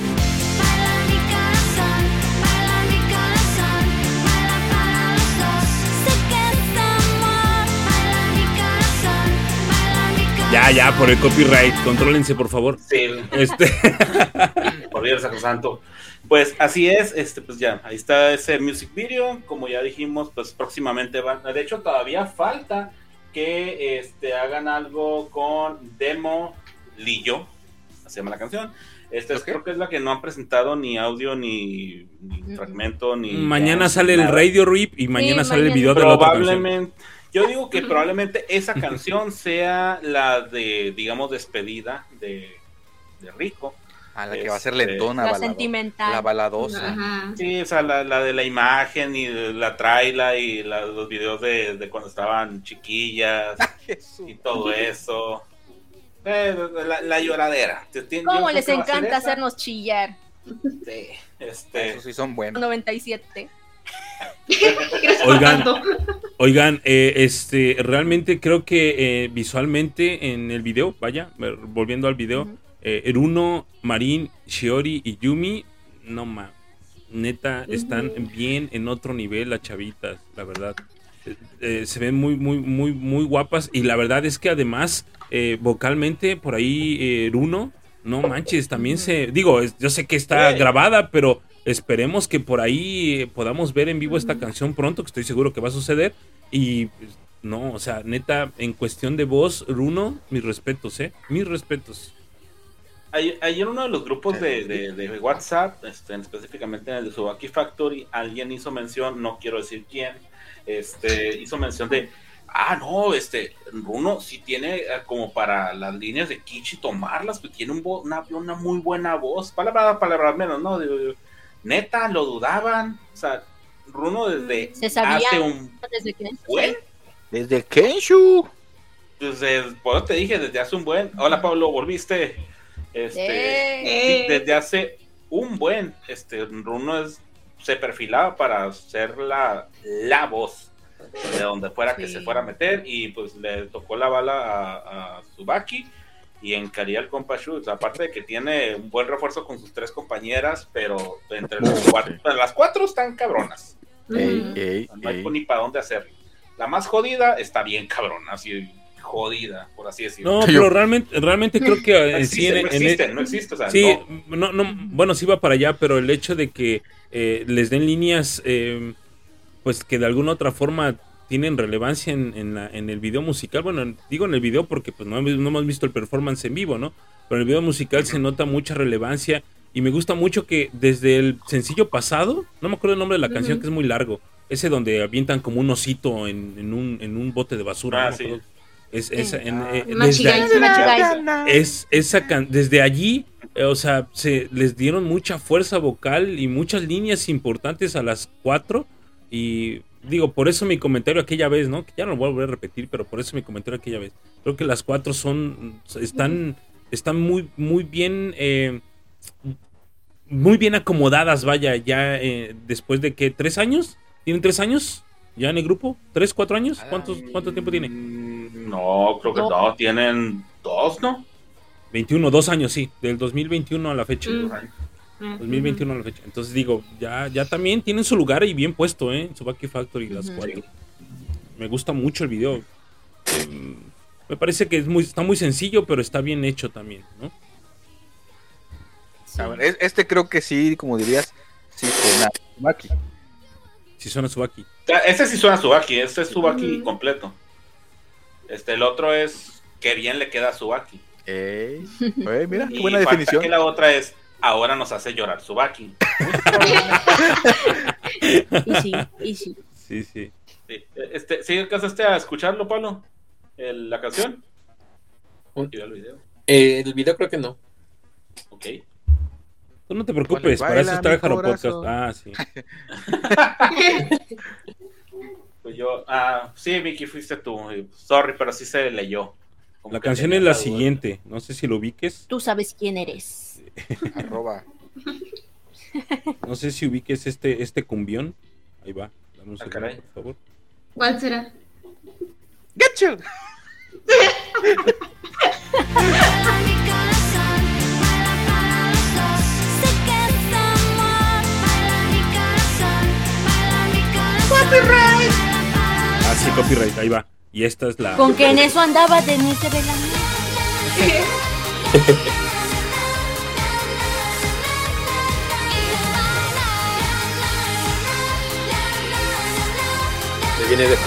Ya, ya, por el copyright, contrólense, por favor. Sí. Este. Por Dios Sacrosanto. Pues así es, este, pues ya, ahí está ese music video. Como ya dijimos, pues próximamente van. De hecho, todavía falta que este, hagan algo con Demo Lillo, se llama la canción. Este es, creo que es la que no han presentado ni audio, ni, ni fragmento, ni. Mañana ya, sale nada. el radio rip y mañana sí, sale mañana. el video de la otra canción. Yo digo que probablemente esa canción sea la de, digamos, despedida de, de Rico. Ah, la que este, va a ser lentona, la balado, sentimental. La baladosa. Ajá. Sí, o sea, la, la de la imagen y la traila y la, los videos de, de cuando estaban chiquillas y todo eso. Eh, la, la lloradera. ¿Cómo les encanta hacernos chillar? Sí, este. Esos sí son buenos. noventa y siete. Gracias por Oigan, tanto. oigan, eh, este, realmente creo que eh, visualmente en el video, vaya, eh, volviendo al video, eh, Eruno, Marin, Shiori y Yumi, no ma, neta, están bien en otro nivel las chavitas, la verdad. Eh, eh, se ven muy, muy, muy, muy guapas y la verdad es que además, eh, vocalmente, por ahí eh, Eruno, no manches, también se, digo, es- yo sé que está grabada, pero esperemos que por ahí eh, podamos ver en vivo esta canción pronto, que estoy seguro que va a suceder. Y pues, no, o sea, neta, en cuestión de voz, Runo, mis respetos, ¿eh? Mis respetos. Ayer, ayer uno de los grupos de, de, de WhatsApp, este, específicamente en el de Subaki Factory, alguien hizo mención, no quiero decir quién, este, hizo mención de, ah, no, este, Runo sí tiene eh, como para las líneas de Kichi tomarlas, pues tiene un vo- una, una muy buena voz, palabras, palabras menos, ¿no? Digo, digo, neta, lo dudaban, o sea, Runo desde Se sabía hace un desde que buen, Desde Kenshu. desde, por eso te dije, desde hace un buen, hola Pablo, volviste, este, ¡Eh! sí, desde hace un buen, este, Runo es, se perfilaba para ser la, la voz de donde fuera que Sí. se fuera a meter, y pues le tocó la bala a, a Tsubaki y encaría el compa Schultz, aparte de que tiene un buen refuerzo con sus tres compañeras, pero entre las cuatro, las cuatro están cabronas, Ey, ey, no hay ey. ni para dónde hacerlo. La más jodida está bien cabrona, así jodida, por así decirlo. No, pero realmente, realmente creo que No eh, existe, sí, en, no en- existe, no existe, o sea, sí, no. no, no, bueno, sí va para allá, pero el hecho de que eh, les den líneas, eh, pues que de alguna otra forma tienen relevancia en, en, la- en el video musical. Bueno, digo en el video porque pues no, hemos- no hemos visto el performance en vivo, ¿no? Pero en el video musical se nota mucha relevancia y me gusta mucho que desde el sencillo pasado, no me acuerdo el nombre de la canción, Ujú. que es muy largo, ese donde avientan como un osito en, en un, en un bote de basura. Ah, no me sí. acuerdo. Es, esa, en, Ah. eh, desde- Machigai, Machigai. es esa can- desde allí, eh, o sea, se les dieron mucha fuerza vocal y muchas líneas importantes a las cuatro. Y digo, por eso mi comentario aquella vez, ¿no? Que ya no lo voy a volver a repetir, pero por eso mi comentario aquella vez. Creo que las cuatro son, están, están muy, muy bien, eh, muy bien acomodadas, vaya, ya eh, después de que, ¿tres años? ¿Tienen tres años? ¿Ya en el grupo? ¿Tres, cuatro años? ¿Cuántos, ¿Cuánto tiempo tiene? No, creo que No. no, tienen dos, ¿no? veintiuno, dos años, sí, del dos mil veintiuno a la fecha. Mm. dos mil veintiuno a la fecha. Entonces digo, ya, ya también tienen su lugar y bien puesto, ¿eh? En Tsubaki Factory, las Ujú. cuatro. Me gusta mucho el video. Mm, Me parece que es muy, está muy sencillo, pero está bien hecho también, ¿no? A ver, es- este creo que sí, como dirías, sí suena Tsubaki. Si suena Tsubaki. O sea, Este sí suena a Tsubaki, este es Tsubaki Ujú. completo. Este, el otro es qué bien le queda a Tsubaki. Ey, ey, mira, qué Y buena falta definición. que la otra es ahora nos hace llorar Tsubaki. Y sí, y sí. Sí, sí. Sí, este, ¿sí alcanzaste a escucharlo, Pablo? El- la canción. Un- Y veo el video. Eh, el video creo que no. Ok. Tú no te preocupes, Baila para eso está mi el Jaro Podcast. corazón. Ah, sí. Pues yo, ah, sí, Vicky, fuiste tú. Sorry, pero sí se leyó. Como La que canción tenía es la duda. siguiente. No sé si lo ubiques. Tú sabes quién eres. Arroba. No sé si ubiques este, este cumbión. Ahí va. Dame un Ah, segundo, caray. por favor. ¿Cuál será? ¡Gacho! Baila mi corazón, baila para los dos. Sé que es amor. Baila mi corazón, baila mi corazón. Copyright. Ah, sí, copyright. Ahí va. Y esta es la. Con que en eso andaba Denise Belán. Me viene de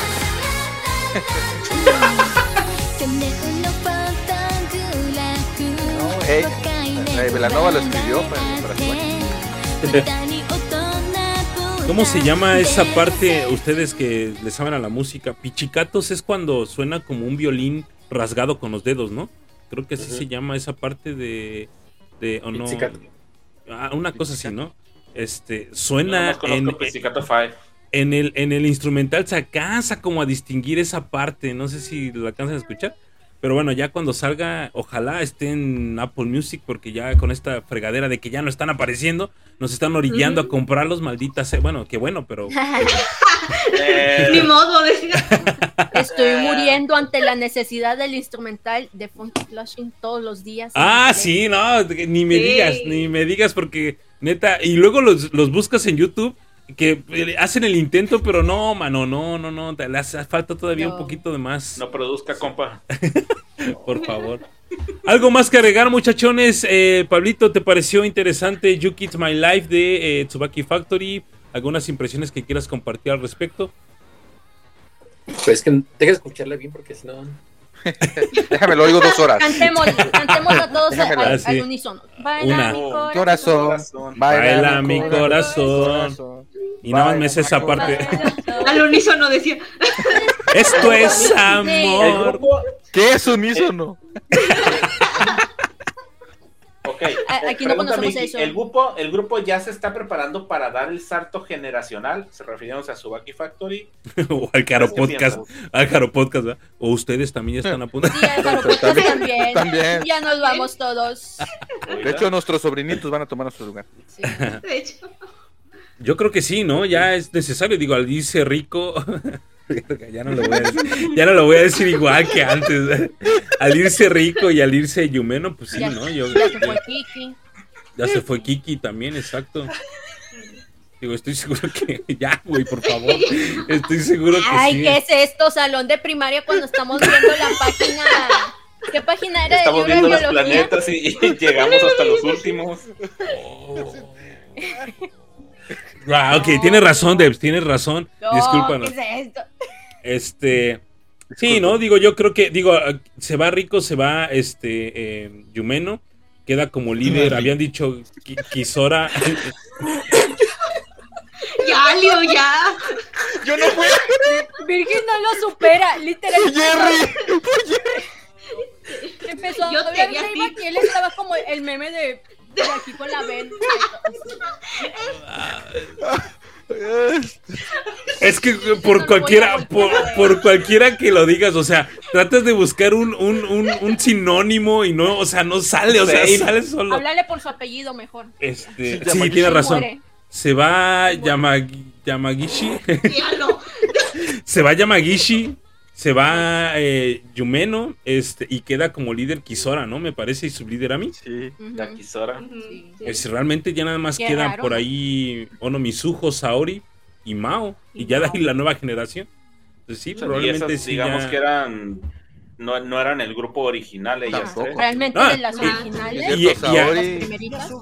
No, ey, eh, Belanova lo escribió para, para Tsubaki. ¿Cómo se llama esa parte, ustedes que le saben a la música? Pichicatos es cuando suena como un violín rasgado con los dedos, ¿no? Creo que así Ujú. se llama esa parte de... de o no, Pizzicato. ah, una cosa así, ¿no? Este, Yo suena nomás conozco en, Pizzicato Five. en, el, en el instrumental, se alcanza como a distinguir esa parte, no sé si lo alcanzan a escuchar. Pero bueno, ya cuando salga, ojalá esté en Apple Music, porque ya con esta fregadera de que ya no están apareciendo, nos están orillando uh-huh. a comprarlos, malditas sea. Bueno, qué bueno, pero... eh... Ni modo, decía. Estoy muriendo ante la necesidad del instrumental de Funky Flushing todos los días. Ah, sí, no, ni me sí. digas, ni me digas, porque neta, y luego los, los buscas en YouTube, que hacen el intento, pero no, mano, no, no, no, le hace falta todavía no. un poquito de más. No produzca, compa. Por favor. Algo más que agregar, muchachones. eh, Pablito, ¿te pareció interesante You Kids My Life de eh, Tsubaki Factory? ¿Algunas impresiones que quieras compartir al respecto? Pues que deja escucharla bien, porque si no... Déjame, lo oigo dos horas. Cantemos, cantemos a todos al, al, al unísono. Baila Una. mi corazón, corazón baila, baila mi corazón. corazón. Y nada más me sé esa parte. Al unísono decía. Esto es amor. ¿Qué es unísono? Ok, aquí no conocemos eso. El grupo, el grupo ya se está preparando para dar el salto generacional. Se refirieron a Tsubaki Factory. O al Caro Podcast. Al Caro Podcast, ¿verdad? O ustedes también ya están a punto. Sí, al Caro Podcast también. también. Ya nos vamos todos. De hecho, nuestros sobrinitos van a tomar nuestro lugar. Sí, de hecho. Yo creo que sí, ¿no? Ya es necesario. Digo, al irse rico. Ya no, lo voy a decir, ya no lo voy a decir igual que antes. Al irse rico y al irse Yumeno, pues sí, ya, ¿no? Yo, ya se fue Kiki. Ya se fue Kiki también, exacto. Digo, estoy seguro que... Ya, güey, por favor. Estoy seguro que Ay, sí. ¿qué es esto? Salón de primaria cuando estamos viendo la página... ¿Qué página era? Estamos de viendo los biología? planetas y, y llegamos hasta los últimos. Oh. Ah, ok, tienes razón, Debs, tienes razón. No, Discúlpanos. ¿qué es esto? Este, sí, no, digo, yo creo que, digo, se va Rico, se va este eh, Yumeno, queda como líder. Habían dicho Ki- Kisora. Ya, Leo, ya. Yo no puedo. Virgin no lo supera, literalmente. Jerry. Empezó Yo a hablar te de vi a ti. Iba y él estaba como el meme de, de aquí con la ven. Es que por No cualquiera, lo voy a por, voltear. por cualquiera que lo digas, o sea, tratas de buscar un, un, un, un sinónimo y no, o sea, no sale, o sea, Sí. sale solo. Háblale por su apellido mejor. Este, Sí, sí, tiene razón. muere. Se va Yamagi, Yamagishi. Ya no. Se va Yamagishi. Se va eh, Yumeno. Este, y queda como líder Kisora, ¿no? Me parece, y sublíder a mí. Sí. Ujú. La Kisora. Sí. Es, realmente ya nada más Qué quedan raro, por ¿no? ahí Ono Mizuho, Saori y Mao. Y, Y ya de Mao. ahí la nueva generación. Entonces sí, Y probablemente esas, sí. digamos ya- que eran. No, no eran el grupo original, ellas Tampoco. tres. Realmente Ah, de las y- originales. Es y- cierto, y- Saori. las primeritas.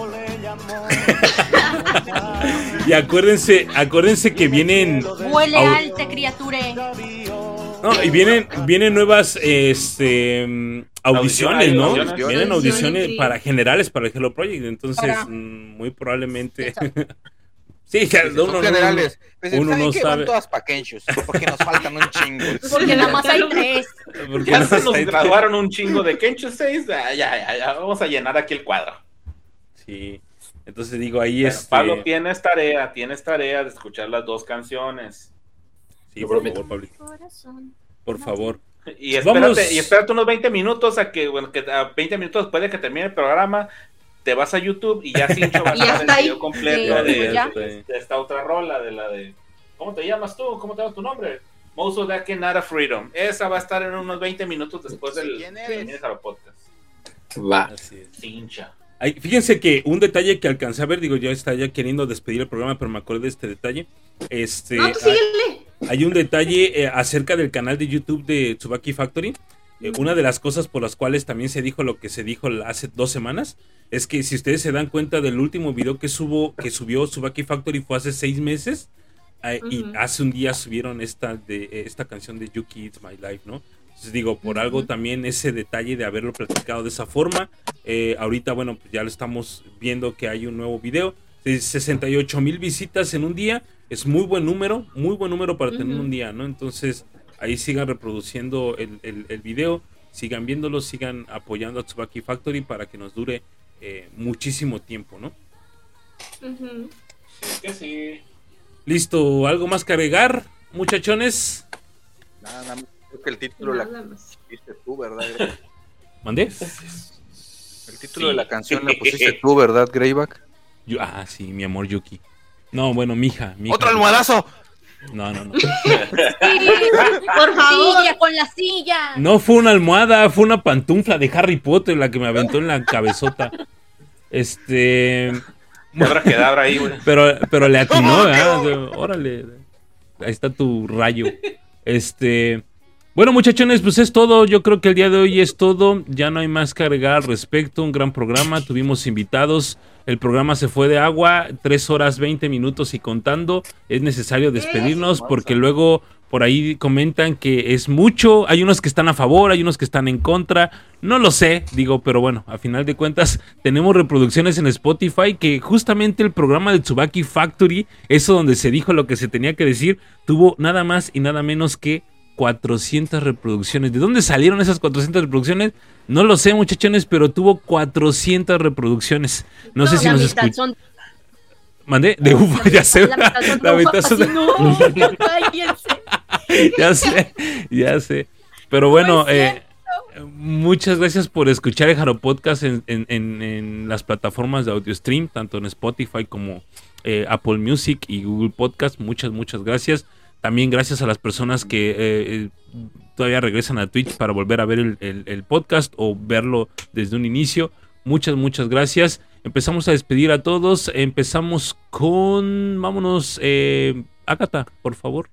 Y acuérdense, acuérdense que vienen. Huele au- alte, criature. No, y vienen, vienen nuevas este, mm, audiciones, ¿no? Audiciones. Vienen audiciones Sí. para generales para el Hello Project, entonces Para- mm, muy probablemente. Sí, ya, Son uno, no- generales. Pues, uno ¿saben no qué? sabe. Van todas pa' Kenshus, porque nos faltan un chingo. Porque nada más hay tres. porque Ya no se nos sé. graduaron un chingo de Kencho seis. Ya, ya, ya, ya, vamos a llenar aquí el cuadro. Sí, entonces digo, ahí Bueno, este... Pablo, tienes tarea, tienes tarea de escuchar las dos canciones. Sí, Lo por prometo. favor, Pablito, por favor. Y espérate, Vamos. y espérate unos veinte minutos a que, bueno, que a veinte minutos después de que termine el programa, te vas a YouTube y ya Cincho va a Y ya dar el está ahí. video completo Sí, de, ya. de- de esta otra rola, de la de... ¿Cómo te llamas tú? ¿Cómo te llamas tu nombre? Mozo Dake Nara Freedom. Esa va a estar en unos veinte minutos después del ¿Quién que eres? termines a podcast. Va. Así es. Cincha. Ay, fíjense que un detalle que alcancé a ver, digo, ya está ya queriendo despedir el programa, pero me acordé de este detalle. Este, No, tú hay, síguele. hay un detalle eh, acerca del canal de YouTube de Tsubaki Factory. Eh, una de las cosas por las cuales también se dijo lo que se dijo hace dos semanas es que si ustedes se dan cuenta del último video que subo, que subió Tsubaki Factory fue hace seis meses eh, y Ujú. hace un día subieron esta de eh, esta canción de You Kids My Life, ¿no? Entonces digo, por algo también ese detalle de haberlo platicado de esa forma. Eh, ahorita, bueno, pues ya lo estamos viendo que hay un nuevo video. De sesenta y ocho mil visitas en un día. Es muy buen número, muy buen número para tener Ujú. un día, ¿no? Entonces, ahí sigan reproduciendo el, el, el video, sigan viéndolo, sigan apoyando a Tsubaki Factory para que nos dure eh, muchísimo tiempo, ¿no? Ujú. Sí, que sí. Listo, ¿algo más que agregar, muchachones? Nada, nada. Creo que el título la Nada más. pusiste tú, ¿verdad, Grey? ¿Mandé? El título Sí. de la canción la pusiste tú, ¿verdad, Greyback? Yo, ah, sí, mi amor Yuki. No, bueno, mija. mija ¡Otro almohadazo! No, no, no. Sí, Por favor. silla con la silla. No fue una almohada, fue una pantufla de Harry Potter la que me aventó en la cabezota. Este. Habrá quedado ahí, güey. Pero, pero le atinó, ¿verdad? O sea, órale. Ahí está tu rayo. Este. Bueno, muchachones, pues es todo. Yo creo que el día de hoy es todo. Ya no hay más que agregar al respecto. Un gran programa. Tuvimos invitados. El programa se fue de agua. tres horas veinte minutos y contando. Es necesario despedirnos porque luego por ahí comentan que es mucho. Hay unos que están a favor, hay unos que están en contra. No lo sé, digo, pero bueno, a final de cuentas tenemos reproducciones en Spotify que justamente el programa de Tsubaki Factory, eso donde se dijo lo que se tenía que decir, tuvo nada más y nada menos que cuatrocientas reproducciones. ¿De dónde salieron esas cuatrocientas reproducciones? No lo sé, muchachones, pero tuvo cuatrocientas reproducciones. No, sé si la nos mitad escuchan. son- Mandé de uva, ya sé. La mitad son La mitad ufas, son- así, no, cállense. ya sé, ya sé. Pero bueno, eh, muchas gracias por escuchar el Jaro Podcast en, en- en- en las plataformas de audio stream, tanto en Spotify como eh, Apple Music y Google Podcast. Muchas, muchas gracias. También gracias a las personas que eh, eh, todavía regresan a Twitch para volver a ver el, el- el podcast o verlo desde un inicio. Muchas, muchas gracias. Empezamos a despedir a todos. Empezamos con... Vámonos, eh, Ágata, por favor.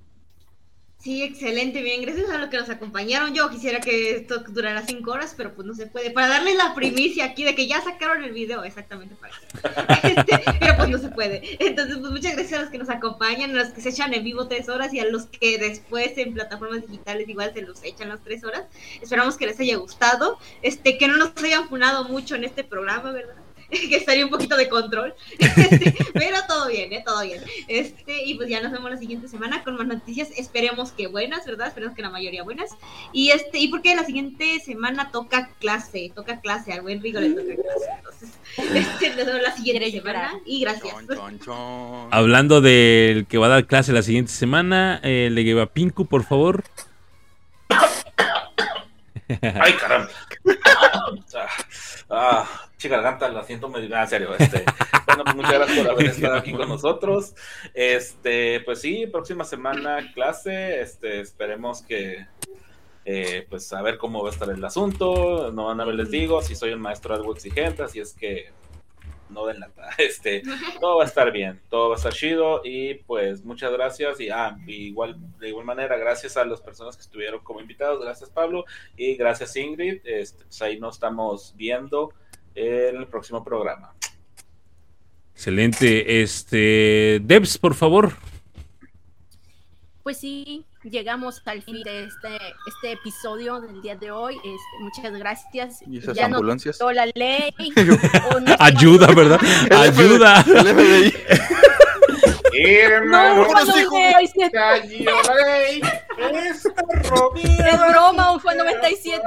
Sí, excelente, bien, gracias a los que nos acompañaron. Yo quisiera que esto durara cinco horas, pero pues no se puede. Para darles la primicia aquí de que ya sacaron el video, exactamente para eso. Este, pero pues no se puede. Entonces, pues muchas gracias a los que nos acompañan, a los que se echan en vivo tres horas y a los que después en plataformas digitales igual se los echan las tres horas. Esperamos que les haya gustado, este, que no nos hayan funado mucho en este programa, ¿verdad? Que estaría un poquito de control, este, pero todo bien, ¿eh? Todo bien. Este, y pues ya nos vemos la siguiente semana con más noticias, esperemos que buenas, ¿verdad? Esperemos que la mayoría buenas. Y este, y porque la siguiente semana toca clase, toca clase, al buen Rigo le toca clase. Entonces, este, nos vemos la siguiente semana y gracias. Hablando del que va a dar clase la siguiente semana, eh, le lleva Pinku, por favor. Ay, caramba. Ah, ah, chica garganta, la siento medio. Ah, en serio. Este, bueno, pues muchas gracias por haber estado aquí con nosotros. Este, pues sí, próxima semana clase. Este, esperemos que, eh, pues a ver cómo va a estar el asunto. No van a ver, les digo, si soy un maestro algo exigente, así es que no den lata. Este, todo va a estar bien, todo va a estar chido y pues muchas gracias y ah, igual de igual manera gracias a las personas que estuvieron como invitados, gracias Pablo y gracias Ingrid. Este, pues ahí nos estamos viendo en el próximo programa. Excelente. Este, Debs, por favor. Pues sí, llegamos al fin de este, este episodio del día de hoy. Este, muchas gracias. ¿Y esas Ya nos ambulancias? quitó la ley. Ayuda, ¿verdad? Ayuda. El F B I. No, fue Unos noventa y siete. Es broma, fue noventa y siete.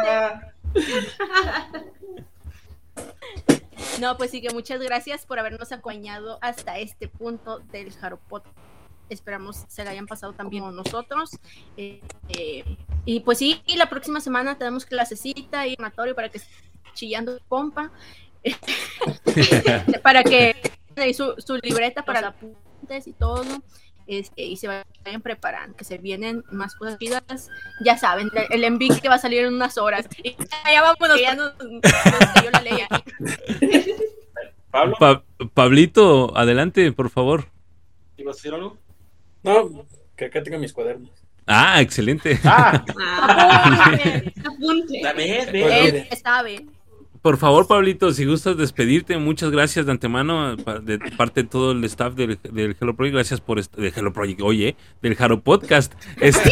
No, pues sí que muchas gracias por habernos acompañado hasta este punto del Jaro Podcast. Esperamos se la hayan pasado también con nosotros. Eh, eh, y pues sí, y la próxima semana tenemos clasecita y oratorio para que esté chillando compa. Para que ahí su, su libreta para los apuntes y todo. Este, y se vayan preparando, que se vienen más cosas chidas. Ya saben, el envío que va a salir en unas horas. Y ya vámonos, ya nos, nos cayó la ley aquí. Pablo, Pa- Pablito, adelante, por favor. ¿ibas a decir algo? No, que acá tengo mis cuadernos. Ah, excelente. Ah, Apunte, Apunte. la ves, él sabe. Por favor, Pablito, si gustas despedirte, muchas gracias de antemano pa- de parte de todo el staff del, del Hello Project, gracias por est- de Hello Project, oye, del Jaro Podcast. Este-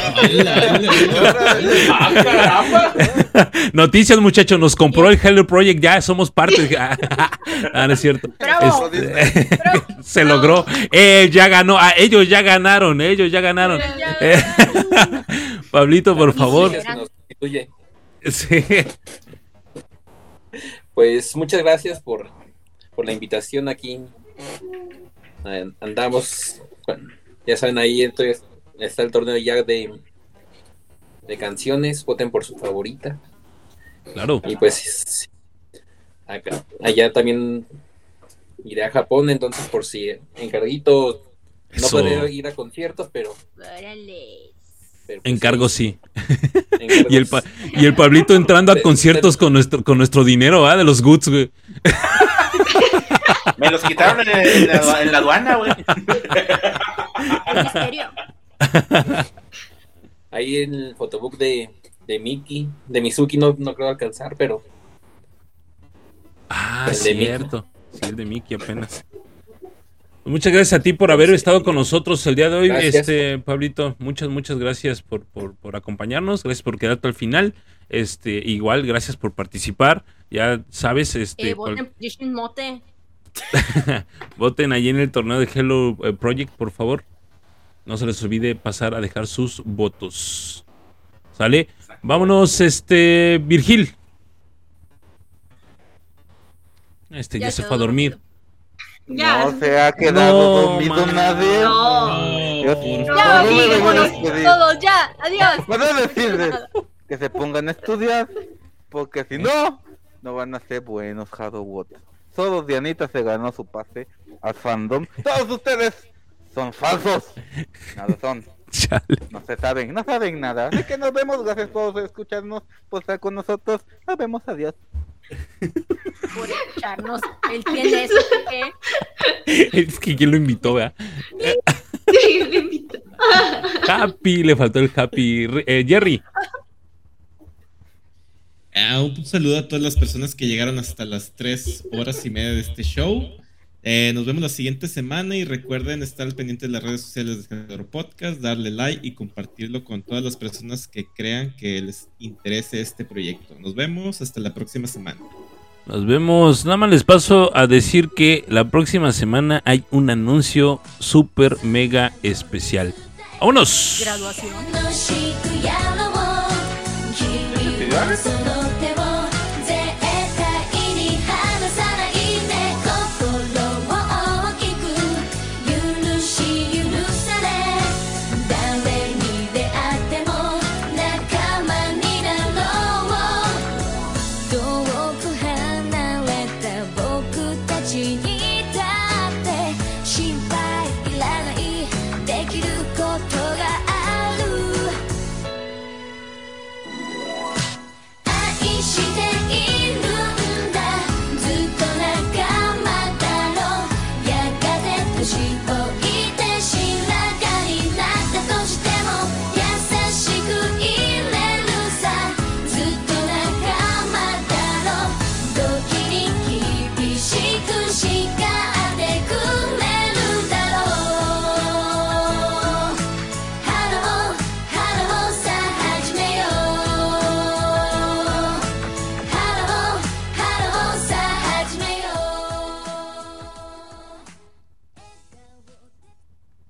Ah, caramba. Noticias, muchachos, nos compró el Hello Project, ya somos parte. Ah, no es cierto. Bravo. Este- se logró. Eh, ya ganó. Ah, ellos ya ganaron, ellos ya ganaron. Eh, Pablito, por favor. Que nos constituye. Sí. Pues muchas gracias por, por la invitación aquí. Eh, Andamos, bueno, ya saben, ahí entonces está el torneo ya de, de canciones, voten por su favorita. Claro. Y pues acá, allá también iré a Japón, entonces por si encarguito no Eso. podré ir a conciertos, pero, Órale. pero pues, Encargo sí. encargos. Y el, pa- y el Pablito entrando a conciertos con nuestro, con nuestro dinero, ¿ah? De los goods, güey. Me los quitaron en, en la, en la aduana, güey. El misterio. Ahí en el photobook de, de Mickey, de Mizuki no, no creo alcanzar, pero Ah, El de cierto. Sí, el de Mickey apenas. Muchas gracias a ti por haber estado con nosotros el día de hoy, Gracias. este Pablito. Muchas, muchas gracias por, por, por acompañarnos, gracias por quedarte al final. Este, igual, gracias por participar. Ya sabes, este, Eh, cual- voten por Yashin Mote. voten ahí en el torneo de Hello eh, Project, por favor. No se les olvide pasar a dejar sus votos. ¿Sale? Vámonos, este, Virgil. Este ya, Ya se quedó fue a dormir. Ya. No se ha quedado No, dormido man. nadie. No. Yo- por yo Ya, no me voy a vámonos despedir. todos, ya, adiós. Puedo decirles que se pongan a estudiar, porque si no, no van a ser buenos Hadowot. Solo Dianita se ganó su pase al fandom. Todos ustedes son falsos. Nada son. Chale. No se saben, no saben nada. Así que nos vemos. Gracias por escucharnos, por estar con nosotros. Nos vemos, adiós. Por escucharnos. Él tiene eso. ¿eh? Es que quién lo invitó, ¿verdad? Sí, le invito. Happy, le faltó el Happy. Eh, Jerry. Ah, un saludo a todas las personas que llegaron hasta las tres horas y media de este show. Eh, nos vemos la siguiente semana y recuerden estar al pendiente de las redes sociales de Generador Podcast, darle like y compartirlo con todas las personas que crean que les interese este proyecto. Nos vemos hasta la próxima semana. Nos vemos. Nada más les paso a decir que la próxima semana hay un anuncio súper mega especial. ¡Vámonos! Graduación. 楽しくやろう君のその